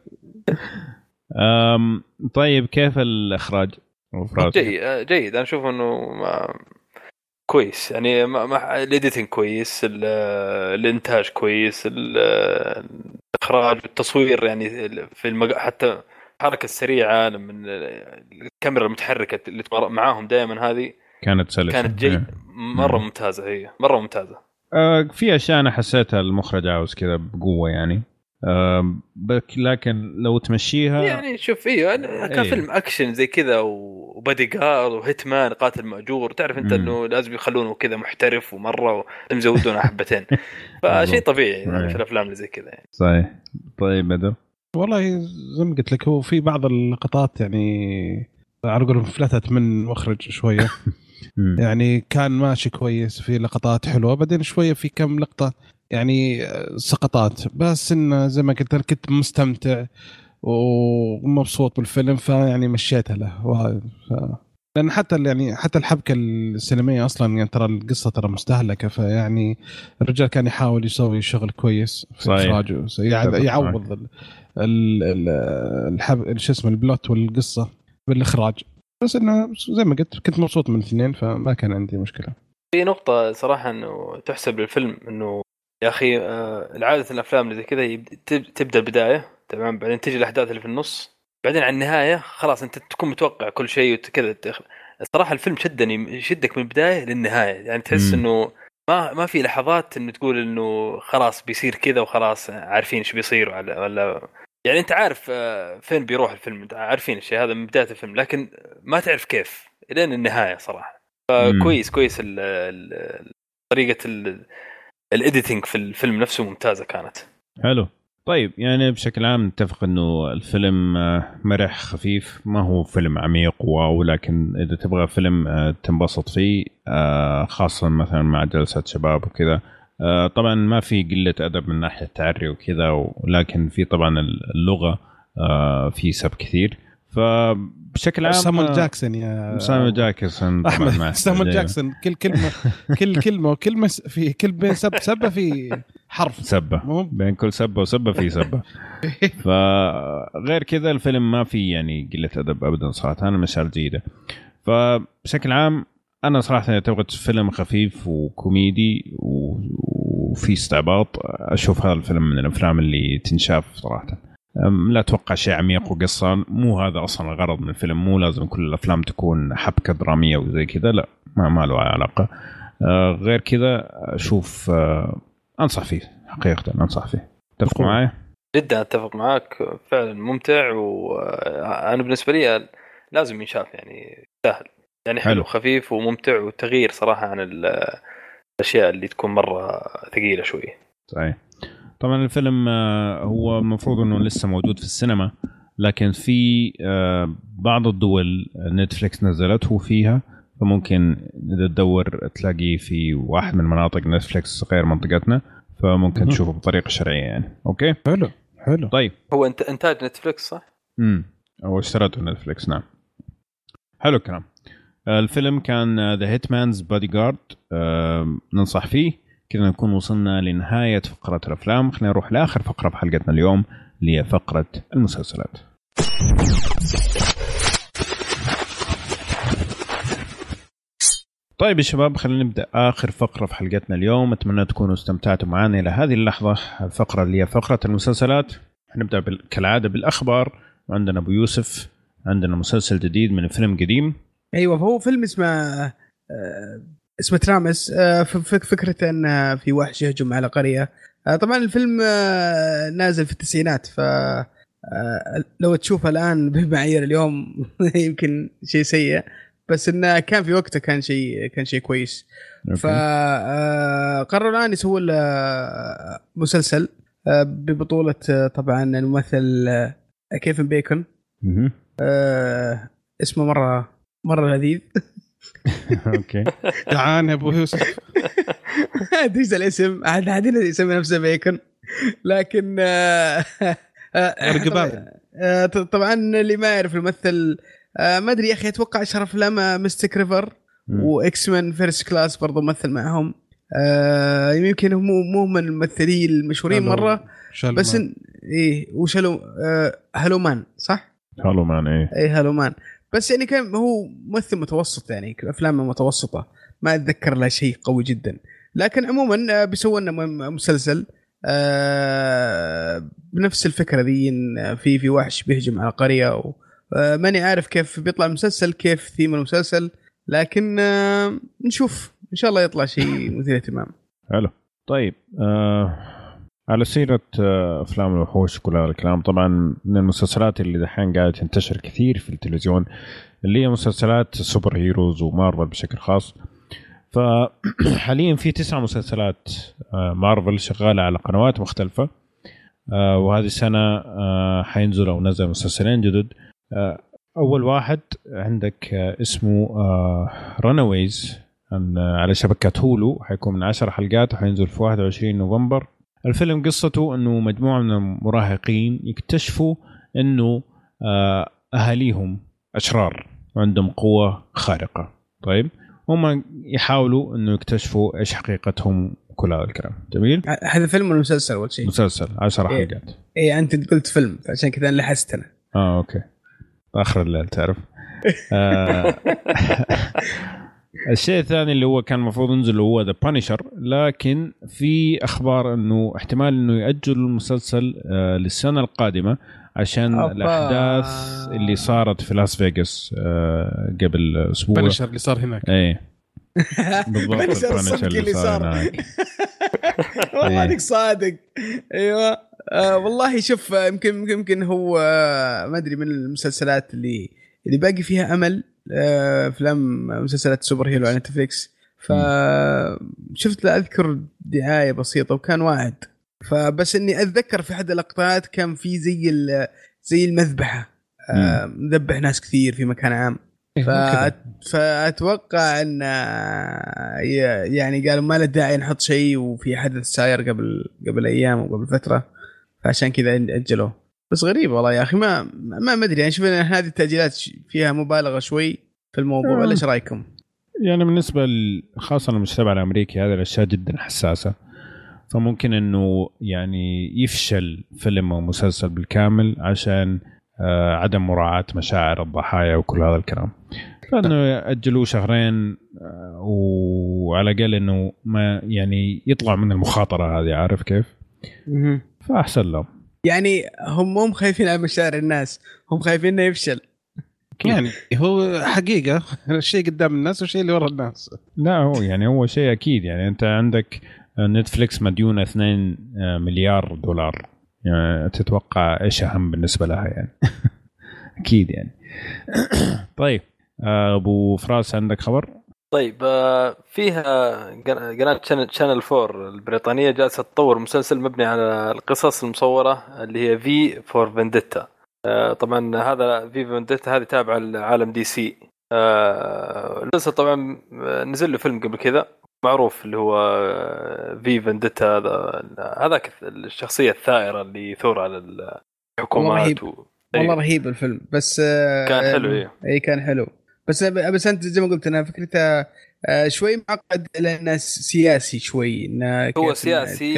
طيب كيف الاخراج؟ جيد انا اشوف انه كويس يعني. الاديتنج كويس، الانتاج كويس، الاخراج والتصوير يعني في حتى الحركه السريعه لما الكاميرا المتحركه اللي معاهم دائما هذه كانت سلسة، كانت جيد مره ممتازه. هي مره ممتازه. في اشياء انا حسيتها المخرج عاوز كذا بقوه يعني، لكن لو تمشيها يعني شوف كان فيلم اكشن زي كذا وبادي جارد وهيتمان قاتل مأجور، تعرف انت انه لازم يخلونه كذا محترف ومره ومزودونه حبتين. فشيء طبيعي يعني في الافلام اللي زي كذا يعني. صحيح. طيب بدر والله زي ما قلت لك هو في بعض اللقطات يعني أقول فلتت من مخرج شويه. يعني كان ماشي كويس في لقطات حلوه، بعدين شويه في كم لقطه يعني سقطات، بس إن زي ما قلت كنت مستمتع ومبسوط بالفيلم فيعني مشيتها له. لان حتى الحبكه السينمائيه اصلا يعني ترى القصه ترى مستهلكه، فيعني الرجال كان يحاول يسوي شغل كويس في اخراجه، يعوض شو اسمه البلوت والقصه بالاخراج. بس انه زي ما قلت كنت مبسوط من الاثنين، فما كان عندي مشكله. في نقطه صراحه انه تحسب للفيلم انه يا اخي العاده الافلام اللي زي كذا تبدا البدايه تمام، بعدين تجي الاحداث اللي في النص، بعدين على النهايه خلاص انت تكون متوقع كل شيء وكذا. الصراحه الفيلم يشدك من البدايه للنهايه، يعني تحس انه ما في لحظات انه تقول انه خلاص بيصير كذا وخلاص عارفين ايش بيصير ولا يعني انت عارف فين بيروح الفيلم، انت عارفين الشيء هذا من بدايه الفيلم، لكن ما تعرف كيف الين النهايه صراحه. فكويس طريقه الايديتنج في الفيلم نفسه ممتازه كانت. حلو. طيب يعني بشكل عام نتفق انه الفيلم مرح خفيف، ما هو فيلم عميق واو، لكن اذا تبغى فيلم تنبسط فيه خاصه مثلا مع جلسه شباب وكذا. طبعا ما في قله ادب من ناحيه تعري وكذا، ولكن في طبعا اللغه في سب كثير. فبشكل عام سامويل جاكسون يا سامويل جاكسون احمد سامويل جاكسون كل كلمه في كل بين سبه في حرف سبه، بين كل سبه وسبه في سبه. فغير كذا الفيلم ما في يعني قله ادب ابدا صراحه، انا مشاعر جيده. فبشكل عام انا صراحه تبغى فيلم خفيف وكوميدي وفي استعباط، اشوف هذا الفيلم من الافلام اللي تنشاف صراحه. لا اتوقع شيء عميق وقصه، مو هذا اصلا الغرض من الفيلم، مو لازم كل الافلام تكون حبكه دراميه وزي كذا، لا ما له علاقه. غير كذا اشوف انصح فيه حقيقه، انصح فيه. تتفق معي؟ جدا اتفق معك، فعلا ممتع، وانا بالنسبه لي لازم ينشاف، يعني سهل، يعني حلو خفيف وممتع وتغيير صراحه عن الاشياء اللي تكون مره ثقيله شويه. صحيح. طبعا الفيلم هو المفروض انه لسه موجود في السينما، لكن في بعض الدول نتفليكس نزلته فيها، فممكن اذا تدور تلاقيه في واحد من مناطق نتفليكس غير منطقتنا، فممكن تشوفه بطريقه شرعيه يعني. اوكي حلو. طيب هو انتاج نتفليكس صح؟ او اشترته نتفليكس. نعم. حلو الكلام. الفيلم كان ذا هيتمانز بودي جارد، ننصح فيه. كذا نكون وصلنا لنهاية فقرة الأفلام. خلينا نروح لآخر فقرة في حلقتنا اليوم اللي هي فقرة المسلسلات. طيب يا شباب، خلينا نبدأ آخر فقرة في حلقتنا اليوم. أتمنى تكونوا استمتعتوا معنا إلى هذه اللحظة. الفقرة اللي هي فقرة المسلسلات. نبدأ كالعادة بالأخبار، وعندنا أبو يوسف عندنا مسلسل جديد من فيلم قديم. أيوة، هو فيلم اسمه ترامس. فكرة أن في وحش يهجم على قرية. طبعا الفيلم نازل في التسعينات، ف لو تشوفه الآن بمعايير اليوم يمكن شيء سيء، بس إنه كان في وقته كان شيء كويس. فقرروا الآن يسووا مسلسل ببطولة طبعا الممثل كيفن بيكون. اسمه مرة لذيذ. اوكي تعال يا ابو يوسف. ادري الاسم، عادين يسمي نفسه بيكون، لكن طبعا اللي ما يعرف الممثل ما ادري يا اخي، اتوقع اشرف لما مستيك ريفر واكس مان فيرست كلاس برضو مثل معهم. يمكن هو مو من الممثلين المشهورين مره، بس ايه وشلو هالومان صح؟ هالومان ايه هالومان، بس يعني كان هو ممثل متوسط، يعني أفلامه متوسطة، ما أتذكر له شيء قوي جدا. لكن عموما بيسووا لنا مسلسل بنفس الفكرة ذي، في وحش بيهجم على قرية، ماني عارف كيف بيطلع المسلسل، كيف ثيم المسلسل، لكن نشوف إن شاء الله يطلع شيء مثير اهتمام. حلو. طيب على سيرة أفلام الوحوش وكل هذا الكلام، طبعا من المسلسلات اللي دحين قاعدة تنتشر كثير في التلفزيون اللي هي مسلسلات سوبر هيروز ومارفل بشكل خاص. فحاليا في 9 مسلسلات مارفل شغالة على قنوات مختلفة، وهذه السنة حينزل أو نزل مسلسلين جدد. أول واحد عندك اسمه رانويز على شبكة هولو، حيكون من 10 حلقات وحينزل في 21 نوفمبر. الفيلم قصته أنه مجموعة من المراهقين يكتشفوا أنه أهاليهم أشرار، وعندهم قوة خارقة. طيب هم يحاولوا انه يكتشفوا ايش حقيقتهم وكل هذا الكلام. جميل. هذا فيلم ولا مسلسل اول شيء؟ مسلسل 10 حلقات. ايه انت قلت فيلم عشان كذا انا لحست انا. اوكي اخر الليل تعرف. الشيء الثاني اللي هو كان المفروض ينزل هو ذا بانيشر، لكن في اخبار انه احتمال انه ياجلوا المسلسل للسنه القادمه عشان الاحداث اللي صارت في لاس فيغاس قبل اسبوع. بانيشر اللي صار هناك. ايه بالضبط بانيشر اللي صار هناك. والله انك صادق. ايوه والله شوف يمكن هو ما ادري من المسلسلات اللي باقي فيها امل، افلام مسلسلات سوبر هيرو على نتفليكس. فشفت لا اذكر دعايه بسيطه وكان واعد، فبس اني اتذكر في احد اللقطات كان في زي المذبحه، مذبح ناس كثير في مكان عام. فاتوقع ان يعني قالوا ما له داعي نحط شيء وفي حدث ساير قبل ايام وقبل فتره، فعشان كذا اجلوه. بس غريب والله يا اخي، ما ادري يعني. شوف هذه التاجيلات فيها مبالغه شوي في الموضوع، ولا ايش رايكم؟ يعني بالنسبه خاصه للمجتمع الامريكي هذه الاشياء جدا حساسه، فممكن انه يعني يفشل فيلم او مسلسل بالكامل عشان عدم مراعاة مشاعر الضحايا وكل هذا الكلام. فانه يأجلوا شهرين وعلى الاقل انه ما يعني يطلع من المخاطره هذه، عارف كيف؟ فاحسن لهم. يعني هم خايفين على مشاعر الناس، هم خايفين انه يفشل. يعني هو حقيقه الشيء قدام الناس والشيء اللي ورا الناس. لا هو يعني هو شيء اكيد. يعني انت عندك نتفليكس مديونه 2 مليار دولار، يعني تتوقع ايش اهم بالنسبه لها يعني. اكيد يعني. طيب ابو فراس عندك خبر؟ طيب فيها قناه شانل 4 البريطانيه جالسه تطور مسلسل مبني على القصص المصوره اللي هي في فور فينديتا. طبعا هذا في فينديتا هذه تابعه لعالم دي سي. المسلسل طبعا نزل له فيلم قبل كذا معروف اللي هو في فينديتا. هذاك الشخصيه الثائره اللي يثور على الحكومات. والله رهيب الفيلم، بس كان حلو. اي كان حلو، بس انت زي ما قلت انا فكرته شوي معقد لانه سياسي شوي. هو سياسي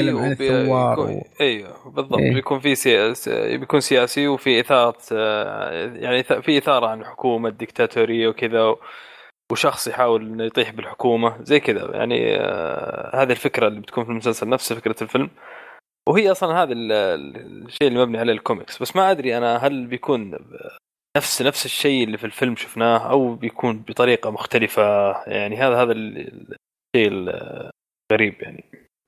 ايوه بالضبط. بيكون في بيكون سياسي وفي اثاره، يعني في اثاره عن الحكومه الدكتاتوريه وكذا، وشخص يحاول انه يطيح بالحكومه زي كذا. يعني هذه الفكره اللي بتكون في المسلسل نفس فكره الفيلم، وهي اصلا هذا الشيء اللي مبني عليه الكوميكس. بس ما ادري انا هل بيكون نفس الشيء اللي في الفيلم شفناه او بيكون بطريقه مختلفه. يعني هذا الشيء الغريب يعني.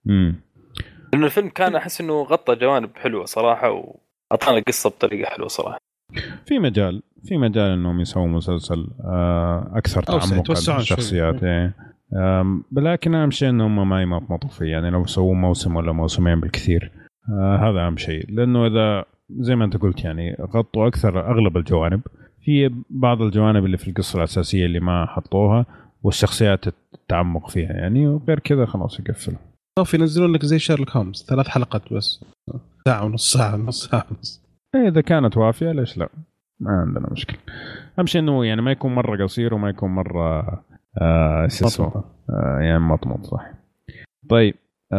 لأن الفيلم كان احس انه غطى جوانب حلوه صراحه، واعطانا القصه بطريقه حلوه صراحه. في مجال انهم يسووا مسلسل اكثر تعمقا في الشخصيات يعني. لكن اهم شيء انهم ما يمطمطوا فيه. يعني لو سووا موسم ولا موسمين بالكثير هذا اهم شيء، لانه اذا زي ما انت قلت يعني غطوا اغلب الجوانب، في بعض الجوانب اللي في القصه الاساسيه اللي ما حطوها والشخصيات التعمق فيها يعني، وغير كذا خلاص يقفلوا. طاف ينزلون لك زي شيرلوك هومز 3 حلقات بس، ساعه ونص. اذا كانت وافيه ليش لا، ما عندنا مشكله. اهم شيء انه يعني ما يكون مره قصير وما يكون مره يعني مطمط. صح. طيب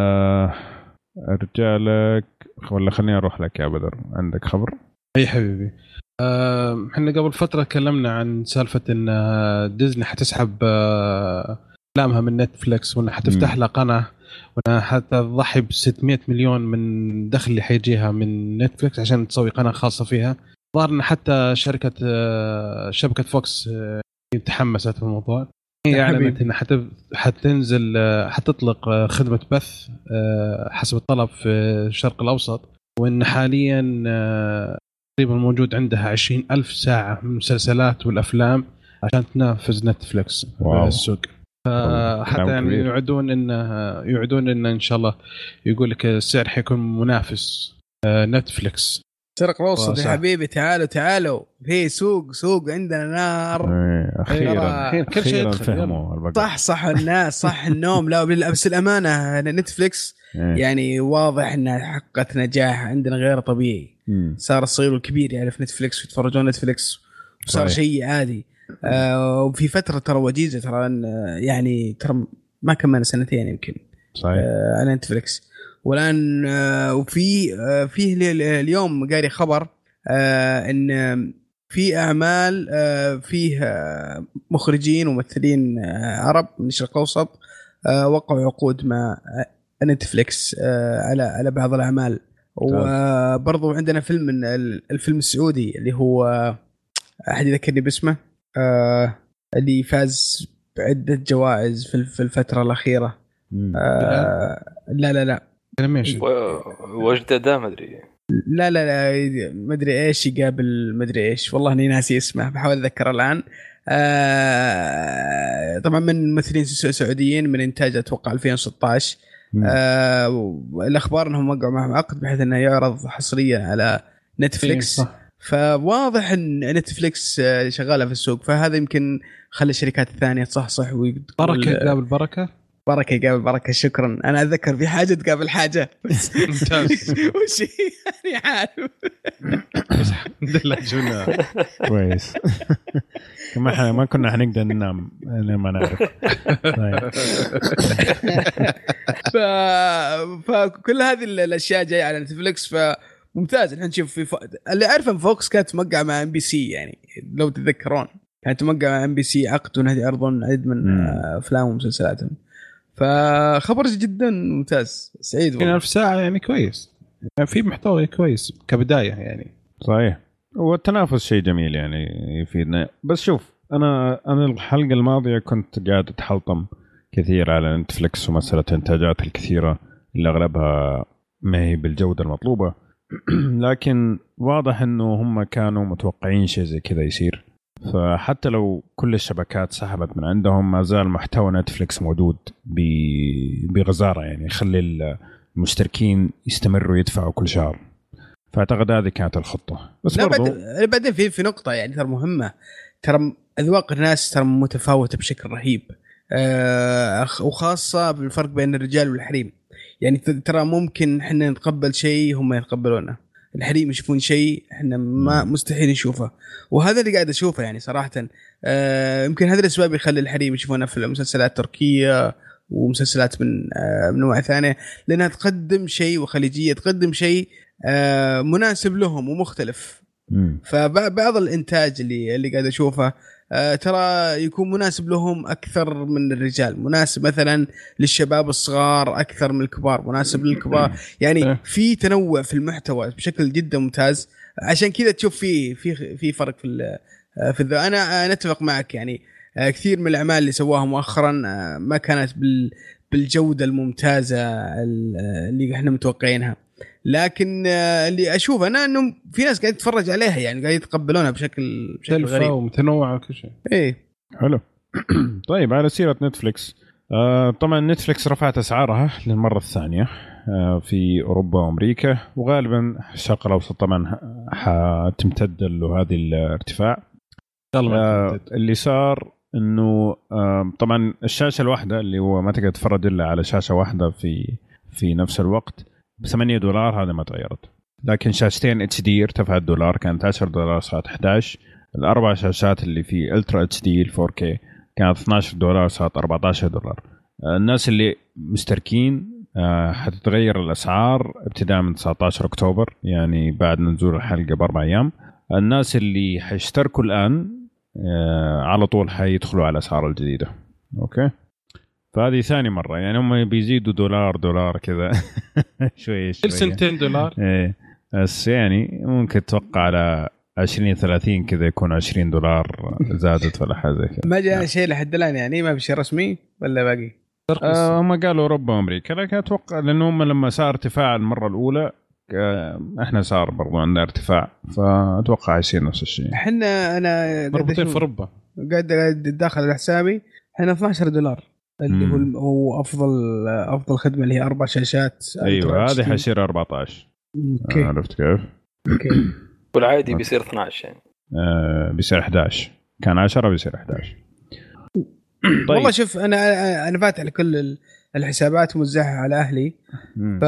ارجع لك ولا خليني اروح لك يا بدر، عندك خبر؟ اي حبيبي. احنا قبل فتره تكلمنا عن سالفه ان ديزني حتسحب افلامها من نتفليكس، وانها حتفتح لها قناه، وانها حتضحي ب600 مليون من دخل اللي حيجيها من نتفليكس عشان تسوي قناه خاصه فيها. ظهر ان حتى شبكه فوكس تحمست في الموضوع. هي اعلنت انها حتنزل حتطلق خدمه بث حسب الطلب في الشرق الاوسط، وان حاليا تقريبا موجود عندها 20,000 ساعه من المسلسلات والافلام عشان تنافس نتفليكس في السوق. فحتى يعني يعدون ان شاء الله يقول لك السعر حيكون منافس نتفليكس. شرق الاوسط يا حبيبي، تعالوا في سوق عندنا نار. اخيرا كل شيء فهموا. صح الناس صح النوم. لا بس الامانه نتفليكس يعني واضح انها حققت نجاح عندنا غير طبيعي. صار الصغير والكبير يعرف نتفليكس ويتفرجون نتفليكس، وصار شيء عادي. وفي فتره ترى وجيزه ترى، يعني ترى ما كملنا سنتين يمكن صحيح على نتفليكس. والان وفي فيه اليوم قاري خبر ان في اعمال فيه مخرجين وممثلين عرب من الشرق الاوسط وقعوا عقود مع نتفليكس على بعض الاعمال. وبرضو عندنا فيلم من الفيلم السعودي اللي هو احد يذكرني باسمه، اللي فاز بعدة جوائز في الفترة الأخيرة. لا وجدة ما أدري، لا ما أدري إيش يقابل، ما أدري إيش والله إني ناسي اسمه، بحاول أتذكر الآن. طبعا من ممثلين سعوديين من إنتاج أتوقع 2016. الأخبار أنهم وقعوا معهم عقد بحيث أنه يعرض حصريا على نتفليكس. فواضح ان نتفليكس شغاله في السوق، فهذا يمكن خلى الشركات الثانيه تصحصح بركه قابل بركه، بركه قابل بركه. شكرا، انا اتذكر في حاجه تقابل حاجه ممتاز. وش يعني عارف الحمد لله جونا كويس. كما ما كنا حنقدر ننام ما نعرف. فكل هذه الاشياء جايه على نتفليكس، ممتاز. الحين نشوف اللي أعرف أن فوكس كانت موقعة مع MBC، يعني لو تتذكرون كانت موقعة مع MBC عقد ونهدي أرضاً عدد من أفلام ومسلسلاتهم. فخبر جدا ممتاز، سعيد والله. 2000 ساعة يعني كويس، يعني في محتوى كويس كبداية يعني. صحيح، والتنافس شيء جميل يعني يفيدنا. بس شوف أنا الحلقة الماضية كنت قاعد أتحلطم كثير على نتفليكس ومسألة إنتاجات الكثيرة اللي أغلبها ما هي بالجودة المطلوبة. لكن واضح انه هم كانوا متوقعين شيء زي كذا يصير، فحتى لو كل الشبكات سحبت من عندهم ما زال محتوى نتفليكس موجود بغزارة، يعني يخلي المشتركين يستمروا يدفعوا كل شهر. فاعتقد هذه كانت الخطة. بس بعدين في نقطة يعني ترى مهمة، ترى أذواق الناس ترى متفاوتة بشكل رهيب، وخاصة بالفرق بين الرجال والحريم. يعني ترى ممكن احنا نتقبل شيء هم يتقبلونه، الحريم يشوفون شيء احنا ما مستحيل نشوفه. وهذا اللي قاعد اشوفه يعني صراحة. يمكن هذا الاسباب يخلي الحريم يشوفونه في المسلسلات التركية ومسلسلات من نوع ثانية، لأنها تقدم شيء، وخليجية تقدم شيء مناسب لهم ومختلف. فبعض الانتاج اللي قاعد اشوفه ترى يكون مناسب لهم أكثر من الرجال، مناسب مثلا للشباب الصغار أكثر من الكبار، مناسب للكبار. يعني في تنوع في المحتوى بشكل جدا ممتاز. عشان كذا تشوف في فرق في أنا نتفق معك، يعني كثير من الأعمال اللي سواها مؤخرا ما كانت بالجودة الممتازة اللي احنا متوقعينها. لكن اللي أشوف أنا أنه في ناس قاعد تتفرج عليها، يعني قاعد يتقبلونها بشكل غريب ومتنوع وكل شيء. إيه حلو. طيب على سيرة نتفليكس، طبعا نتفليكس رفعت أسعارها للمرة الثانية في أوروبا وأمريكا، وغالبا الشرق الأوسط طبعا حتمتد له هذه الارتفاع. اللي صار إنه طبعا الشاشة الواحدة اللي هو ما تقدر تتفرج إلا على شاشة واحدة في نفس الوقت $8، هذا ما تغيرت. لكن شاشتين HD ارتفعت $، كانت $10 صارت 11. الأربع شاشات اللي في Ultra HD 4K كانت $12 صارت $14. الناس اللي مشتركين حتتغير الأسعار ابتداء من 19 أكتوبر، يعني بعد نزول الحلقة ب4 أيام. الناس اللي حيشتركوا الآن على طول حيدخلوا على الأسعار الجديدة. أوكي، فهذه ثاني مرة يعني هم بيزيدوا $1 كذا شوي كل $2 إيه، بس يعني ممكن تتوقع على 20-30 كذا يكون $20 زادت ولا حاجة كذا. ما جاء شيء لحد الآن يعني، ما في شيء رسمي ولا باقي؟ هم قالوا أوروبا وأمريكا، لكن أتوقع لأنهم لما صار ارتفاع المرة الأولى احنا صار برضو عندنا ارتفاع، فأتوقع يصير نفس الشيء. أنا مربوطين في أوروبا، قاعد داخل على حسابي احنا $12 اللي هو افضل خدمه اللي هي 4 شاشات. ايوه هذه حيصير 14. اوكي عرفت كيف؟ اوكي. والعادي بيصير 12 يعني بيصير 11، كان 10 بيصير 11. طيب. والله شوف انا فاتح لكل الحسابات موزعها على اهلي، ف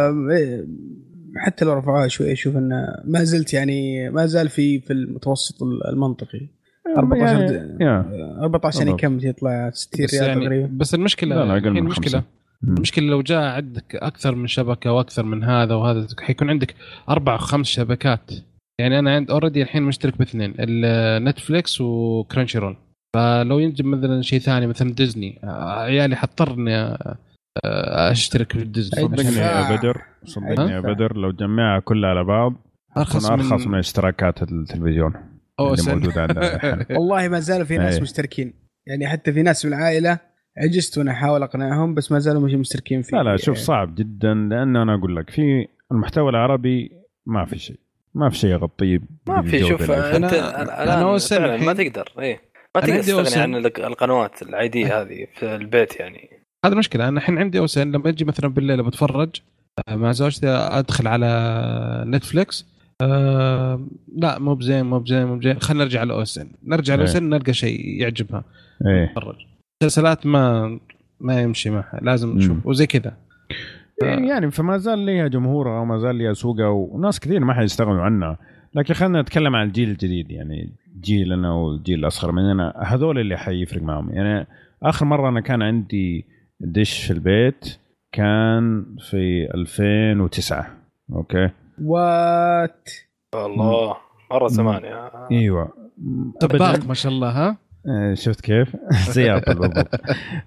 حتى لو رفعوها شوي اشوف انه ما زلت يعني ما زال في المتوسط المنطقي. 14 يعني كم يطلع 60 ريال يعني تقريبا. بس المشكله المشكله لو جاء عندك اكثر من شبكه واكثر من هذا وهذا حيكون عندك 4 أو 5 شبكات. يعني انا عند اوريدي الحين مشترك باثنين، النتفليكس وكرانشي رول. فلو ينجم مثلا شيء ثاني مثلا ديزني، عيالي حضطرني اشترك في ديزني. صدقني يا بدر لو جمعها كلها على بعض ارخص من اشتراكات التلفزيون اللي موجوده عندنا. والله ما زالوا في ناس مشتركين، يعني حتى في ناس من العائله عجزت وانا احاول اقنعهم بس ما زالوا مش مشتركين فيه. لا شوف صعب جدا، لانه انا اقول لك في المحتوى العربي ما في شيء يغطيه. ما في. شوف انت انا ما تقدر ما تقدر تستغني عن القنوات العاديه هذه في البيت. يعني هذا المشكله. انا الحين عندي اوسن لما اجي مثلا بالليل بتفرج مع زوجتي ادخل على نتفليكس، لا مو بزين خلينا نرجع لأوسن نلقى شيء يعجبها نتفرج. مسلسلات ما يمشي معها، لازم نشوف وزي كذا. يعني فما زال ليها جمهورها وما زال ليها سوقها وناس كثير ما حيستغنوا عنها. لكن خلينا نتكلم عن الجيل الجديد، يعني جيلنا والجيل الأصغر مننا، هذول اللي حيفرق معهم. يعني آخر مرة أنا كان عندي دش في البيت كان في 2009. أوكي وات والله مرة زمان ايوه طباق ما شاء الله. ها شفت كيف زي ابل بالضبط.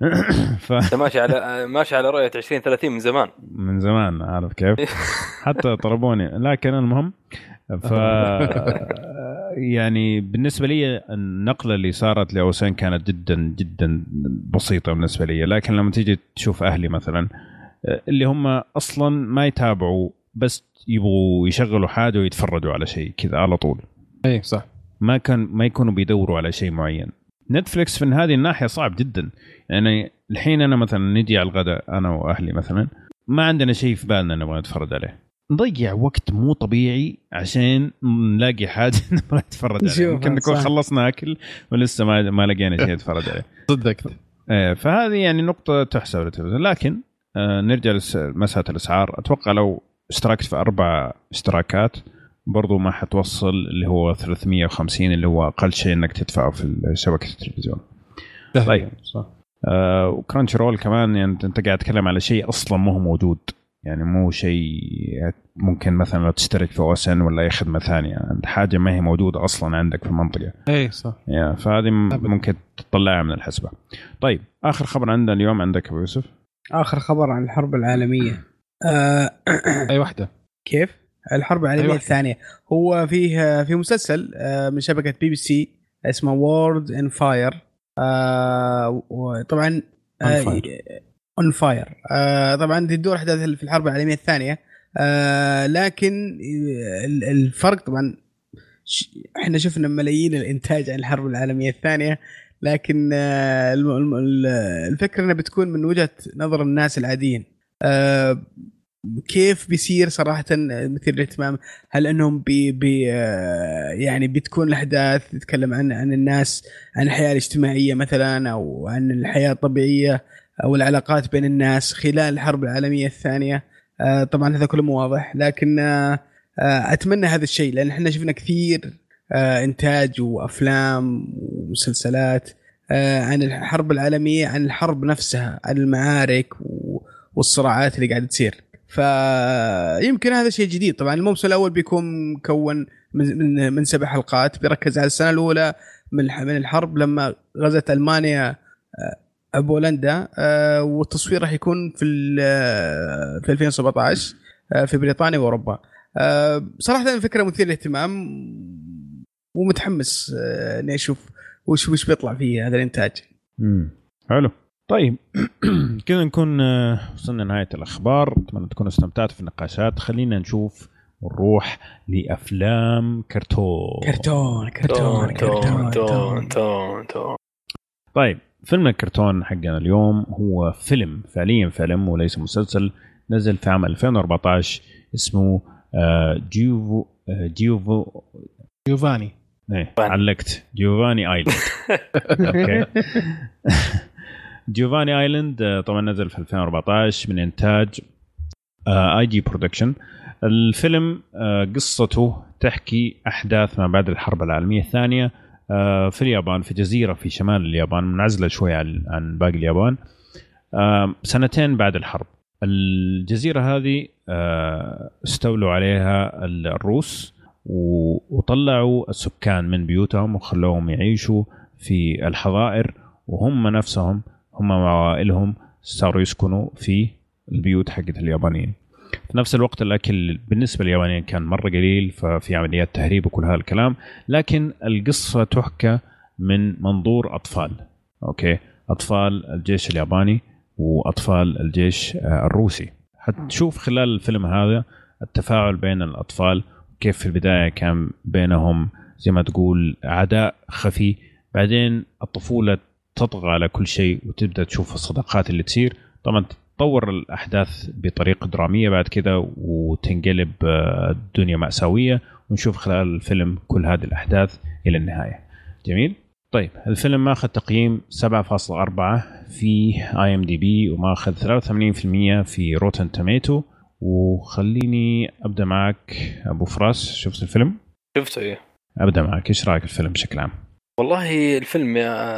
ماشي على رؤية 2030 من زمان عارف كيف. حتى طلبوني. لكن المهم يعني بالنسبة لي النقلة اللي صارت لأوسن كانت جدا جدا بسيطة بالنسبة لي. لكن لما تيجي تشوف أهلي مثلا اللي هم أصلا ما يتابعوا، بس يبغوا يشغلوا حاجة ويتفرجوا على شيء كذا على طول. اي صح. ما يكونوا بيدوروا على شيء معين. نتفليكس من هذه الناحية صعب جدا. يعني الحين أنا مثلا نجي على الغداء أنا وأهلي مثلا، ما عندنا شيء في بالنا نبغى نتفرج عليه، نضيع وقت مو طبيعي عشان نلاقي حاجة نبغى نتفرج عليه. ممكن نكون خلصنا أكل ولسه ما لقينا شيء نتفرج عليه. صدقت. فهذه يعني نقطة تحسب للتلفزيون. لكن نرجع لمسألة الأسعار. أتوقع لو اشتركت في 4 اشتراكات برضو ما حتوصل اللي هو 350 اللي هو أقل شيء إنك تدفعه في شبكة التلفزيون. طيب صح. وكرانشي رول كمان، يعني أنت قاعد تتكلم على شيء أصلا مو موجود، يعني مو شيء ممكن مثلا لو تشترك في أوسن ولا أي خدمة ثانية، حاجة ما هي موجودة أصلا عندك في المنطقة. إيه صح. فهذه ممكن تطلعها من الحسبة. طيب آخر خبر عندنا اليوم عندك أبو يوسف؟ آخر خبر عن الحرب العالمية. أي واحدة؟ كيف؟ الحرب العالمية الثانية. هو فيه في مسلسل من شبكة BBC اسمه وورد إن فاير. وطبعا On Fire. طبعا تدور أحداث في الحرب العالمية الثانية. لكن الفرق طبعا احنا شفنا ملايين الانتاج عن الحرب العالمية الثانية، لكن الفكرة انها بتكون من وجهة نظر الناس العاديين. كيف بيصير صراحة مثير للاهتمام. هل انهم يعني بتكون الاحداث تتكلم عن الناس، عن الحياة الاجتماعية مثلا، او عن الحياة الطبيعية، او العلاقات بين الناس خلال الحرب العالمية الثانية. طبعا هذا كله مو واضح، لكن اتمنى هذا الشيء، لان احنا شفنا كثير انتاج وافلام ومسلسلات عن الحرب العالمية، عن الحرب نفسها، عن المعارك والصراعات اللي قاعدة تصير. فيمكن هذا شيء جديد. طبعا الموسم الاول بيكون مكون من 7 حلقات، بيركز على السنة الاولى من الحرب لما غزت ألمانيا بولندا، والتصوير راح يكون في 2017 في بريطانيا وأوروبا. صراحة الفكرة مثيرة للاهتمام ومتحمس اني اشوف وش بيطلع فيه هذا الانتاج. حلو. طيب كذا نكون وصلنا نهاية الأخبار. أتمنى تكونوا استمتعتوا في النقاشات. خلينا نشوف ونروح لأفلام كرتون. طيب فيلم الكرتون حقنا اليوم هو فعليا فيلم وليس مسلسل. نزل في عام 2014 اسمه جيوفاني. علقت جيوفاني آيلاند. أوكي. جيوفاني آيلاند طبعا نزل في 2014 من إنتاج IG برودكشن. الفيلم قصته تحكي أحداث ما بعد الحرب العالمية الثانية في اليابان، في جزيرة في شمال اليابان منعزلة شوي عن باقي اليابان، سنتين بعد الحرب. الجزيرة هذه استولوا عليها الروس وطلعوا السكان من بيوتهم وخلوهم يعيشوا في الحظائر، وهم نفسهم هم وعائلهم صاروا يسكنوا في البيوت حقت اليابانيين. في نفس الوقت الأكل بالنسبة لليابانيين كان مرة قليل، ففي عمليات تهريب وكل هذا الكلام. لكن القصة تحكى من منظور أطفال، أوكي، أطفال الجيش الياباني وأطفال الجيش الروسي. حتشوف خلال الفيلم هذا التفاعل بين الأطفال، كيف في البداية كان بينهم زي ما تقول عداء خفي، بعدين الطفولة تطغى على كل شيء وتبدأ تشوف الصداقات اللي تصير. طبعا تطور الأحداث بطريقة درامية بعد كده وتنقلب الدنيا مأساوية، ونشوف خلال الفيلم كل هذه الأحداث إلى النهاية. جميل. طيب الفيلم ماخذ تقييم 7.4 في IMDb وماخذ 83% في روتن توميتو. وخليني أبدأ معك أبو فراس، شفت الفيلم؟ شفته إيه. أبدأ معك، إيش رأيك الفيلم بشكل عام؟ والله الفيلم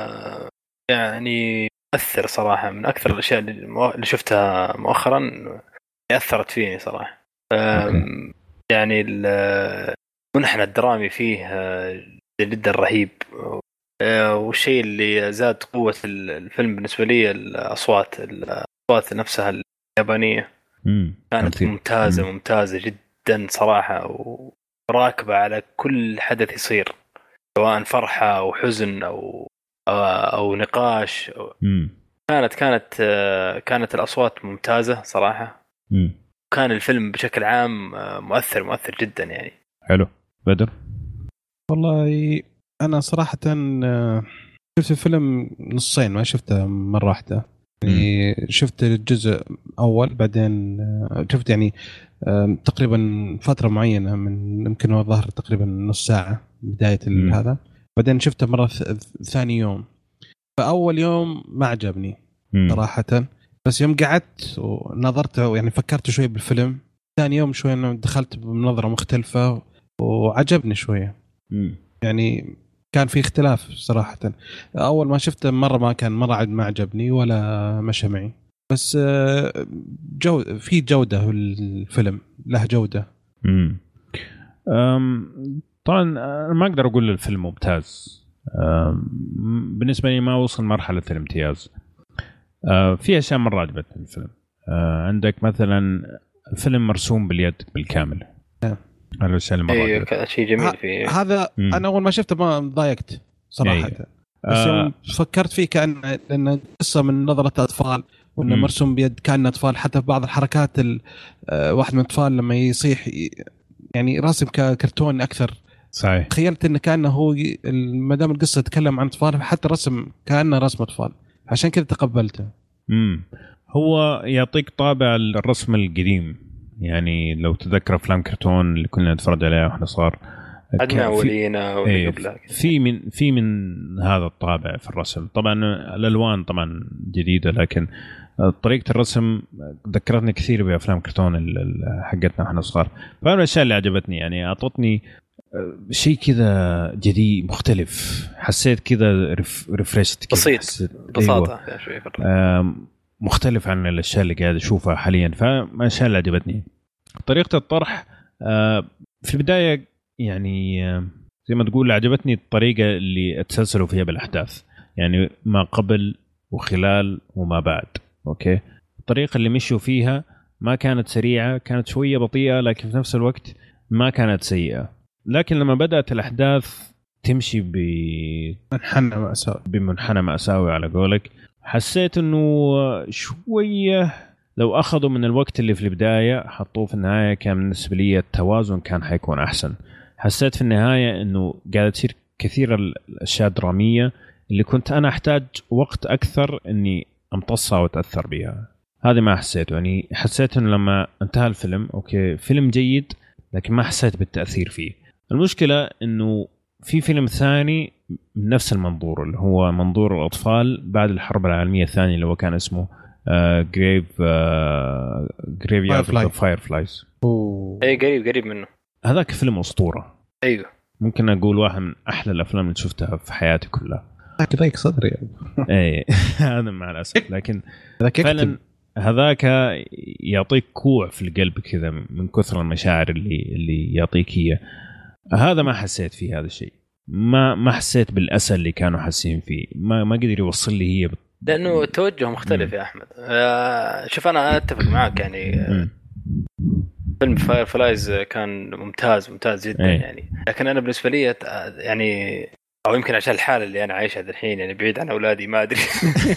يعني أثر صراحة، من أكثر الأشياء اللي شفتها مؤخرا أثرت فيني صراحة. يعني المنحنى الدرامي فيه جدا رهيب، والشيء اللي زاد قوة الفيلم بالنسبة لي الأصوات نفسها اليابانية كانت ممتازة جدا صراحة، وراكبة على كل حدث يصير، سواء فرحة أو حزن أو نقاش. كانت الأصوات ممتازة صراحة. كان الفيلم بشكل عام مؤثر جدا يعني. حلو. بدر؟ والله أنا صراحة شفت الفيلم نصين، ما شفته مرة واحدة. يعني شفت الجزء أول، بعدين شفت يعني تقريبا فترة معينة من يمكن الظهر تقريبا نص ساعة بداية هذا، بعدين شفته مرة ثاني يوم. فأول يوم ما عجبني صراحة، بس يوم قعدت ونظرت يعني فكرت شوي بالفيلم، ثاني يوم شوي أنا دخلت بنظرة مختلفة وعجبني شوية. يعني كان في اختلاف صراحة. أول ما شفته مرة ما كان مرة ما عجبني ولا مشى معي، بس في جودة، الفيلم له جودة. طبعا ما أقدر أقول الفيلم ممتاز، بالنسبة لي ما وصل مرحلة الامتياز. في أشياء مرة عجبتني الفيلم. عندك مثلا الفيلم مرسوم باليد بالكامل، هذا شيء جميل فيه. هذا أنا أول ما شفته ما ضايقت صراحة. بس يوم فكرت فيه لأن قصة من نظرة أطفال، وإنه مرسوم بيد كأنه أطفال. حتى في بعض الحركات واحد من الأطفال لما يصيح يعني راسم كرتون أكثر. صحيح. تخيلت إنه كأنه هو ما دام القصة تتكلم عن أطفال، حتى رسم كأنه رسم أطفال، عشان كذا تقبلته. هو يعطيك طابع الرسم القديم، يعني لو تذكر أفلام كرتون اللي كنا نتفرج عليها وإحنا صغار، عندنا ولينا في من هذا الطابع في الرسم. طبعا الألوان طبعا جديدة، لكن طريقة الرسم ذكرتني كثير بأفلام كرتون حقتنا وإحنا صغار. فأنا الأشياء اللي عجبتني يعني أعطتني شيء كذا جديد مختلف، حسيت كذا ريفرشت بسيط ببساطة. أيوة. مختلف عن الأشياء اللي قاعد أشوفها حاليا. فما الأشياء اللي عجبتني طريقة الطرح في البداية، يعني زي ما تقول عجبتني الطريقة اللي اتسلسلوا فيها بالأحداث، يعني ما قبل وخلال وما بعد. أوكي، الطريقة اللي مشوا فيها ما كانت سريعة، كانت شوية بطيئة، لكن في نفس الوقت ما كانت سيئة. لكن لما بدأت الأحداث تمشي بمنحنى مأساوي على قولك، حسيت إنه شوية لو أخذوا من الوقت اللي في البداية حطوه في النهاية، كان بالنسبة لي التوازن كان حيكون أحسن. حسيت في النهاية إنه قاعدة تصير كثير الأشياء الدرامية اللي كنت أنا أحتاج وقت أكثر إني أمتصها وأتأثر بها. هذا ما حسيته. يعني حسيت إنه لما انتهى الفيلم أوكي فيلم جيد، لكن ما حسيت بالتأثير فيه. المشكلة إنه في فيلم ثاني من نفس المنظور، اللي هو منظور الأطفال بعد الحرب العالمية الثانية، اللي هو كان اسمه Graveyard of the Fireflies. أي قريب منه. هذاك فيلم أسطورة. أيوه ممكن اقول واحد من احلى الافلام اللي شفتها في حياتي كلها. ضيق صدري ايه هذا مع الاسف، لكن فعلا هذاك يعطيك كوع في القلب كذا من كثر المشاعر اللي يعطيك هي. هذا ما حسيت فيه هذا الشيء، ما حسيت بالأسى اللي كانوا حاسين فيه، ما قدر يوصل لي هي لأنه التوجه مختلف يا أحمد. شوف أنا أتفق معك يعني فيلم فاير فلايز كان ممتاز جدا يعني، لكن أنا بالنسبة لي يعني أو يمكن عشان الحالة اللي أنا عايشها الحين يعني بعيد عن أولادي ما أدري.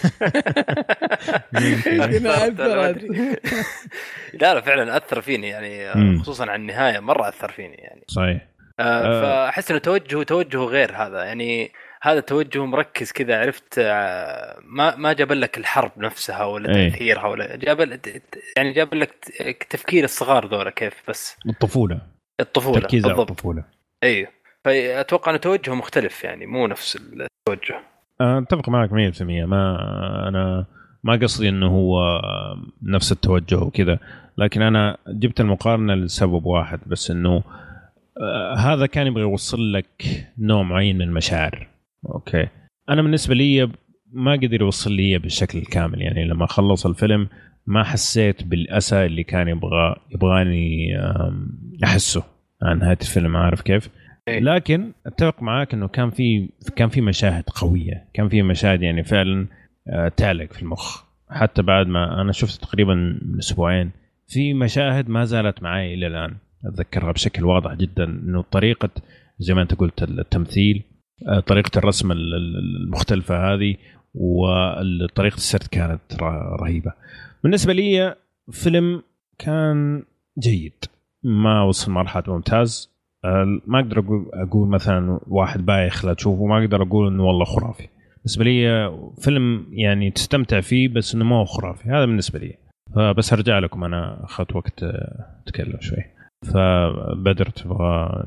لا فعلا أثر فيني يعني، خصوصا عن النهاية مرة أثر فيني يعني. صحيح. فأحس إنه توجهه غير هذا يعني، هذا توجه مركز كذا، عرفت؟ ما جاب لك الحرب نفسها ولا تأثيرها، ولا جاب لك تفكير الصغار ذولا كيف بس الطفولة تركيز على الطفولة. أيوه، فأتوقع أنه توجهه مختلف يعني، مو نفس التوجه. أتفق معك 100%. أنا ما قصدي إنه هو نفس التوجه وكذا، لكن أنا جبت المقارنة لسبب واحد بس، إنه هذا كان يبغى يوصل لك نوع معين من المشاعر. أوكي، أنا بالنسبة لي ما قدر يوصل لي بالشكل الكامل يعني. لما خلص الفيلم ما حسيت بالأسى اللي كان يبغاني أحسه عن نهاية الفيلم، عارف كيف؟ لكن اتفق معاك انه كان في مشاهد قويه، كان في مشاهد يعني فعلا تعلق في المخ. حتى بعد ما انا شفت تقريبا من اسبوعين، في مشاهد ما زالت معي الى الان اتذكرها بشكل واضح جدا. انه طريقه زي ما انت قلت التمثيل، طريقه الرسم المختلفه هذه، وطريقه السرد كانت رهيبه. بالنسبه لي فيلم كان جيد، ما وصل مرحله ممتاز. ما أقدر أقول مثلا واحد بايخ لا تشوفه، ما أقدر أقول إنه والله خرافي. بالنسبة لي فيلم يعني تستمتع فيه بس إنه ما هو خرافي، هذا بالنسبة لي. فبس أرجع لكم، أنا أخذت وقت أتكلم شوي. فبدر تبغى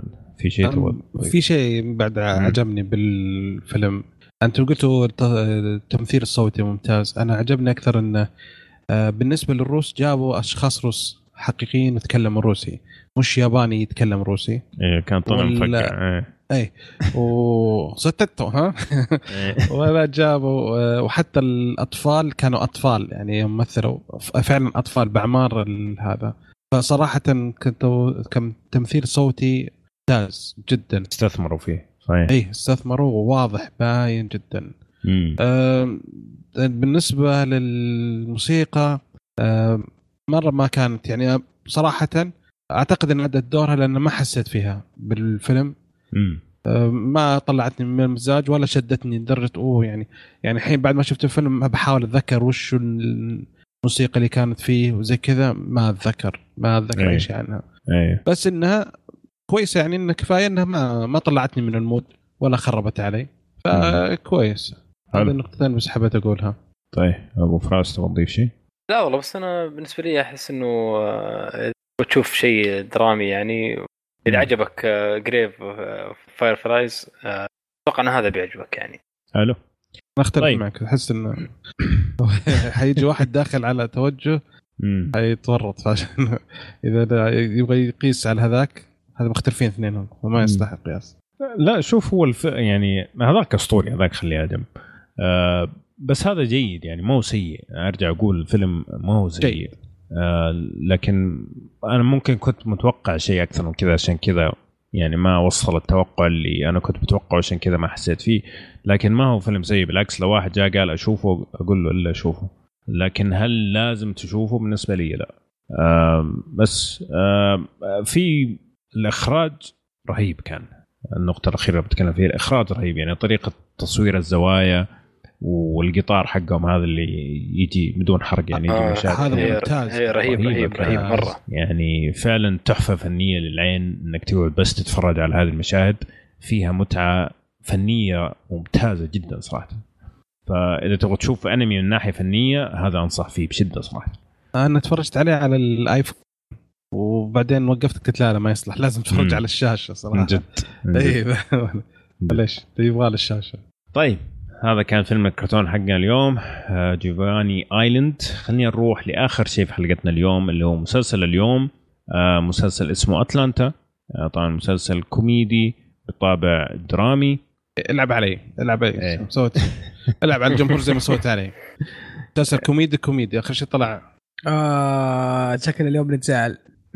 في شيء بعد عجبني بالفيلم؟ أنت قلتوا التمثيل الصوتي ممتاز. أنا عجبني أكثر إنه بالنسبة للروس جابوا أشخاص روس حقيقيين يتكلموا روسي، مش ياباني يتكلم روسي. إيه كان طلع مفكر. إيه وستته ها. ولا جابوا وحتى الأطفال كانوا أطفال يعني، يمثلوا فعلا أطفال بأعمار هذا. فصراحة كم تمثيل صوتي ممتاز جدا، استثمروا فيه. صحيح. إيه استثمروا وواضح باين جدا. بالنسبة للموسيقى مرة ما كانت يعني صراحة أعتقد أن أدت دورها، لأن ما حسيت فيها بالفيلم. ما طلعتني من المزاج ولا شدتني لدرجة يعني الحين بعد ما شفت الفيلم بحاول أتذكر وش الموسيقى اللي كانت فيه وزي كذا، ما أتذكر أي شيء عنها. بس إنها كويسة يعني، إنها كفاية إنها ما طلعتني من المود ولا خربت علي، فكويس. هذه النقطتين بس حبيت أقولها. طيب أبو فراس تضيف شيء؟ لا والله، بس أنا بالنسبة لي أحس إنه تشوف شيء درامي يعني، إذا عجبك جريف فاير فلايز أتوقع أن هذا بيعجبك يعني. حلو. ما اختلف معك، أحس إنه حيجي واحد داخل على توجه حيتورط، عشان إذا يبغى يقيس على هذاك، هذا مختلفين اثنينهم وما يستحق قياس. لا شوف، هو يعني هذاك أسطوري، هذاك خلي آدم. بس هذا جيد يعني، مو سيء. أرجع أقول الفيلم ما هو سيء. لكن أنا ممكن كنت متوقع شيء أكثر من كذا، عشان كذا يعني ما وصل التوقع اللي أنا كنت متوقعه، عشان كذا ما حسيت فيه. لكن ما هو فيلم سيء، بالعكس. لو واحد جاء قال أشوفه أقول له إلا أشوفه. لكن هل لازم تشوفه؟ بالنسبة لي لا. بس في الإخراج رهيب كان. النقطة الأخيرة اللي بتكلم فيها، الإخراج رهيب يعني، طريقة تصوير الزوايا والقطار حقهم هذا اللي يجي بدون حرق يعني. هذا ممتاز، رهيب مرة يعني، فعلا تحفة فنية للعين انك تقعد بس تتفرج على هذه المشاهد. فيها متعة فنية ممتازة جدا صراحة. فإذا تبغى تشوف أنمي من ناحية فنية، هذا أنصح فيه بشدة صراحة. أنا تفرجت عليه على الآيفون وبعدين وقفت، قلت لا ما يصلح، لازم تفرج على الشاشة صراحة. جد. إيه ليش تبغى على الشاشة؟ طيب هذا كان فيلم الكرتون حقنا اليوم، جيفاني آيلاند. خلينا نروح لآخر شيء في حلقتنا اليوم، اللي هو مسلسل اليوم. مسلسل اسمه أتلانتا. طبعا مسلسل كوميدي بطابع درامي. العب علي إيه. سويت العب على الجمهور زي ما سويت عليه. مسلسل كوميدي آخر شيء طلع. شكل اليوم نتزعل.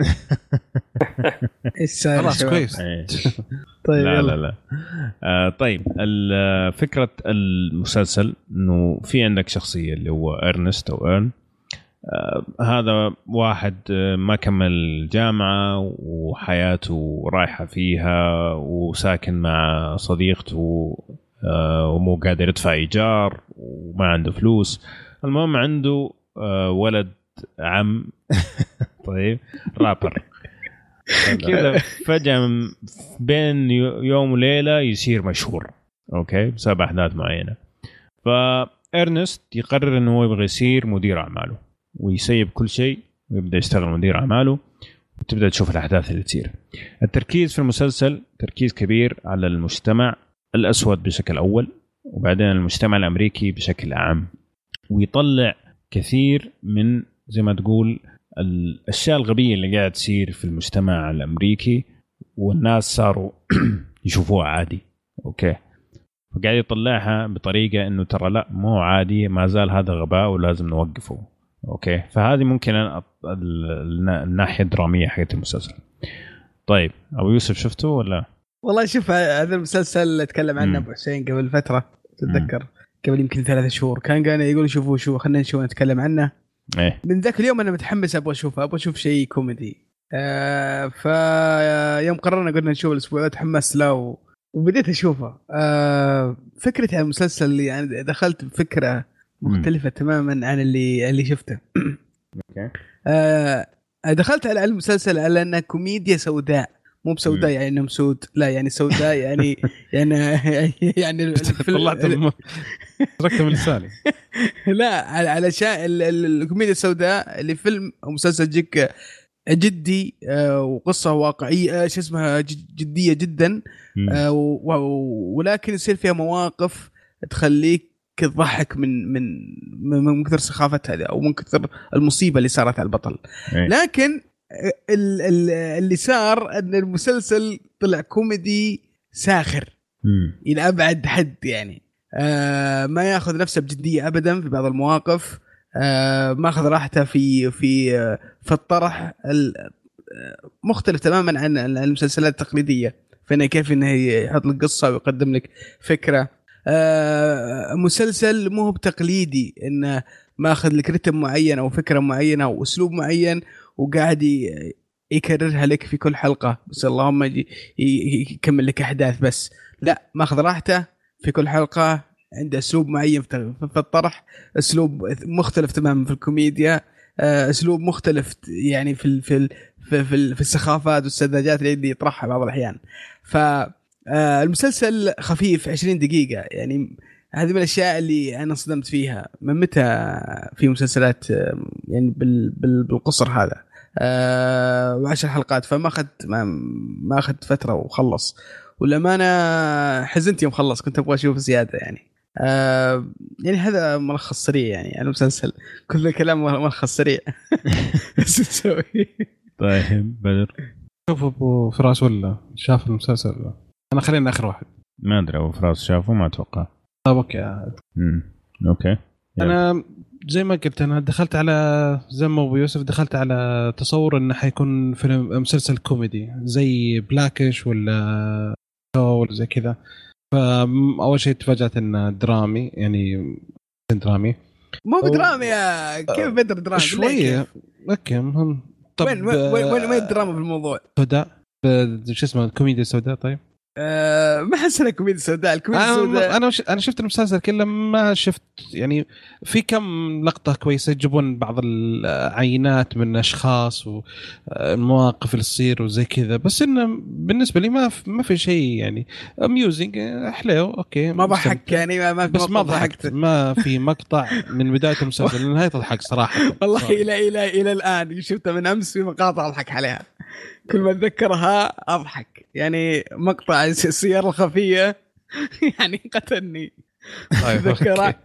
خلاص كويس. طيب لا. طيب فكرة المسلسل إنه في عندك شخصية اللي هو إرنست أو إرن. هذا واحد ما كمل الجامعة وحياته رايحة فيها وساكن مع صديقته ومو قادر يدفع إيجار وما عنده فلوس. المهم عنده ولد عم طيب رابر كذا فجأة بين يوم وليلة يصير مشهور أوكي بسبب أحداث معينة. فإرنست يقرر إنه هو يبغى يصير مدير أعماله ويسيب كل شيء ويبدأ يشتغل مدير أعماله وتبدأ تشوف الأحداث اللي تصير. التركيز في المسلسل تركيز كبير على المجتمع الأسود بشكل أول وبعدين المجتمع الأمريكي بشكل عام ويطلع كثير من زي ما تقول الأشياء الغبية اللي قاعد تصير في المجتمع الأمريكي والناس صاروا يشوفوها عادي أوكي. فقاعد يطلعها بطريقة إنه ترى لا مو عادي ما زال هذا غباء ولازم نوقفه أوكي. فهذه ممكن الناحية الدرامية حقت المسلسل. طيب أبو يوسف شفته ولا؟ والله شوف هذا المسلسل اتكلم عنه أبو حسين قبل فترة تتذكر قبل يمكن 3 شهور كان يقول شوفوا شو خلينا نشوف نتكلم عنه. إيه. من ذاك اليوم أنا متحمس أبغى أشوف شيء كوميدي. فيوم قررنا قلنا نشوف الأسبوع تحمس له وبديت أشوفه. فكرة المسلسل اللي يعني دخلت بفكرة مختلفة تماما عن اللي شفته. دخلت على المسلسل على أنه كوميديا سوداء مو بسوداء يعني انه مسود لا يعني سوداء يعني طلعت تركت من لساني. لا على الكوميديا السوداء اللي فيلم او مسلسل جدي وقصه واقعيه شو اسمها جديه جدا ولكن يصير فيها مواقف تخليك تضحك من كثر سخافتها او من كثر المصيبه اللي صارت على البطل. لكن اللي صار ان المسلسل طلع كوميدي ساخر الى ابعد حد يعني ما ياخذ نفسه بجديه ابدا في بعض المواقف. ما اخذ راحته في الطرح مختلف تماما عن المسلسلات التقليديه فإنه كيف انه يحط لك قصه ويقدم لك فكره. مسلسل مو بتقليدي انه ماخذ لك رتم معين او فكره معينه او اسلوب معين وقاعد يكررها لك في كل حلقه بس اللهم يكمل لك احداث بس لا ماخذ راحته في كل حلقه عنده اسلوب معين في الطرح اسلوب مختلف تماما في الكوميديا اسلوب مختلف يعني في السخافات والسذاجات اللي يطرحها بعض الاحيان. فالمسلسل خفيف 20 دقيقه يعني هذه من الاشياء اللي انا صدمت فيها من متى في مسلسلات يعني بالقصر هذا 10 حلقات فما اخذت فتره وخلص ولما انا حزنت يوم خلص كنت ابغى اشوف زياده يعني. يعني هذا ملخص سريع يعني المسلسل كل الكلام ملخص سريع. بس نسوي. طيب بدر شوف ابو فراس ولا شاف المسلسل؟ انا خلينا اخر واحد ما ادري ابو فراس شافه ما اتوقع. طيب اوكي اوكي انا زي ما قلت انا دخلت على زي ما ابو يوسف دخلت على تصور انه حيكون فيلم مسلسل كوميدي زي بلاكش ولا زي كذا. فاول شيء تفاجأت انه درامي يعني درامي مو بدرامي يا كيف بدر درامي شويه اوكي مهم. طب وين الدراما في الموضوع؟ سوداء شو اسمه الكوميديا السوداء. طيب ما حس انها كوميديا سوداء. الكوميديا السوداء انا شفت المسلسل كله ما شفت يعني في كم لقطه كويسه يجيبون بعض العينات من اشخاص والمواقف اللي تصير وزي كذا بس انه بالنسبه لي ما في شيء يعني اميوزنج حلو اوكي ما ضحك يعني ما بس ما ضحكت ما في مقطع من بدايه المسلسل لنهايه تضحك صراحه. والله الى الان شفته من امس في مقاطع اضحك عليها كل ما اتذكرها اضحك يعني مقطع السيارة الخفية يعني قتلني. ذكرها.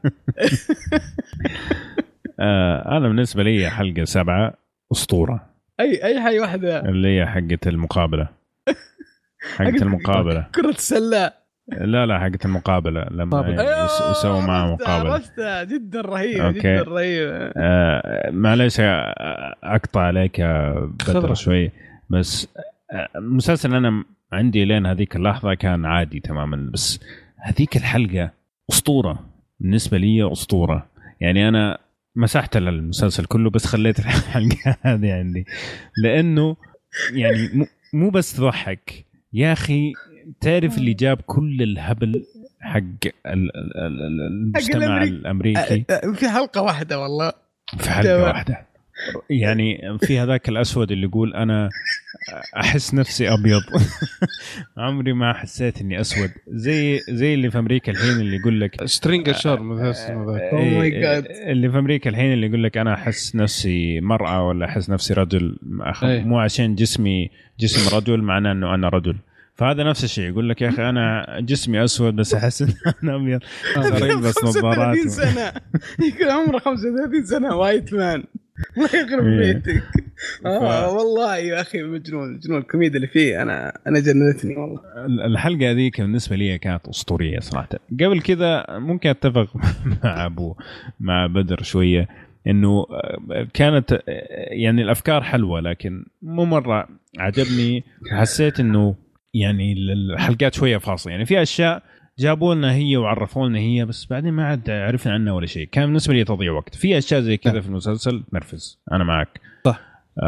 أنا بالنسبة لي حلقة 7 أسطورة. أي حاجة واحدة اللي هي حقة المقابلة. حقت المقابله كرة السلة. لا حقت المقابله لما يسووا معه مقابله عرفتها جدا رهيبه جدا رهيبه. معليش اقطع عليك بدر شوي بس المسلسل انا عندي لين هذيك اللحظه كان عادي تماما بس هذيك الحلقه اسطوره بالنسبه لي اسطوره يعني انا مسحت المسلسل كله بس خليت الحلقه هذه عندي لانه يعني مو بس تضحك يا اخي تعرف اللي جاب كل الهبل حق المجتمع الامريكي في حلقه واحده والله في حلقه واحده يعني في هذاك الاسود اللي يقول انا احس نفسي ابيض عمري ما حسيت اني اسود زي اللي في امريكا الحين اللي يقول لك سترينج شور اللي في امريكا الحين اللي يقول لك انا احس نفسي مرأة ولا احس نفسي رجل مو عشان جسم رجل معناه انه انا رجل فهذا نفس الشيء يقول لك يا اخي انا جسمي اسود بس احس ان انا ابيض بس نظارات سنه يكون عمره 35 سنه وايت مان الله يخرب بيتك. والله يا اخي مجنون الكوميديا اللي فيه انا جننتني والله. الحلقه هذيك بالنسبه لي كانت اسطوريه صراحه. قبل كذا ممكن اتفق مع بدر شويه انه كانت يعني الافكار حلوه لكن مو مره عجبني. حسيت انه يعني الحلقات شويه فاصله يعني في اشياء جابوا لنا هي وعرفوا لنا هي بس بعدين ما عاد عرفنا عنها ولا شيء. كان بالنسبه لي تضييع وقت. في اشياء زي كذا في المسلسل نرفز انا معك صح.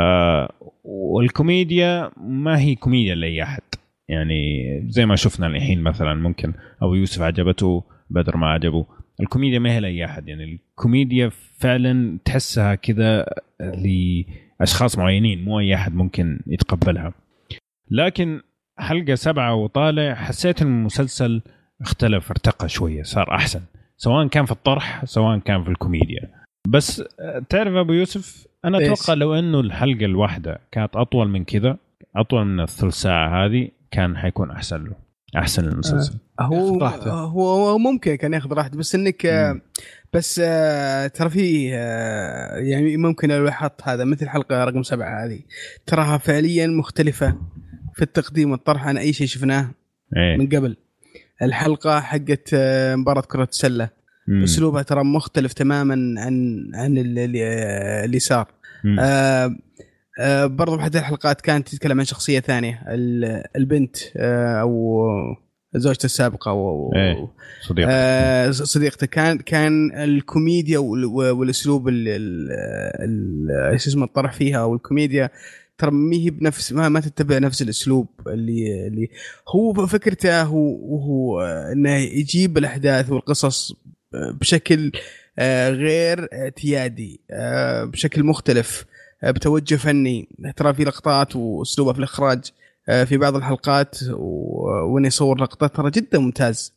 والكوميديا ما هي كوميديا لاي احد يعني زي ما شفنا الحين مثلا ممكن ابو يوسف عجبته بدر ما عجبه. الكوميديا ما هي لاي احد يعني الكوميديا فعلا تحسها كذا لاشخاص معينين مو اي احد ممكن يتقبلها. لكن حلقة 7 وطالع حسيت المسلسل اختلف ارتقى شوية صار أحسن سواء كان في الطرح سواء كان في الكوميديا. بس تعرف أبو يوسف أنا أتوقع لو أنه الحلقة الواحدة كانت أطول من كذا أطول من الثلث ساعة هذه كان حيكون أحسن له أحسن المسلسل. هو ممكن كان ياخذ راحته بس إنك بس ترى فيه يعني ممكن لو لاحظت هذا مثل حلقة رقم 7 هذه تراها فعليا مختلفة في التقديم والطرح عن أي شيء شفناه من قبل. الحلقة حقت مباراة كرة السلة أسلوبها ترى مختلف تماما عن اللي صار. برضو بحد الحلقات كانت تتكلم عن شخصية ثانية البنت أو زوجته السابقة أو صديقته. كان الكوميديا والأسلوب اسمه الطرح فيها والكوميديا ترى ما هي بنفس ما تتبع نفس الأسلوب اللي هو فكرته هو إنه يجيب الأحداث والقصص بشكل غير اعتيادي بشكل مختلف بتوجه فني. ترى في لقطات وأسلوبه في الإخراج في بعض الحلقات وإنه يصور لقطات ترى جدا ممتاز.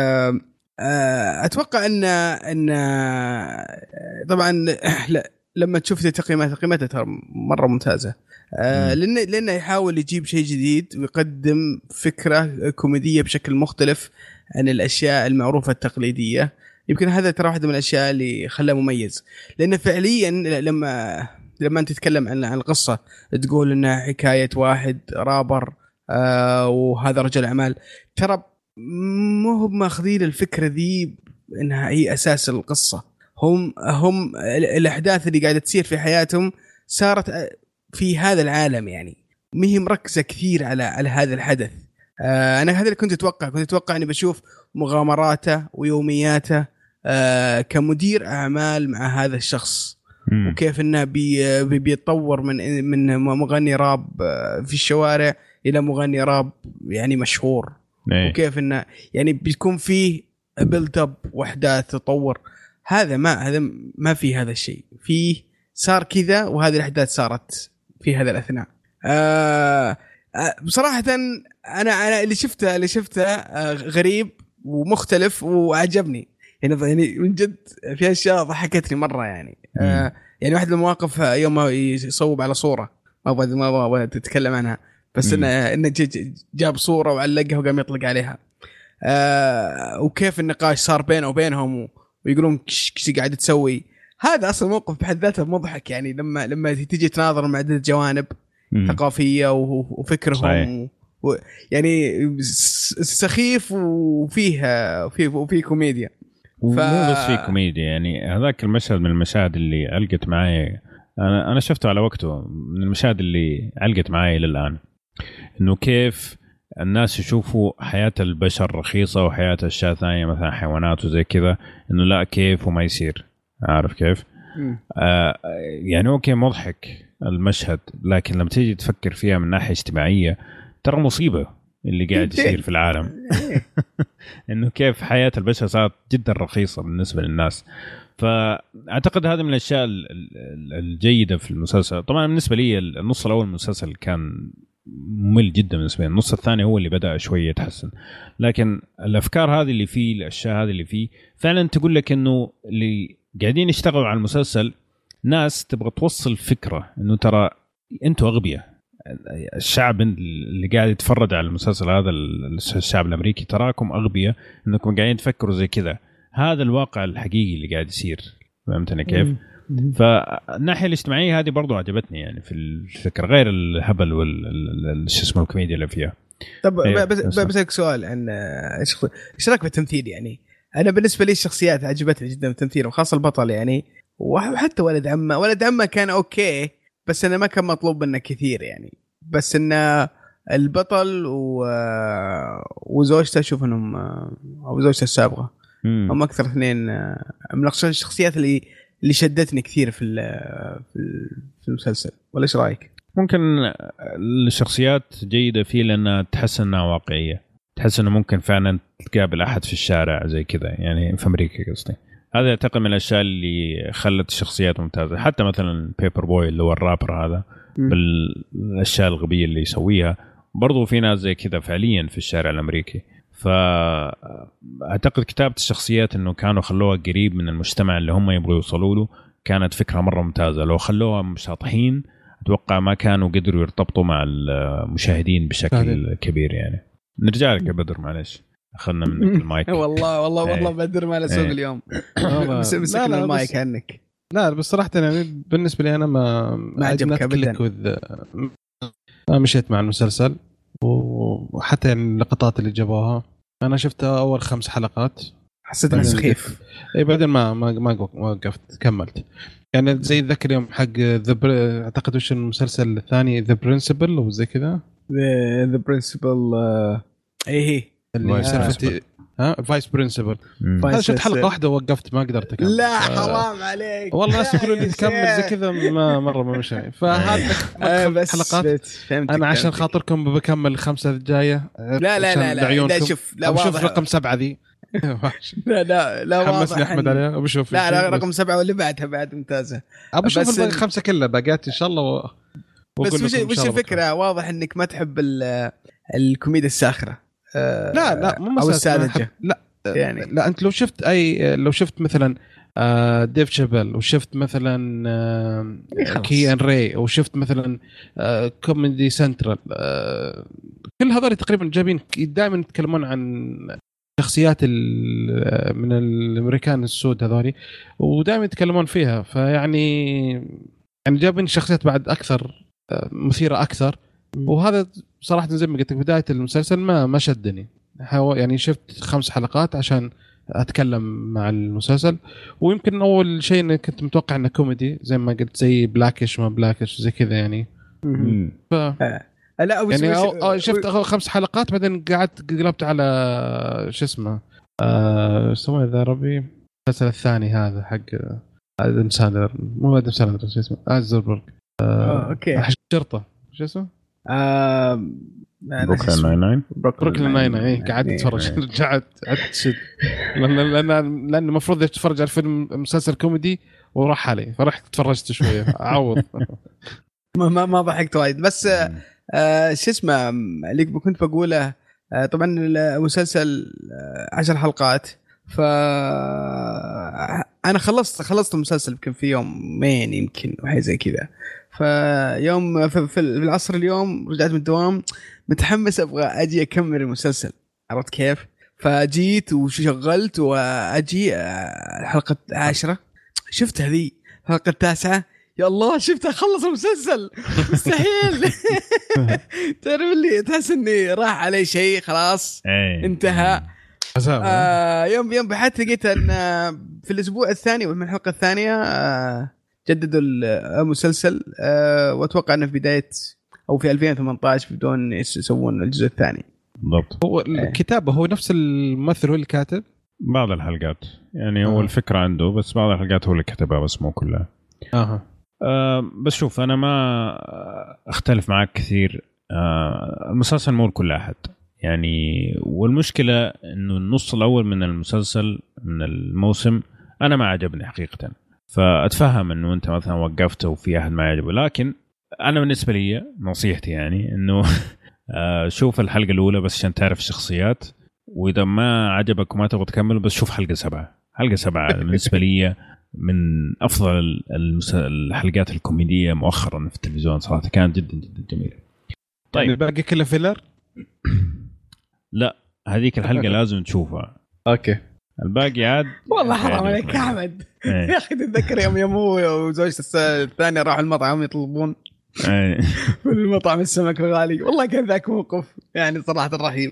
أتوقع إن طبعا لما تشوف تقييماتها ترى مرة ممتازة لأنه يحاول يجيب شيء جديد ويقدم فكرة كوميدية بشكل مختلف عن الأشياء المعروفة التقليدية. يمكن هذا ترى واحدة من الأشياء اللي خلاه مميز لأنه فعليا لما أنت تتكلم عن القصة تقول إنها حكاية واحد رابر وهذا رجل أعمال ترى مو هم ماخذين الفكرة ذي إنها هي أساس القصة. هم الأحداث اللي قاعدة تصير في حياتهم صارت في هذا العالم يعني ما هي مركزة كثير على هذا الحدث. أنا هذا اللي كنت أتوقع أني بشوف مغامراته ويومياته كمدير أعمال مع هذا الشخص وكيف أنه بيتطور من مغني راب في الشوارع إلى مغني راب يعني مشهور وكيف أنه يعني بيكون فيه بيلد اب وأحداث تطور. هذا ما في هذا الشيء فيه صار كذا وهذه الأحداث صارت في هذا الأثناء. بصراحة أنا اللي شفته غريب ومختلف وعجبني يعني من جد في أشياء ضحكتني مرة يعني. يعني واحد من المواقف يوم ما يصوب على صورة ما أبغى تتكلم عنها بس إنه جاب صورة وعلقها وقام يطلق عليها وكيف النقاش صار بينه وبينهم ويقولون كش قاعد تسوي. هذا أصلا موقف بحد ذاته مضحك يعني لما تيجي تناظر مع عدة جوانب ثقافية وفكرهم يعني سخيف وفيه كوميديا. مو بس في كوميديا، يعني هذاك المشهد من المشاهد اللي علقت معي، أنا شفته على وقته، من المشاهد اللي علقت معي للآن، إنه كيف الناس يشوفوا حياة البشر رخيصة وحياة الأشياء ثانية مثلا حيوانات وزي كذا، إنه لا كيف وما يصير، عارف كيف؟ يعني أوكي مضحك المشهد، لكن لما تيجي تفكر فيها من ناحية اجتماعية ترى مصيبة اللي قاعد يصير في العالم. إنه كيف حياة البشر صارت جدا رخيصة بالنسبة للناس. فأعتقد هذا من الأشياء الجيدة في المسلسل. طبعا بالنسبة لي النص الأول من المسلسل كان ممل جدا بالنسبة لي، النص الثاني هو اللي بدأ شوية يتحسن، لكن الأفكار هذه اللي فيه، الأشياء هذه اللي فيه فعلا تقول لك إنه اللي قاعدين يشتغلوا على المسلسل ناس تبغى توصل فكرة إنه ترى أنتوا أغبياء، الشعب اللي قاعد يتفرج على المسلسل هذا، الشعب الأمريكي تراكم أغبياء إنكم قاعدين تفكروا زي كذا، هذا الواقع الحقيقي اللي قاعد يصير. فهمتني كيف؟ فالناحية الاجتماعية هذه برضو عجبتني يعني في الفكرة، غير الهبل شو اسمه الكوميديا اللي فيها. طب بسألك سؤال عن ايش رايك بالتمثيل؟ يعني انا بالنسبة لي الشخصيات عجبتني جدا التمثيل، وخاصة البطل يعني، وحتى ولد عمه كان اوكي، بس انا ما كان مطلوب منه كثير يعني، بس انه البطل وزوجته اشوف انهم او زوجته السابقة هم اكثر اثنين من الشخصيات اللي شدتني كثير في المسلسل. ولا ايش رايك؟ ممكن الشخصيات جيدة فيه لأنها تحس أنها واقعية، تحس أنه ممكن فعلا تقابل أحد في الشارع زي كذا، يعني في أمريكا قصدي. هذا أعتقد من الأشياء اللي خلت الشخصيات ممتازة. حتى مثلا بيبر بوي اللي هو الرابر هذا بالأشياء الغبية اللي يسويها، برضو في ناس زي كذا فعليا في الشارع الأمريكي. فأعتقد كتابة الشخصيات إنه كانوا خلوها قريب من المجتمع اللي هم يبغوا يوصلوا له، كانت فكرة مرة ممتازة. لو خلوها مشاطحين أتوقع ما كانوا قدروا يرتبطوا مع المشاهدين بشكل كبير. يعني نرجع لك يا بدر، معلش أخذنا منك المايك. والله بدر ما لسوق اليوم. مسكنا المايك عنك. لا بس صراحة يعني بالنسبة لي أنا ما عجبك أبدا، ما مشيت مع المسلسل، وحتى يعني اللقطات اللي جابوها أنا شفتها أول 5 حلقات حسيت إنه سخيف. إيه بعدين ما وقفت، كملت يعني زي ذاك اليوم حق أعتقد وش المسلسل الثاني The Principal أو زي كذا. The Principal إيه اللي سالفة فايس برنسبل. هذا شفت حلقة واحدة ووقفت، ما قدرت أكمل. لا حرام عليك والله الناس يقولوا لي تكمل زي كذا، مرة ما مشي. فهذا بس حلقات أنا عشان خاطركم بكمل 5 الجاية. لا شوف، لا بشوف رقم 7 ذي. لا حمسني أحمد عليها وبشوف. لا رقم 7 واللي بعدها بعد ممتازة. أبشوف 5 كلها باقيات إن شاء الله. بس وش الفكرة؟ واضح إنك ما تحب الكوميديا الساخرة. لا مو مسألة لا يعني لا. انت لو شفت مثلا ديف شابل، وشفت مثلا كيان ري، وشفت مثلا كوميدي سنترال، كل هذول تقريبا جايبين دائما يتكلمون عن شخصيات من الامريكان السود هذولي، ودائما يتكلمون فيها. فيعني جايبين شخصيات بعد اكثر مثيرة اكثر. وهذا صراحة زي ما قلت بداية المسلسل ما شدني، يعني شفت 5 حلقات عشان أتكلم مع المسلسل. ويمكن أول شيء أنا كنت متوقع إنه كوميدي زي ما قلت، زي بلاكش ما بلاكش زي كذا يعني. لا يعني شفت 5 حلقات بعدين قلبت على شو اسمه اسمه ذا ربي المسلسل الثاني هذا حق آدم ساندر، مو آدم ساندر شو اسمه أزربرغ. أوكي شرطة شو اسمه بروكلين ناين. ايه قاعد اتفرج رجعت عدت لان المفروض اتفرج على فيلم مسلسل كوميدي وراح علي، فرحت تفرجت شويه اعوض. ما ضحكت وايد بس شو اسمه اللي كنت بقوله. طبعا المسلسل 10 حلقات، ف انا خلصت المسلسل يمكن في يومين يمكن وحاجه زي كذا. فيوم في العصر اليوم رجعت من الدوام متحمس ابغى اجي اكمل المسلسل، عرفت كيف؟ فجيت وشغلت واجي الحلقه 10 شفت هذه الحلقه 9 يا الله شفتها خلص المسلسل مستحيل. تعرف اللي تحس اني راح علي شيء خلاص انتهى. يوم بحثت لقيت ان في الاسبوع الثاني من الحلقه الثانيه جددوا المسلسل، واتوقع انه في بدايه او في 2018 بدون يسوون الجزء الثاني. بالضبط. هو الكتابه هو نفس الممثل هو اللي كاتب بعض الحلقات يعني هو الفكره عنده، بس بعض الحلقات هو اللي كتبها بس مو كلها. بس شوف انا ما اختلف معك كثير. المسلسل مو لكل احد يعني، والمشكله انه النص الاول من المسلسل من الموسم انا ما عجبني حقيقه، فاتفهم انه انت مثلا وقفته وفي احد ما يعجبه، لكن انا بالنسبه لي نصيحتي يعني انه شوف الحلقه الاولى بس عشان تعرف الشخصيات، واذا ما عجبك وما تبغى تكمل بس شوف حلقه 7. حلقه 7 بالنسبه لي من افضل الحلقات الكوميديه مؤخرا في التلفزيون صراحه، كانت جدا جدا جميله. طيب يعني الباقي كله فيلر؟ لا هذيك الحلقه لازم تشوفها. اوكي الباقي عاد والله حرام عليك يا احمد. يا اخي تتذكر يوم هو وزوجته الثانيه راحوا المطعم يطلبون في المطعم السمك الغالي، والله كان ذاك موقف يعني صراحه رهيب.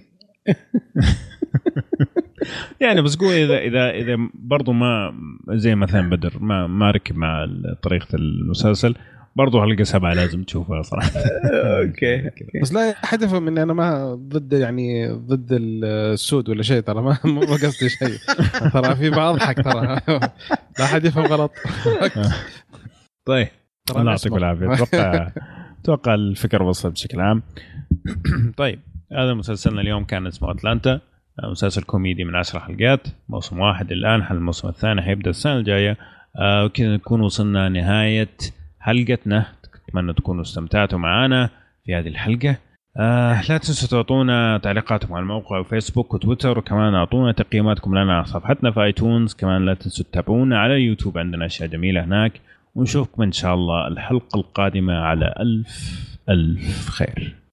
يعني بس قول اذا برضو ما زي مثلا بدر ما ركب مع طريقه المسلسل، برضو حلقه 7 لازم تشوفها صراحه. اوكي بس لا احد يفهم ان انا ما ضد يعني ضد السود ولا شيء، ترى ما قصدي شيء، ترى في بعض حق ترى لا احد يفهم غلط. طيب الله يعطيك العافيه. اتوقع الفكره وصلت بشكل عام. طيب هذا مسلسلنا اليوم كان اسمه أتلانتا، مسلسل كوميدي من 10 حلقات، موسم 1 الآن، الموسم الثاني حيبدأ السنة الجاية. وكذا نكون وصلنا نهاية حلقتنا. أتمنى تكونوا استمتعتوا معنا في هذه الحلقة. لا تنسوا تعطونا تعليقاتكم على الموقع وفيسبوك وتويتر، وكمان أعطونا تقييماتكم لنا على صفحتنا في آيتونز. كمان لا تنسوا تتابعونا على يوتيوب، عندنا أشياء جميلة هناك، ونشوفكم إن شاء الله الحلقة القادمة على ألف خير.